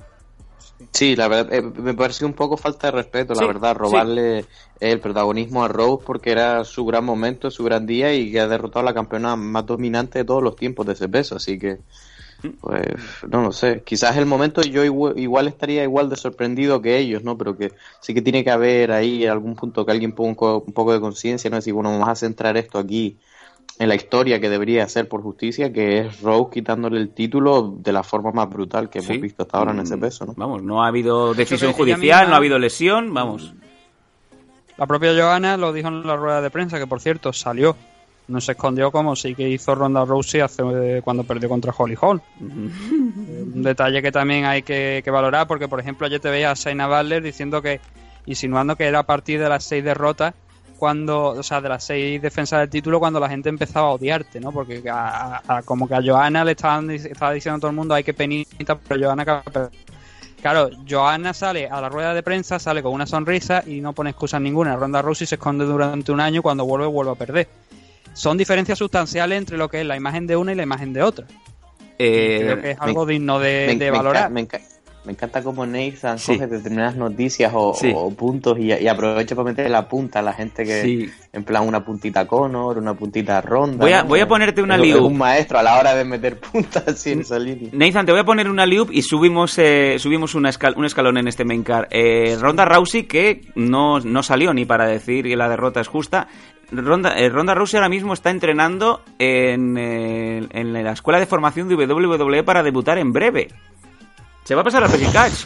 Sí, la verdad, eh, me pareció un poco falta de respeto, la sí, verdad, robarle sí. el protagonismo a Rose porque era su gran momento, su gran día y que ha derrotado a la campeona más dominante de todos los tiempos de ese peso, así que, pues, no lo sé, quizás el momento yo igual, igual estaría igual de sorprendido que ellos, ¿no? Pero que sí que tiene que haber ahí algún punto que alguien ponga un, un poco de conciencia, ¿no? Decir, bueno, vamos a centrar esto aquí en la historia que debería ser por justicia, que es Rose quitándole el título de la forma más brutal que hemos sí. visto hasta ahora en ese peso, ¿no? Vamos, no ha habido decisión judicial, misma, no ha habido lesión, vamos. La propia Johanna lo dijo en la rueda de prensa, que por cierto salió no se escondió como sí que hizo Ronda Rousey hace eh, cuando perdió contra Holly Holm. Uh-huh. Un detalle que también hay que, que valorar, porque por ejemplo ayer te veía a Shayna Baszler diciendo que, insinuando que era a partir de las seis derrotas, cuando, o sea, de las seis defensas del título, cuando la gente empezaba a odiarte, ¿no? Porque a, a, como que a Johanna le estaban estaba diciendo a todo el mundo hay que penita, pero Johanna... Claro, Johanna sale a la rueda de prensa, sale con una sonrisa y no pone excusas ninguna. Ronda Rousey se esconde durante un año, cuando vuelve, vuelve a perder. Son diferencias sustanciales entre lo que es la imagen de una y la imagen de otra. Eh, creo que es algo me, digno de, me, de me valorar. Me, enca- me encanta cómo Nathan sí. coge determinadas noticias o, sí. o puntos y, y aprovecha para meterle la punta a la gente que, sí. en plan, una puntita Conor, una puntita Ronda. Voy a, ¿no? voy a ponerte una es, liup. Es un maestro a la hora de meter puntas así en esa línea. Nathan, te voy a poner una liup y subimos eh, subimos una escal- un escalón en este main card. Eh, Ronda Rousey, que no, no salió ni para decir que la derrota es justa. Ronda, eh, Ronda Rousey ahora mismo está entrenando en, eh, en la escuela de formación de doble u doble e para debutar en breve. Se va a pasar al Pressing Catch.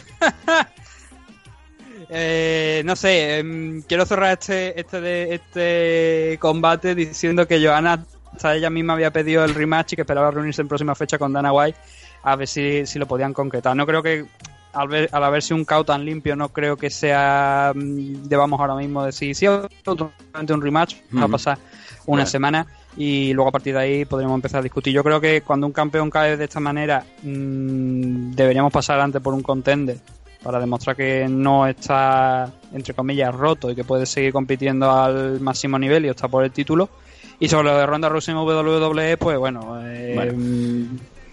eh, no sé, eh, quiero cerrar este este de, este combate diciendo que Johanna, hasta ella misma había pedido el rematch y que esperaba reunirse en próxima fecha con Dana White a ver si, si lo podían concretar. No creo que, al, ver, al haberse un K O tan limpio, no creo que sea debamos ahora mismo decir sí, automáticamente un rematch, uh-huh. va a pasar una bueno. semana y luego a partir de ahí podremos empezar a discutir. Yo creo que cuando un campeón cae de esta manera mmm, deberíamos pasar antes por un contender para demostrar que no está, entre comillas, roto y que puede seguir compitiendo al máximo nivel y optar por el título. Y sobre lo de Ronda Rousey en doble u doble e, pues bueno, eh, bueno.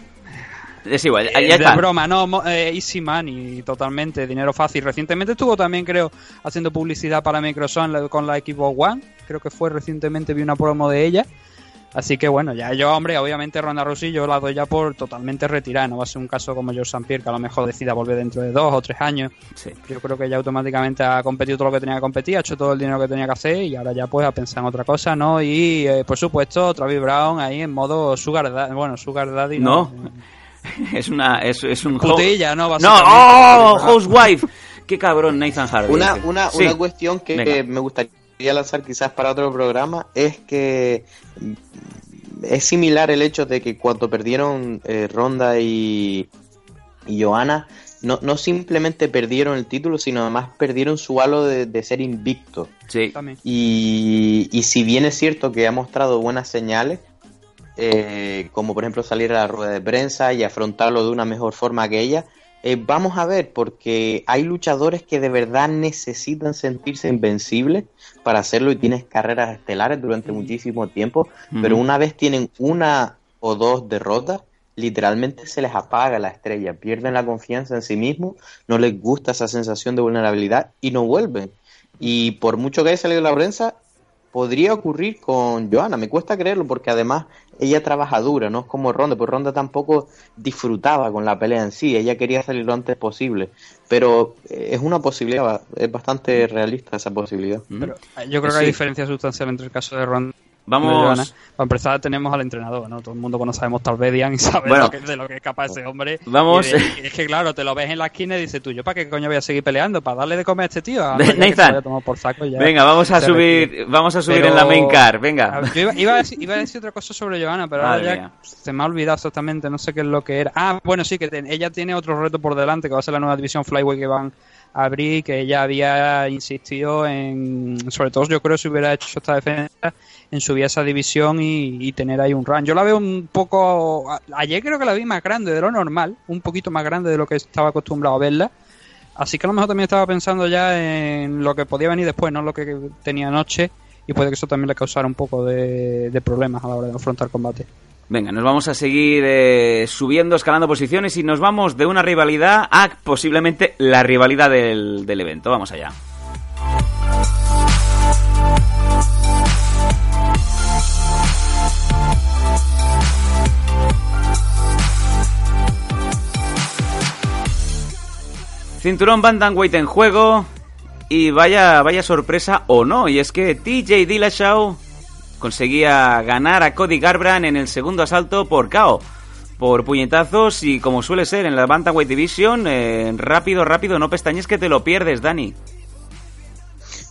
es igual, ya eh, está. De broma, no, eh, easy money, totalmente, dinero fácil. Recientemente estuvo también, creo, haciendo publicidad para Microsoft con la Xbox One, creo que fue recientemente, vi una promo de ella. Así que bueno, ya yo, hombre, obviamente Ronda Rousey yo la doy ya por totalmente retirada. No va a ser un caso como George Saint Pierre, que a lo mejor decida volver dentro de dos o tres años. Sí. Yo creo que ya automáticamente ha competido todo lo que tenía que competir, ha hecho todo el dinero que tenía que hacer y ahora ya pues a pensar en otra cosa, ¿no? Y eh, por supuesto, Travis Brown ahí en modo Sugar Daddy, bueno, Sugar Daddy no. no. Es una es, es un putilla, ¿no? No, oh, housewife. Qué cabrón Nathan Hardy. Una una sí. una cuestión que Venga. me gustaría lanzar quizás para otro programa es que es similar el hecho de que cuando perdieron eh, Ronda y, y Johanna, no, no simplemente perdieron el título, sino además perdieron su halo de, de ser invicto. Sí. Y, y si bien es cierto que ha mostrado buenas señales, eh, como por ejemplo salir a la rueda de prensa y afrontarlo de una mejor forma que ella, eh, vamos a ver, porque hay luchadores que de verdad necesitan sentirse invencibles para hacerlo y tienes carreras estelares durante mm. muchísimo tiempo, mm. pero una vez tienen una o dos derrotas, literalmente se les apaga la estrella, pierden la confianza en sí mismos, no les gusta esa sensación de vulnerabilidad y no vuelven. Y por mucho que haya salido la prensa, podría ocurrir con Johanna, me cuesta creerlo porque además ella trabaja dura, no es como Ronda, pues Ronda tampoco disfrutaba con la pelea en sí, ella quería salir lo antes posible, pero es una posibilidad, es bastante realista esa posibilidad. Pero yo creo que hay sí. diferencia sustancial entre el caso de Ronda. Vamos. Para empezar tenemos al entrenador, ¿no? Todo el mundo conocemos Talbedian y sabe bueno, lo que, de lo que es capaz ese hombre. Vamos. Y de, y es que claro, te lo ves en la esquina y dices tú, ¿yo para qué coño voy a seguir peleando? ¿Para darle de comer a este tío? A Nathan, por saco ya venga, vamos a subir retira. vamos a subir pero, en la main card, venga. Yo iba, iba, a decir, iba a decir otra cosa sobre Johanna, pero Madre ahora ya mía. se me ha olvidado exactamente, no sé qué es lo que era. Ah, bueno, sí, que te, ella tiene otro reto por delante, que va a ser la nueva división Flyweight que van a abrir, que ella había insistido en, sobre todo yo creo si hubiera hecho esta defensa, en subir a esa división y, y tener ahí un run. Yo la veo un poco, ayer creo que la vi más grande de lo normal, un poquito más grande de lo que estaba acostumbrado a verla, así que a lo mejor también estaba pensando ya en lo que podía venir después, no lo que tenía anoche, y puede que eso también le causara un poco de, de problemas a la hora de afrontar combate. Venga, nos vamos a seguir eh, subiendo, escalando posiciones y nos vamos de una rivalidad a posiblemente la rivalidad del, del evento. Vamos allá. Cinturón Bantamweight en juego y vaya, vaya sorpresa o no, y es que T J Dillashaw conseguía ganar a Cody Garbrandt en el segundo asalto por K O, por puñetazos y como suele ser en la Bantamweight Division, eh, rápido, rápido, no pestañes que te lo pierdes, Dani. Sí,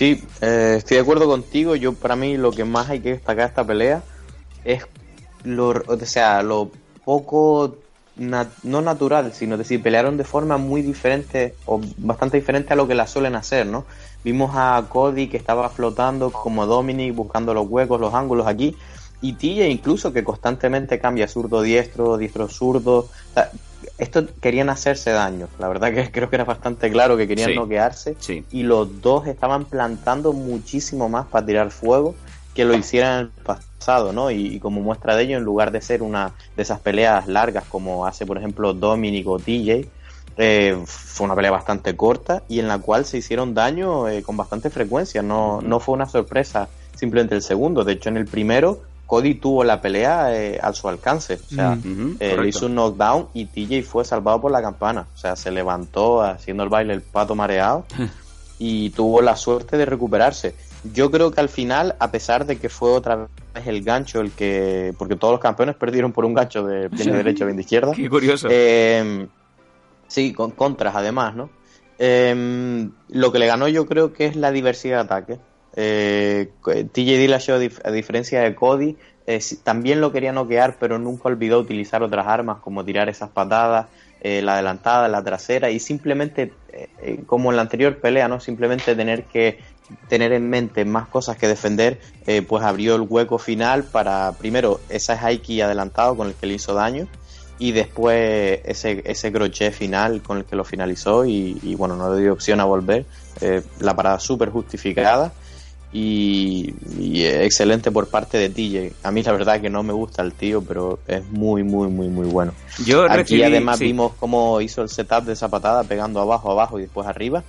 Sí, eh, estoy de acuerdo contigo. Yo, para mí, lo que más hay que destacar de esta pelea es lo, o sea, lo poco, nat- no natural, sino decir, pelearon de forma muy diferente o bastante diferente a lo que la suelen hacer, ¿no? Vimos a Cody que estaba flotando como Dominic, buscando los huecos, los ángulos aquí, y T J incluso que constantemente cambia zurdo-diestro, diestro-zurdo. O sea, esto querían hacerse daño, la verdad que creo que era bastante claro que querían sí, noquearse, sí. Y los dos estaban plantando muchísimo más para tirar fuego que lo hicieran en el pasado, ¿no? Y, y como muestra de ello, en lugar de ser una de esas peleas largas como hace por ejemplo Dominic o T J, eh, fue una pelea bastante corta y en la cual se hicieron daño eh, con bastante frecuencia. No, no fue una sorpresa simplemente el segundo, de hecho en el primero Cody tuvo la pelea eh, a su alcance, o sea, uh-huh, eh, le hizo un knockdown y T J fue salvado por la campana, o sea, se levantó haciendo el baile el pato mareado y tuvo la suerte de recuperarse. Yo creo que al final, a pesar de que fue otra vez el gancho el que, porque todos los campeones perdieron por un gancho de bien de derecha, bien de izquierda. Qué curioso. Eh, sí, con contras además, ¿no? Eh, lo que le ganó yo creo que es la diversidad de ataque. Eh, T J Dillashaw, a diferencia de Cody, eh, también lo quería noquear, pero nunca olvidó utilizar otras armas como tirar esas patadas, eh, la adelantada, la trasera, y simplemente eh, como en la anterior pelea, no simplemente tener que tener en mente más cosas que defender, eh, pues abrió el hueco final para primero ese high kick adelantado con el que le hizo daño y después ese ese crochet final con el que lo finalizó y, y bueno, no le dio opción a volver. Eh, la parada súper justificada. Y, y excelente por parte de T J. A mí la verdad que no me gusta el tío, pero es muy, muy, muy, muy bueno. Yo Aquí recibí, además sí. vimos cómo hizo el setup de esa patada, pegando abajo, abajo y después arriba.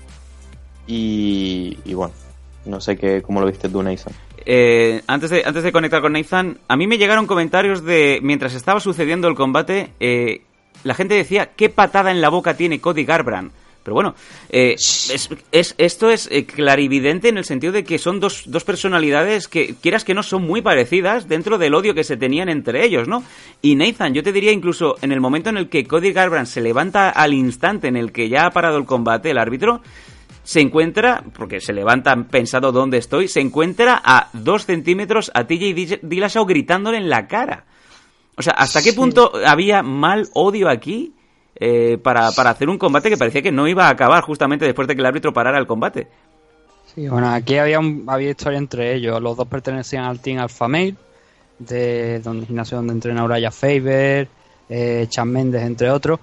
Y, y bueno, no sé qué, cómo lo viste tú, Nathan. Eh, antes de antes de conectar con Nathan, a mí me llegaron comentarios de mientras estaba sucediendo el combate, eh, la gente decía qué patada en la boca tiene Cody Garbrandt. Pero bueno, eh, es, es, esto es eh, clarividente en el sentido de que son dos, dos personalidades que, quieras que no, son muy parecidas dentro del odio que se tenían entre ellos, ¿no? Y Nathan, yo te diría incluso en el momento en el que Cody Garbrandt se levanta al instante en el que ya ha parado el combate, el árbitro se encuentra, porque se levanta pensado dónde estoy, se encuentra a dos centímetros a T J Dillashaw gritándole en la cara. O sea, ¿hasta qué punto había mal odio aquí? Eh, para, para hacer un combate que parecía que no iba a acabar justamente después de que el árbitro parara el combate. Sí, bueno, aquí había un, había historia entre ellos. Los dos pertenecían al Team Alpha Male, de donde gimnasio donde entrena Uriah Faber, eh, Chad Mendes, entre otros.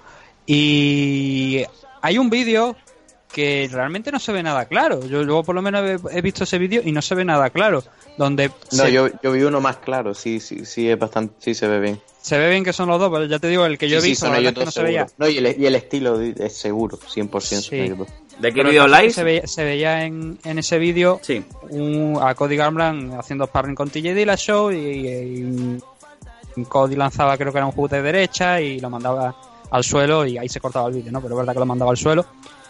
Y hay un vídeo que realmente no se ve nada claro. Yo luego por lo menos he, he visto ese vídeo y no se ve nada claro. Donde no, se... yo, yo vi uno más claro, sí, sí, sí, es bastante, sí se ve bien. Se ve bien que son los dos, pero ya te digo, el que yo sí, he visto sí, la ellos verdad que no seguro. se veía. No, y el, y el estilo es seguro, cien por ciento. Sí. ¿De qué vídeo live? Se veía, se veía en, en ese vídeo sí. un, a Cody Garbrandt haciendo sparring con T J Dillashaw y, y Cody lanzaba, creo que era un hook de derecha y lo mandaba al suelo y ahí se cortaba el vídeo, ¿no? Pero es verdad que lo mandaba al suelo.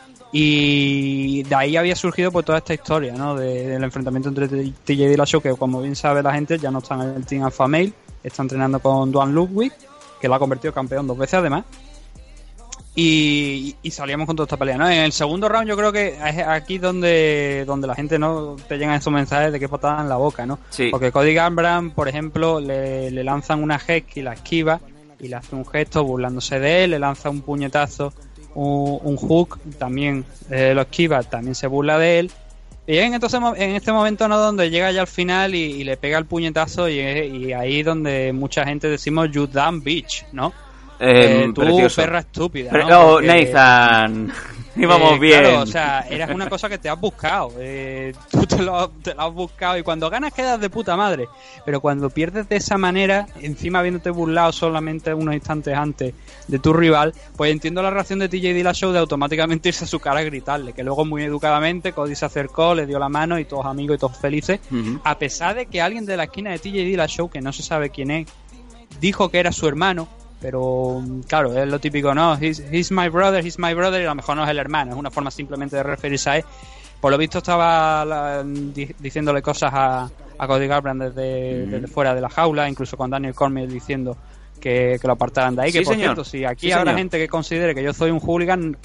Y de ahí había surgido pues toda esta historia, ¿no? De, del enfrentamiento entre T J Dillashaw, que como bien sabe la gente ya no está en el Team Alpha Male, está entrenando con Duane Ludwig, que lo ha convertido campeón dos veces además. Y, y salíamos con toda esta pelea, ¿no? En el segundo round yo creo que es aquí donde donde la gente no te llegan esos mensajes de que patada en la boca, ¿no? Sí. Porque Cody Garbrandt, por ejemplo, le, le lanzan una head y la esquiva y le hace un gesto burlándose de él, le lanza un puñetazo, un, un hook, también eh, lo esquiva, también se burla de él. Y en, entonces, en este momento, ¿no? Donde llega ya al final y, y le pega el puñetazo y, y ahí donde mucha gente decimos you damn bitch, ¿no? Eh, eh, tú, precioso. perra estúpida, Pero, ¿no? oh, Porque, Nathan, íbamos eh, bien. Claro, o sea, eras una cosa que te has buscado. Eh, tú te lo, te lo has buscado y cuando ganas quedas de puta madre. Pero cuando pierdes de esa manera, encima habiéndote burlado solamente unos instantes antes de tu rival, pues entiendo la reacción de T J Dillashaw de automáticamente irse a su cara a gritarle. Que luego muy educadamente Cody se acercó, le dio la mano y todos amigos y todos felices. Uh-huh. A pesar de que alguien de la esquina de T J Dillashaw, que no se sabe quién es, dijo que era su hermano. Pero claro, es lo típico, ¿no? He's, he's my brother, he's my brother, y a lo mejor no es el hermano, es una forma simplemente de referirse a él. Por lo visto estaba la, di, diciéndole cosas a, a Cody Garbrandt desde, mm. desde fuera de la jaula, incluso con Daniel Cormier diciendo que, que lo apartaran de ahí. Sí, que por señor. cierto, si aquí sí, habrá señor. gente que considere que yo soy un hooligan,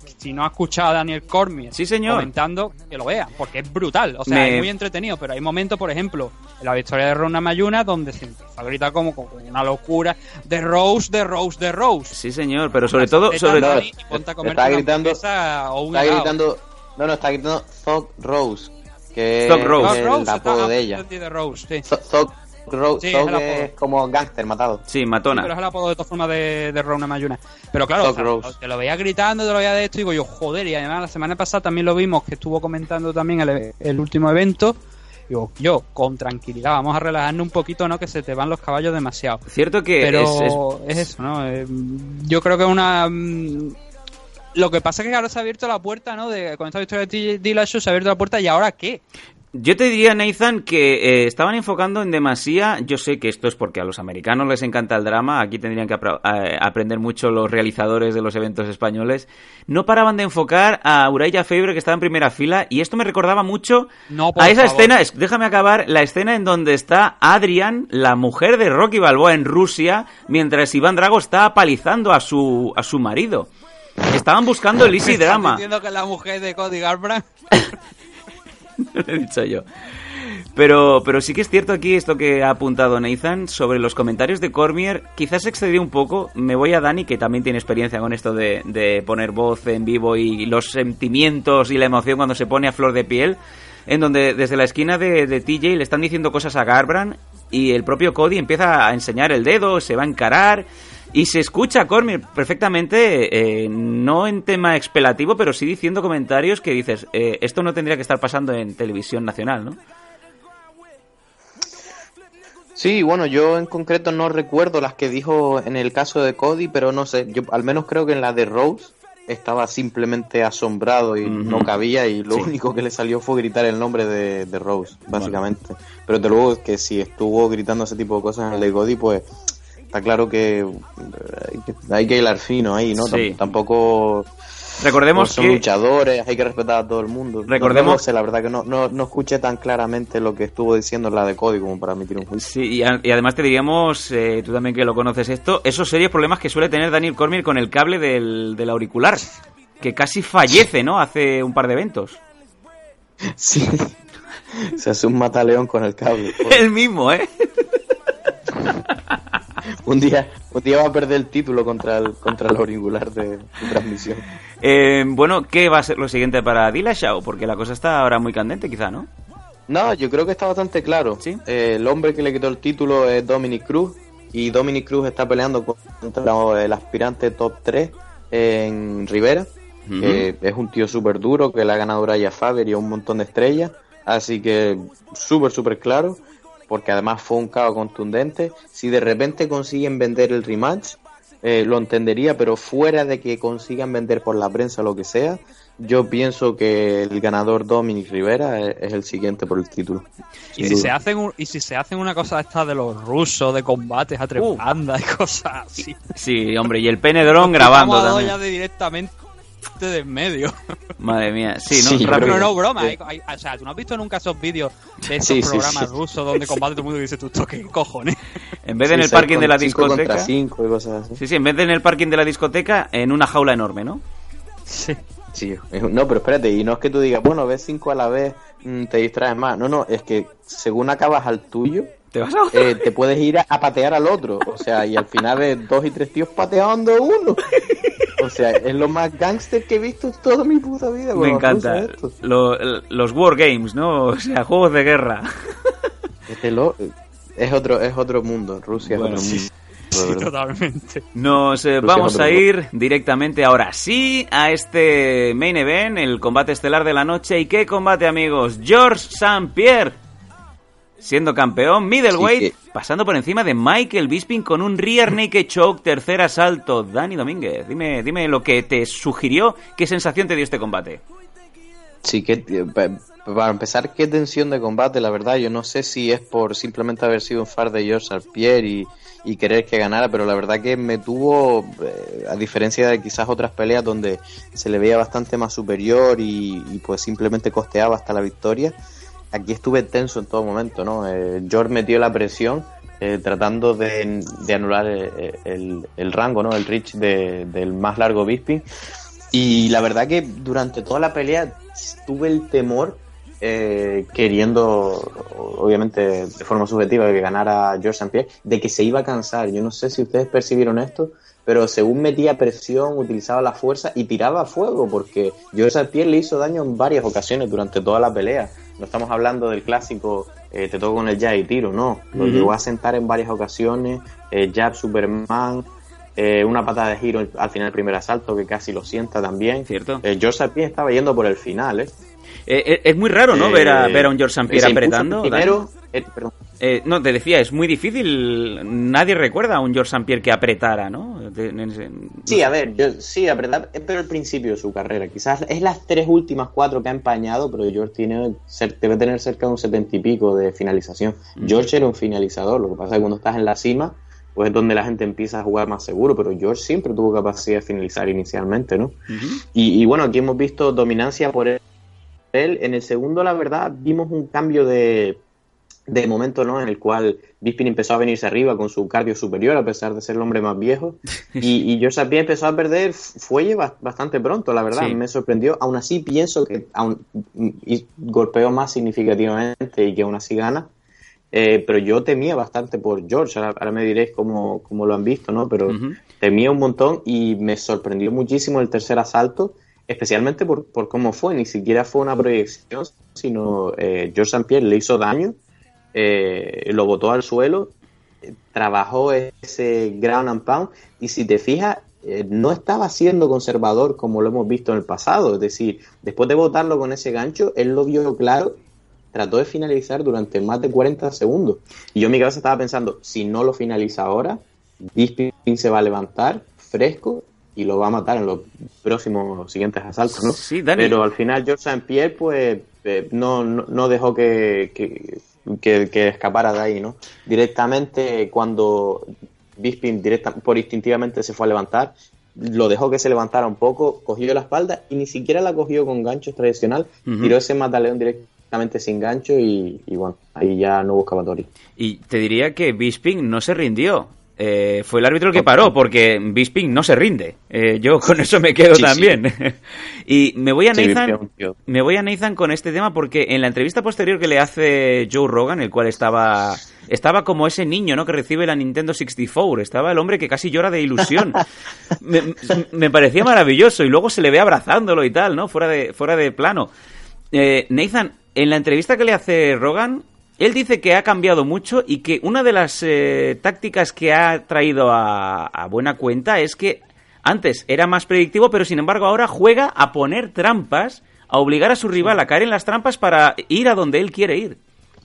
si no ha escuchado a Daniel Cormier sí, señor. comentando, que lo vea, porque es brutal. O sea, Me... es muy entretenido, pero hay momentos, por ejemplo, en la victoria de Rona Mayuna, donde se empieza a gritar como con una locura de Rose, de Rose, de Rose. Sí, señor, pero sobre todo... sobre todo está gritando... O está gritando... No, no, está gritando Thug Rose, que Thug Rose. es el apodo de ella. De Rose, sí. Thug Rose, Sí, Thug es el es como gángster matado. Sí, matona. Sí, pero es el apodo de todas formas de, de Rona Mayuna. Pero claro, o sea, te lo veía gritando, te lo veía de esto, y digo yo, joder, y además la semana pasada también lo vimos, que estuvo comentando también el, el último evento. Digo, yo, con tranquilidad, vamos a relajarnos un poquito, ¿no? Que se te van los caballos demasiado. Cierto que pero es, es... es eso, ¿no? Eh, yo creo que es una... Lo que pasa es que ahora se ha abierto la puerta, ¿no? De, con esta victoria de Dillashaw se ha abierto la puerta, ¿y ahora qué? Yo te diría, Nathan, que eh, estaban enfocando en demasía. Yo sé que esto es porque a los americanos les encanta el drama. Aquí tendrían que apra- a, aprender mucho los realizadores de los eventos españoles. No paraban de enfocar a Uriah Faber, que estaba en primera fila, y esto me recordaba mucho no, a esa favor. escena. Es, déjame acabar. La escena en donde está Adrian, la mujer de Rocky Balboa en Rusia, mientras Iván Drago está apalizando a su a su marido. Estaban buscando el easy drama. ¿Estás diciendo que es la mujer de Cody Garbrandt? No lo he dicho yo. Pero, pero sí que es cierto aquí esto que ha apuntado Nathan sobre los comentarios de Cormier. Quizás se excedió un poco. Me voy a Dani, que también tiene experiencia con esto de, de poner voz en vivo y los sentimientos y la emoción cuando se pone a flor de piel. En donde desde la esquina de, de T J le están diciendo cosas a Garbrandt y el propio Cody empieza a enseñar el dedo, se va a encarar. Y se escucha a Cormier perfectamente, eh, no en tema expelativo, pero sí diciendo comentarios que dices, eh, esto no tendría que estar pasando en televisión nacional, ¿no? Sí, bueno, yo en concreto no recuerdo las que dijo en el caso de Cody, pero no sé, yo al menos creo que en la de Rose estaba simplemente asombrado y uh-huh. no cabía, y lo sí. único que le salió fue gritar el nombre de, de Rose, básicamente. Bueno. Pero de luego que si estuvo gritando ese tipo de cosas en el de Cody, pues... Está claro que hay que hilar fino ahí, ¿no? Sí. Tampoco recordemos son que luchadores, hay que respetar a todo el mundo. Recordemos, no, no sé, la verdad que no, no, no escuché tan claramente lo que estuvo diciendo la de Cody como para emitir un juicio. Sí, y, a, y además te diríamos, eh, tú también que lo conoces esto, esos serios problemas que suele tener Daniel Cormier con el cable del, del auricular, que casi fallece, ¿no? Hace un par de eventos. Sí, se hace un mataleón con el cable. El mismo, ¿eh? Un día, un día va a perder el título contra el, contra el auricular de, de transmisión. Eh, bueno, ¿qué va a ser lo siguiente para Dillashaw? Porque la cosa está ahora muy candente, quizá, ¿no? No, yo creo que está bastante claro. ¿Sí? Eh, el hombre que le quitó el título es Dominic Cruz, y Dominic Cruz está peleando contra el aspirante top tres en Rivera, uh-huh. que es un tío súper duro, que le ha ganado a Uriah Faber y a un montón de estrellas. Así que súper, súper claro. Porque además fue un caos contundente. Si de repente consiguen vender el rematch, eh, lo entendería, pero fuera de que consigan vender por la prensa o lo que sea, yo pienso que el ganador Dominic Rivera es, es el siguiente por el título. Y si, se hacen un, y si se hacen una cosa esta de los rusos, de combates a tres uh. bandas y cosas así. Sí, hombre, y el pene dron grabando también. Ya de directamente de en medio. Madre mía, sí, no, sí, rápido. No, no, broma. Sí. Hay, hay, o sea, tú no has visto nunca esos vídeos de esos sí, programas sí, sí. rusos donde combate todo el mundo y dice, tú, ¿qué cojones? En vez de sí, en el parking de la discoteca. cinco y cosas así. Sí, sí, en vez de en el parking de la discoteca, en una jaula enorme, ¿no? Sí. Sí, no, pero espérate, y no es que tú digas, bueno, ves cinco a la vez, mmm, te distraes más. No, no, es que según acabas al tuyo, ¿Te, vas a... eh, te puedes ir a, a patear al otro. O sea, y al final ves dos y tres tíos pateando uno. O sea, es lo más gángster que he visto en toda mi puta vida. Me encanta. Lo, los Wargames, ¿no? O sea, juegos de guerra. Este lo, es otro es otro mundo. Rusia bueno, es otro sí. mundo. Sí, totalmente. Nos eh, vamos a ir directamente ahora sí a este main event, el combate estelar de la noche. ¿Y qué combate, amigos? Georges Saint-Pierre, siendo campeón middleweight, sí, que... pasando por encima de Michael Bisping con un rear naked choke, tercer asalto. Dani Domínguez, dime, dime lo que te sugirió, qué sensación te dio este combate. Sí, que para empezar, qué tensión de combate, la verdad. Yo no sé si es por simplemente haber sido un far de Georges Saint-Pierre y, y querer que ganara, pero la verdad que me tuvo, eh, a diferencia de quizás otras peleas donde se le veía bastante más superior y, y pues simplemente costeaba hasta la victoria. Aquí estuve tenso en todo momento, ¿no? Eh, George metió la presión eh, tratando de, de anular el, el, el rango, ¿no? El reach de, del más largo Bisping. Y la verdad que durante toda la pelea tuve el temor, eh, queriendo, obviamente de forma subjetiva, que ganara Georges Saint-Pierre, de que se iba a cansar. Yo no sé si ustedes percibieron esto, pero según metía presión, utilizaba la fuerza y tiraba fuego, porque Georges Saint-Pierre le hizo daño en varias ocasiones durante toda la pelea. No estamos hablando del clásico eh, te toco con el jab y tiro, no. Lo uh-huh. llegó a sentar en varias ocasiones, eh, jab Superman, eh, una patada de giro al final del primer asalto que casi lo sienta también. Cierto. Eh, Georges Saint-Pierre estaba yendo por el final, ¿eh? Eh, es muy raro, ¿no? Eh, ver, a, ver a un Georges Saint-Pierre apretando. Primero, eh, perdón. Eh, no, te decía, es muy difícil. Nadie recuerda a un Georges Saint-Pierre que apretara, ¿no? De, de, de, sí, a ver, yo, sí, apretar, pero el principio de su carrera. Quizás es las tres últimas cuatro que ha empañado, pero George tiene, debe tener cerca de un setenta y pico de finalización. Uh-huh. George era un finalizador, lo que pasa es que cuando estás en la cima, pues es donde la gente empieza a jugar más seguro, pero George siempre tuvo capacidad de finalizar inicialmente, ¿no? Uh-huh. Y, y bueno, aquí hemos visto dominancia por él. En el segundo, la verdad, vimos un cambio de, de momento, ¿no? En el cual Bisping empezó a venirse arriba con su cardio superior, a pesar de ser el hombre más viejo. Y, y Georges Saint-Pierre empezó a perder fuelle bastante pronto, la verdad. Sí. Me sorprendió. Aún así, pienso que aún, y golpeó más significativamente y que aún así gana. Eh, pero yo temía bastante por George. Ahora, ahora me diréis cómo, cómo lo han visto, ¿no? Pero uh-huh. temía un montón y me sorprendió muchísimo el tercer asalto. Especialmente por, por cómo fue, ni siquiera fue una proyección, sino eh, Georges Saint-Pierre le hizo daño, eh, lo botó al suelo, eh, trabajó ese ground and pound, y si te fijas, eh, no estaba siendo conservador como lo hemos visto en el pasado. Es decir, después de botarlo con ese gancho, él lo vio claro, trató de finalizar durante más de cuarenta segundos. Y yo en mi cabeza estaba pensando, si no lo finaliza ahora, Bisping se va a levantar fresco y lo va a matar en los próximos siguientes asaltos, ¿no? Sí, Dani. Pero al final Georges Saint-Pierre pues eh, no, no, no dejó que, que, que, que escapara de ahí, ¿no? Directamente cuando Bisping directa, por instintivamente se fue a levantar, lo dejó que se levantara un poco, cogió la espalda y ni siquiera la cogió con ganchos tradicional, uh-huh. tiró ese mataleón directamente sin gancho y, y bueno, ahí ya no hubo escapatoria. Y te diría que Bisping no se rindió. Eh, fue el árbitro el que paró, porque Bisping no se rinde. Eh, yo con eso me quedo sí, también. Sí. Y me voy a Nathan, sí, me voy a Nathan con este tema porque en la entrevista posterior que le hace Joe Rogan, el cual estaba estaba como ese niño, ¿no? Que recibe la Nintendo sesenta y cuatro. Estaba el hombre que casi llora de ilusión. me, me parecía maravilloso y luego se le ve abrazándolo y tal, ¿no? Fuera de fuera de plano. Eh, Nathan, en la entrevista que le hace Rogan, él dice que ha cambiado mucho y que una de las eh, tácticas que ha traído a, a buena cuenta es que antes era más predictivo, pero sin embargo ahora juega a poner trampas, a obligar a su rival a caer en las trampas para ir a donde él quiere ir.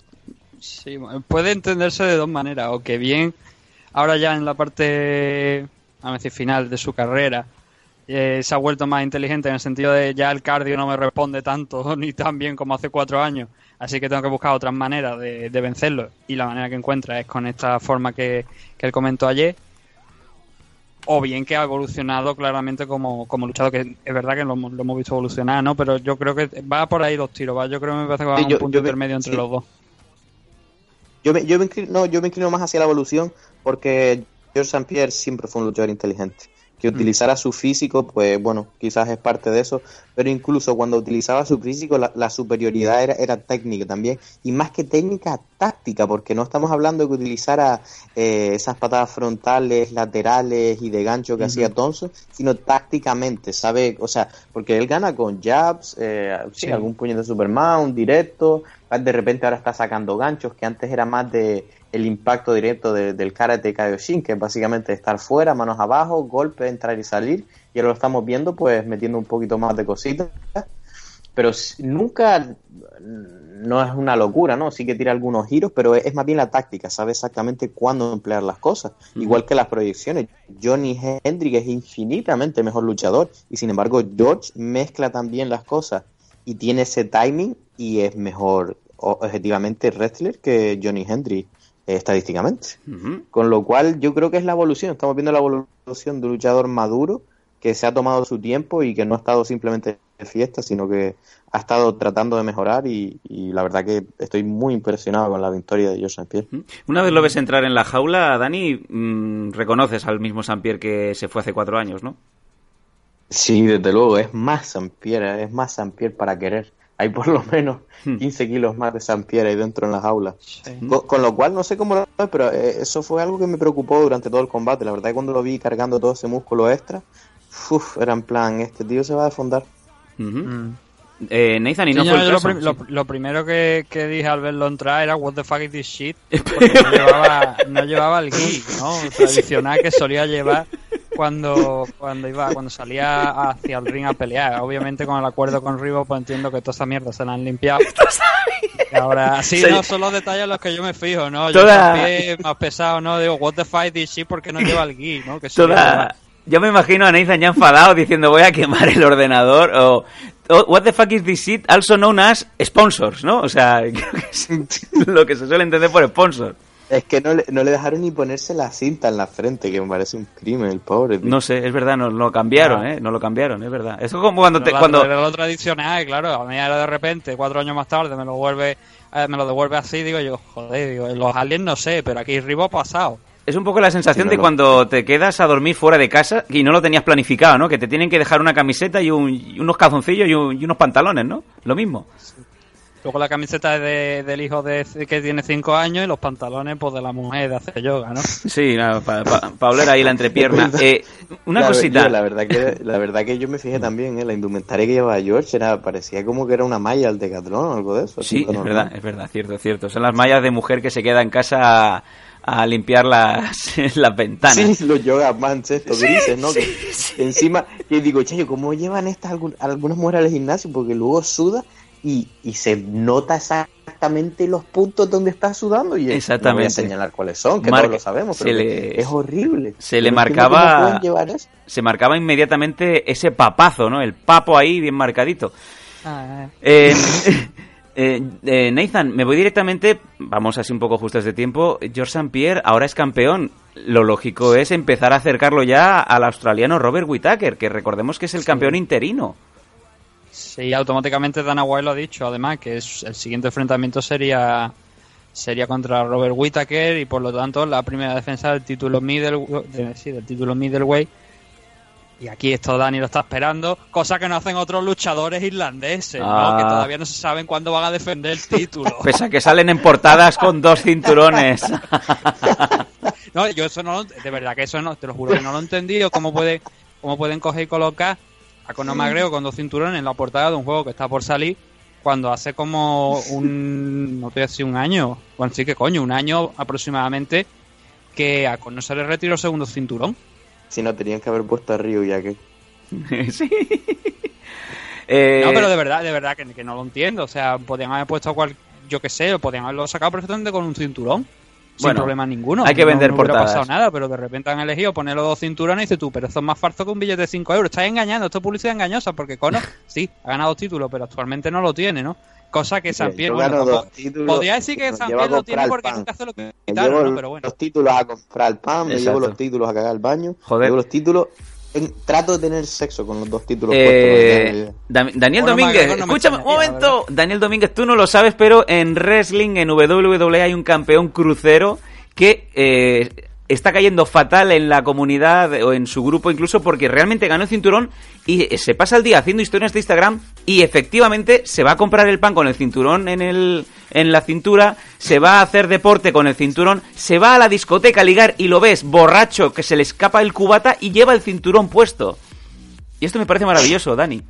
Sí, puede entenderse de dos maneras, o que bien ahora ya en la parte, a decir, final de su carrera eh, se ha vuelto más inteligente en el sentido de ya el cardio no me responde tanto ni tan bien como hace cuatro años. Así que tengo que buscar otras maneras de, de vencerlo. Y la manera que encuentra es con esta forma que, que él comentó ayer. O bien que ha evolucionado claramente como, como luchador. Que es verdad que lo, lo hemos visto evolucionar, ¿no? Pero yo creo que va por ahí dos tiros. ¿va? Yo creo que me parece que va a un punto intermedio entre sí. los dos. Yo me, yo, me inclino, no, yo me inclino más hacia la evolución porque Georges Saint-Pierre siempre fue un luchador inteligente. Que utilizara su físico, pues bueno, quizás es parte de eso, pero incluso cuando utilizaba su físico, la, la superioridad era, era técnica también, y más que técnica, táctica, porque no estamos hablando de que utilizara eh, esas patadas frontales, laterales y de gancho que uh-huh. hacía Thompson, sino tácticamente, ¿sabe? O sea, porque él gana con jabs, eh, sí, sí. algún puño de Superman, un directo, de repente ahora está sacando ganchos, que antes era más de el impacto directo de, del karate Kaioshin, que es básicamente estar fuera, manos abajo, golpe, entrar y salir, y ahora lo estamos viendo pues metiendo un poquito más de cositas, pero nunca, no es una locura, ¿no? Sí que tira algunos giros, pero es, es más bien la táctica, sabe exactamente cuándo emplear las cosas, uh-huh. igual que las proyecciones. Johnny Hendricks es infinitamente mejor luchador, y sin embargo George mezcla también las cosas, y tiene ese timing, y es mejor objetivamente wrestler que Johnny Hendricks eh, estadísticamente. Uh-huh. Con lo cual yo creo que es la evolución, estamos viendo la evolución de un luchador maduro que se ha tomado su tiempo y que no ha estado simplemente de fiesta, sino que ha estado tratando de mejorar y, y la verdad que estoy muy impresionado con la victoria de Georges Saint-Pierre. Una vez lo ves entrar en la jaula, Dani, mmm, reconoces al mismo Saint-Pierre que se fue hace cuatro años, ¿no? Sí, desde luego, es más Sampier, es más Sampier para querer. Hay por lo menos quince kilos más de Sampier ahí dentro en la jaula. Sí. Con, con lo cual, no sé cómo lo ves, pero eh, eso fue algo que me preocupó durante todo el combate. La verdad es que cuando lo vi cargando todo ese músculo extra, uf, era en plan, este tío se va a desfondar. Uh-huh. Mm. Eh, Nathan, y no sí, fue yo, el lo, caso, prim- sí. lo, lo primero que, que dije al verlo entrar era what the fuck is this shit, porque no llevaba, no llevaba el gi, ¿no? Tradicional que solía llevar cuando cuando iba cuando salía hacia el ring a pelear. Obviamente con el acuerdo con Rivo, pues entiendo que toda esa mierda se la han limpiado. Y ahora sí, sí, no son los detalles en los que yo me fijo, ¿no? Yo Toda... también más pesado, ¿no? Digo, what the fuck is this shit, porque no lleva el gi, ¿no? Que Toda... Yo me imagino a Nathan ya enfadado diciendo voy a quemar el ordenador o oh, what the fuck is this shit, also known as sponsors, ¿no? O sea, creo que es lo que se suele entender por sponsor. Es que no le, no le dejaron ni ponerse la cinta en la frente, que me parece un crimen, el pobre tío. No sé, es verdad, no, no lo cambiaron, ¿eh? No lo cambiaron, es verdad. Eso es como cuando... te, lo, cuando... Lo, lo tradicional, claro, a mí ahora de repente, cuatro años más tarde, me lo vuelve eh, me lo devuelve así, digo yo, joder, digo, los aliens no sé, pero aquí Rivo ha pasado. Es un poco la sensación sí, no, de no. cuando te quedas a dormir fuera de casa y no lo tenías planificado, ¿no? Que te tienen que dejar una camiseta y, un, y unos calzoncillos y, un, y unos pantalones, ¿no? Lo mismo. Sí. Luego la camiseta es de, del hijo de que tiene cinco años y los pantalones pues de la mujer de hacer yoga, ¿no? Sí, para pa, pa, pa oler ahí la entrepierna. Eh, una la, cosita. Yo, la verdad que la verdad que yo me fijé también, ¿eh? La indumentaria que llevaba George era, parecía como que era una malla al Decathlon o algo de eso. Sí, es verdad, es verdad, cierto, cierto. Son las mallas de mujer que se queda en casa a, a limpiar las, las ventanas. Sí, los yoga pants estos sí, grises, ¿no? Sí, que, sí. que encima, que digo, chayo, ¿cómo llevan estas algún, algunas mujeres al gimnasio? Porque luego suda y, y se nota exactamente los puntos donde está sudando y exactamente. No voy a señalar cuáles son, que Mar- todos lo sabemos, pero le, es horrible. Se pero le marcaba se marcaba inmediatamente ese papazo, ¿no? El papo ahí bien marcadito. Ah, eh. Eh, eh, eh, Nathan, me voy directamente, vamos así un poco justos de tiempo. George Saint Pierre ahora es campeón. Lo lógico es empezar a acercarlo ya al australiano Robert Whittaker, que recordemos que es el sí. campeón interino. Sí, automáticamente Dana White lo ha dicho, además, que es, el siguiente enfrentamiento sería sería contra Robert Whittaker y por lo tanto la primera defensa del título middle, de, sí, del título middleweight. Y aquí esto Dani lo está esperando, cosa que no hacen otros luchadores irlandeses, ah. ¿no? Que todavía no se saben cuándo van a defender el título. Pese a que salen en portadas con dos cinturones. No, yo eso no, de verdad que eso no, te lo juro que no lo he entendido, cómo puede, cómo pueden coger y colocar a Conor McGregor con dos cinturones en la portada de un juego que está por salir, cuando hace como un, no te voy a decir un año, bueno sí que coño, un año aproximadamente, que a Conor se le retiró el segundo cinturón. Si no, tenían que haber puesto a Ryu ya que... sí. eh... No, pero de verdad, de verdad que, que no lo entiendo. O sea, podían haber puesto a cual, yo qué sé, podían haberlo sacado perfectamente con un cinturón. Sin bueno, problema ninguno. Hay que vender no, no portadas. No hubiera pasado nada, pero de repente han elegido poner los dos cinturones y dices tú, pero esto es más farto que un billete de cinco euros. Estás engañando, esto es publicidad engañosa, porque Conor sí, ha ganado títulos, pero actualmente no lo tiene, ¿no? Cosa que Saint Pierre, bueno, podría decir que Saint Pierre lo tiene porque nunca hace lo que quitaron, ¿no? Pero bueno. Los títulos a comprar el pan, me llevo los títulos a cagar el baño, Joder. me llevo los títulos... En, trato de tener sexo con los dos títulos eh, puestos. Da- Daniel bueno, Domínguez, no escúchame un momento. Daniel Domínguez, tú no lo sabes, pero en wrestling, en W W E hay un campeón crucero que eh, está cayendo fatal en la comunidad o en su grupo incluso porque realmente ganó el cinturón y se pasa el día haciendo historias de Instagram y efectivamente se va a comprar el pan con el cinturón en el en la cintura, se va a hacer deporte con el cinturón, se va a la discoteca a ligar y lo ves borracho que se le escapa el cubata y lleva el cinturón puesto. Y esto me parece maravilloso, Dani.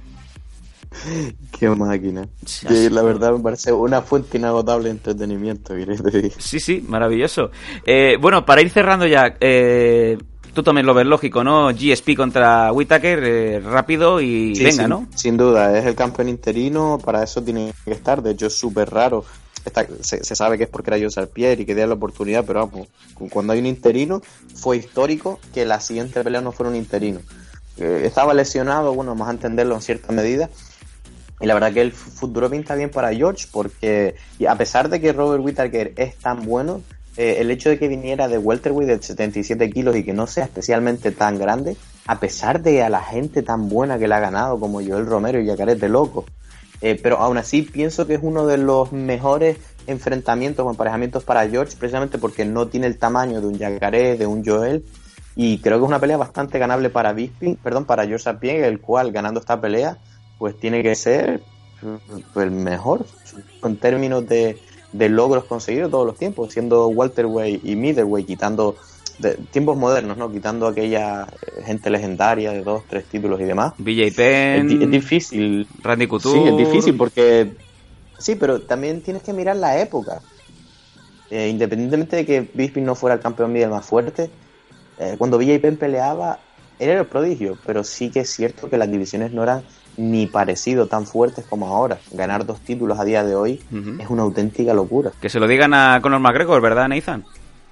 Qué máquina. Que la verdad me parece una fuente inagotable de entretenimiento. Sí, sí, maravilloso. Eh, bueno, para ir cerrando ya, eh, tú también lo ves lógico, ¿no? G S P contra Whittaker, eh, rápido y sí, venga, sin, ¿no? Sin duda, es el campeón interino, para eso tiene que estar. De hecho, es súper raro. Está, se, se sabe que es porque era George Saint Pierre y que dio la oportunidad, pero vamos, cuando hay un interino, fue histórico que la siguiente pelea no fuera un interino. Eh, estaba lesionado, bueno, vamos a entenderlo en cierta medida. Y la verdad que el futuro pinta bien para George, porque a pesar de que Robert Whittaker es tan bueno, eh, el hecho de que viniera de welterweight de setenta y siete kilos y que no sea especialmente tan grande, a pesar de a la gente tan buena que le ha ganado como Joel Romero y Yacarés de Loco, eh, pero aún así pienso que es uno de los mejores enfrentamientos o emparejamientos para George, precisamente porque no tiene el tamaño de un Yacarés, de un Joel, y creo que es una pelea bastante ganable para Bisping, perdón, para George Saint Pierre, el cual ganando esta pelea pues tiene que ser pues, el mejor en términos de, de logros conseguidos todos los tiempos, siendo welterweight y middleweight, quitando de tiempos modernos, ¿no? Quitando aquella gente legendaria de dos, tres títulos y demás. B J Penn, es, es difícil. Randy Couture. Sí, es difícil porque... Sí, pero también tienes que mirar la época. Eh, independientemente de que Bisping no fuera el campeón middle más fuerte, eh, cuando B J Penn peleaba, él era el prodigio, pero sí que es cierto que las divisiones no eran ni parecido tan fuertes como ahora. Ganar dos títulos a día de hoy uh-huh. es una auténtica locura. Que se lo digan a Conor McGregor, ¿verdad, Nathan?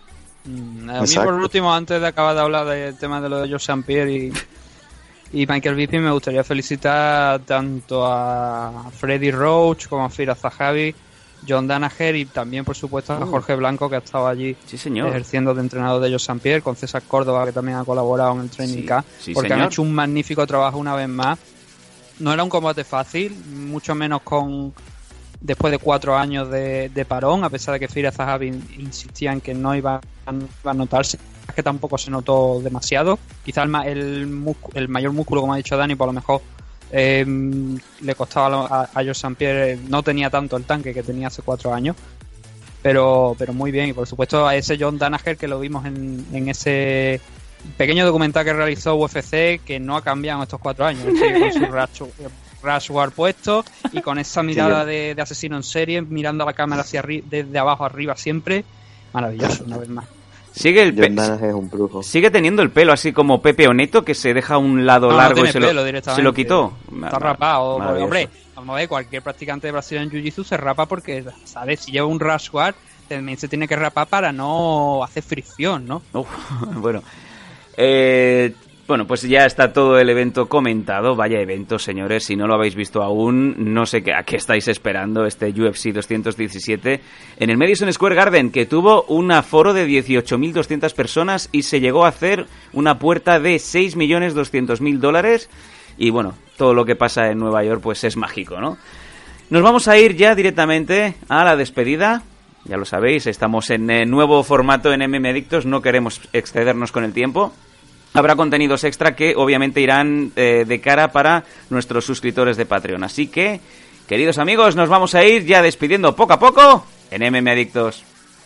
A mí, por último, antes de acabar de hablar del tema de lo de George Saint Pierre y, y Michael Bisping, me gustaría felicitar tanto a Freddie Roach como a Firas Zahavi, John Danaher y también, por supuesto, a Jorge Blanco, que ha estado allí sí, señor. ejerciendo de entrenador de George Saint Pierre, con César Córdoba, que también ha colaborado en el Training sí, Camp, sí, porque señor. han hecho un magnífico trabajo una vez más. No era un combate fácil, mucho menos con después de cuatro años de, de parón, a pesar de que Firas Zahavi insistía en que no iba a notarse, es que tampoco se notó demasiado. Quizá el, el, el mayor músculo, como ha dicho Dani, por lo mejor eh, le costaba a, a George Saint Pierre, no tenía tanto el tanque que tenía hace cuatro años, pero pero muy bien. Y por supuesto a ese John Danaher, que lo vimos en, en ese pequeño documental que realizó U F C, que no ha cambiado en estos cuatro años, con su racho Rush Guard puesto y con esa mirada de, de asesino en serie, mirando a la cámara hacia arri- desde abajo arriba siempre. Maravilloso, una vez más. Sigue el pe- es un brujo. Sigue teniendo el pelo así como Pepe Oneto, que se deja a un lado no, largo no y se, pelo, lo, se lo quitó. Está rapado. Hombre, vamos a ver, cualquier practicante de Brazilian Jiu-Jitsu se rapa porque, ¿sabes? Si lleva un Rush Guard, también se tiene que rapar para no hacer fricción, ¿no? Uf, bueno. Eh... Bueno, pues ya está todo el evento comentado. Vaya evento, señores. Si no lo habéis visto aún, no sé qué, a qué estáis esperando. Este U F C doscientos diecisiete en el Madison Square Garden, que tuvo un aforo de dieciocho mil doscientas personas y se llegó a hacer una puerta de seis millones doscientos mil dólares. Y bueno, todo lo que pasa en Nueva York pues es mágico, ¿no? Nos vamos a ir ya directamente a la despedida. Ya lo sabéis, estamos en eh, nuevo formato en M M Adictos. No queremos excedernos con el tiempo. Habrá contenidos extra que obviamente irán eh, de cara para nuestros suscriptores de Patreon. Así que, queridos amigos, nos vamos a ir ya despidiendo poco a poco en M M Adictos.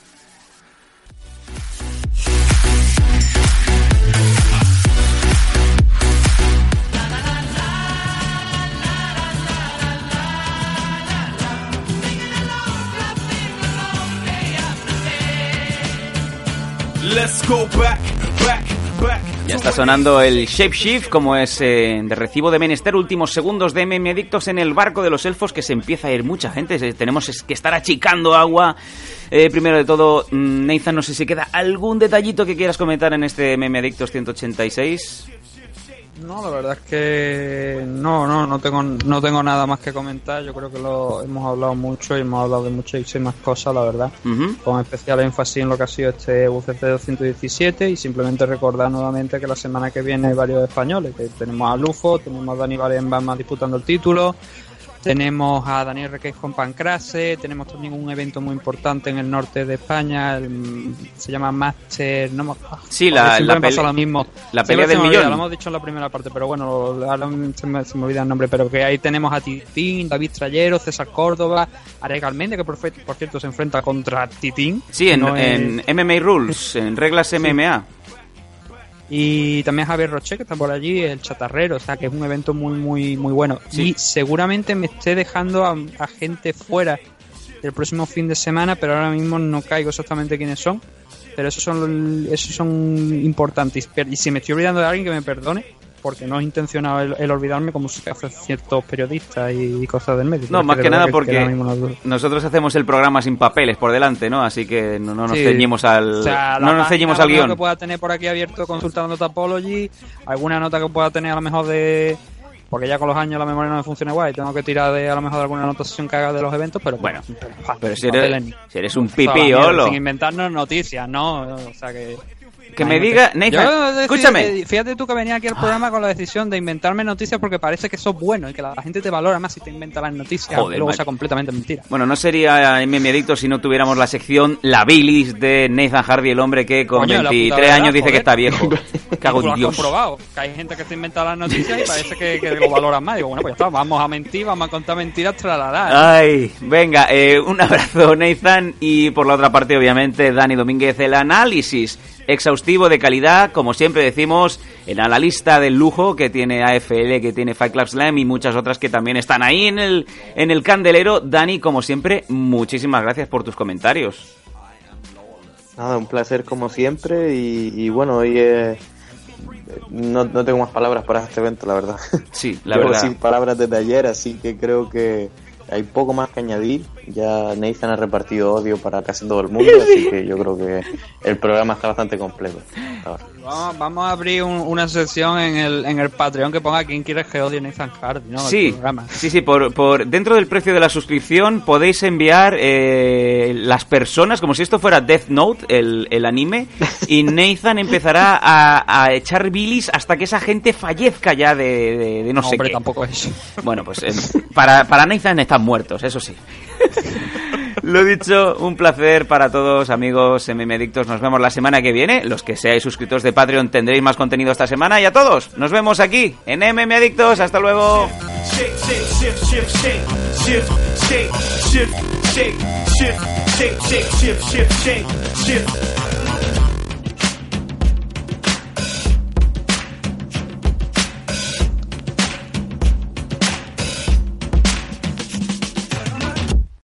Let's go back, back, back. Ya está sonando el Shapeshift, como es eh, de recibo de menester. Últimos segundos de M M Adictos en el barco de los elfos, que se empieza a ir mucha gente. Tenemos que estar achicando agua. Eh, primero de todo, Nathan, no sé si queda algún detallito que quieras comentar en este M M Adictos ciento ochenta y seis. No, la verdad es que no, no, no tengo, no tengo nada más que comentar. Yo creo que lo hemos hablado mucho y hemos hablado de muchísimas cosas, la verdad, uh-huh. con especial énfasis en lo que ha sido este U F C doscientos diecisiete, y simplemente recordar nuevamente que la semana que viene hay varios españoles, que tenemos a Lufo, tenemos a Dani Valenbama disputando el título, tenemos a Daniel Requeijo en Pancrase, tenemos también un evento muy importante en el norte de España, el, se llama Master... No me, sí, la, la, pele- lo mismo. la pelea del millón. Lo hemos dicho en la primera parte, pero bueno, ahora se me, se me olvida el nombre, pero que ahí tenemos a Titín, David Trayero, César Córdoba, Arek Almeida, que por, por cierto se enfrenta contra Titín. Sí, en, no en es... M M A Rules, en reglas sí. M M A. Y también Javier Roche, que está por allí, el chatarrero, o sea que es un evento muy muy muy bueno. Sí. Y seguramente me esté dejando a, a gente fuera del próximo fin de semana, pero ahora mismo no caigo exactamente quiénes son. Pero esos son esos son importantes. Y si me estoy olvidando de alguien, que me perdone, porque no es intencionado el, el olvidarme, como se hace ciertos periodistas y cosas del medio. No, más que nada que porque nosotros hacemos el programa sin papeles por delante, ¿no? Así que no, no nos sí. ceñimos al o sea, no nos ceñimos al guión. Que pueda tener por aquí abierto consultando Tapology, alguna nota que pueda tener a lo mejor de... Porque ya con los años la memoria no me funciona igual y tengo que tirar de a lo mejor de alguna anotación que haga de los eventos, pero bueno, pero, pero si, eres, si eres un pipí, Sin inventarnos noticias, ¿no? O sea que... que me diga, Nathan, Yo, escúchame. Fíjate tú que venía aquí al programa con la decisión de inventarme noticias porque parece que sos bueno y que la gente te valora más si te inventa las noticias. Joder, y luego macho. sea completamente mentira. Bueno, no sería M M Adicto si no tuviéramos la sección La Bilis de Nathan Hardy, el hombre que con Coño, la puta veintitrés verdad, años dice joder. que está viejo. Cago Tú lo en has Dios. comprobado, que hay gente que se inventa las noticias y parece que, que lo valoran más. Digo, bueno, pues ya está, vamos a mentir, vamos a contar mentiras, tralalá. Ay, venga, eh, un abrazo, Nathan. Y por la otra parte, obviamente, Dani Domínguez, el análisis exhaustivo de calidad, como siempre decimos, en la lista del lujo que tiene A F L, que tiene Fight Club Slam y muchas otras que también están ahí en el, en el candelero. Dani, como siempre, muchísimas gracias por tus comentarios. Nada, un placer como siempre y, y bueno, hoy eh, no, no tengo más palabras para este evento, la verdad. Sí, la Llevo verdad. sin palabras desde ayer, así que creo que hay poco más que añadir. Ya Nathan ha repartido odio para casi todo el mundo, así que yo creo que el programa está bastante completo. Ahora. Vamos, vamos a abrir un, una sección en el, en el Patreon que ponga quién quiere que odie Nathan Hardy, ¿no? Sí, El programa. sí, sí, por, por dentro del precio de la suscripción podéis enviar eh, las personas, como si esto fuera Death Note, el, el anime, y Nathan empezará a, a echar bilis hasta que esa gente fallezca ya de, de, de no, No, sé hombre, qué. tampoco es. Bueno, pues eh, para, para Nathan están muertos, eso sí. Lo dicho, un placer para todos, amigos M M Adictos. Nos vemos la semana que viene. Los que seáis suscritos de Patreon tendréis más contenido esta semana. Y a todos, nos vemos aquí en M M Adictos. Hasta luego. Shake, shake, shift, shift, shake, shift, shake, shift, shake, shift, shake, shake, shift, shift, shake, shift.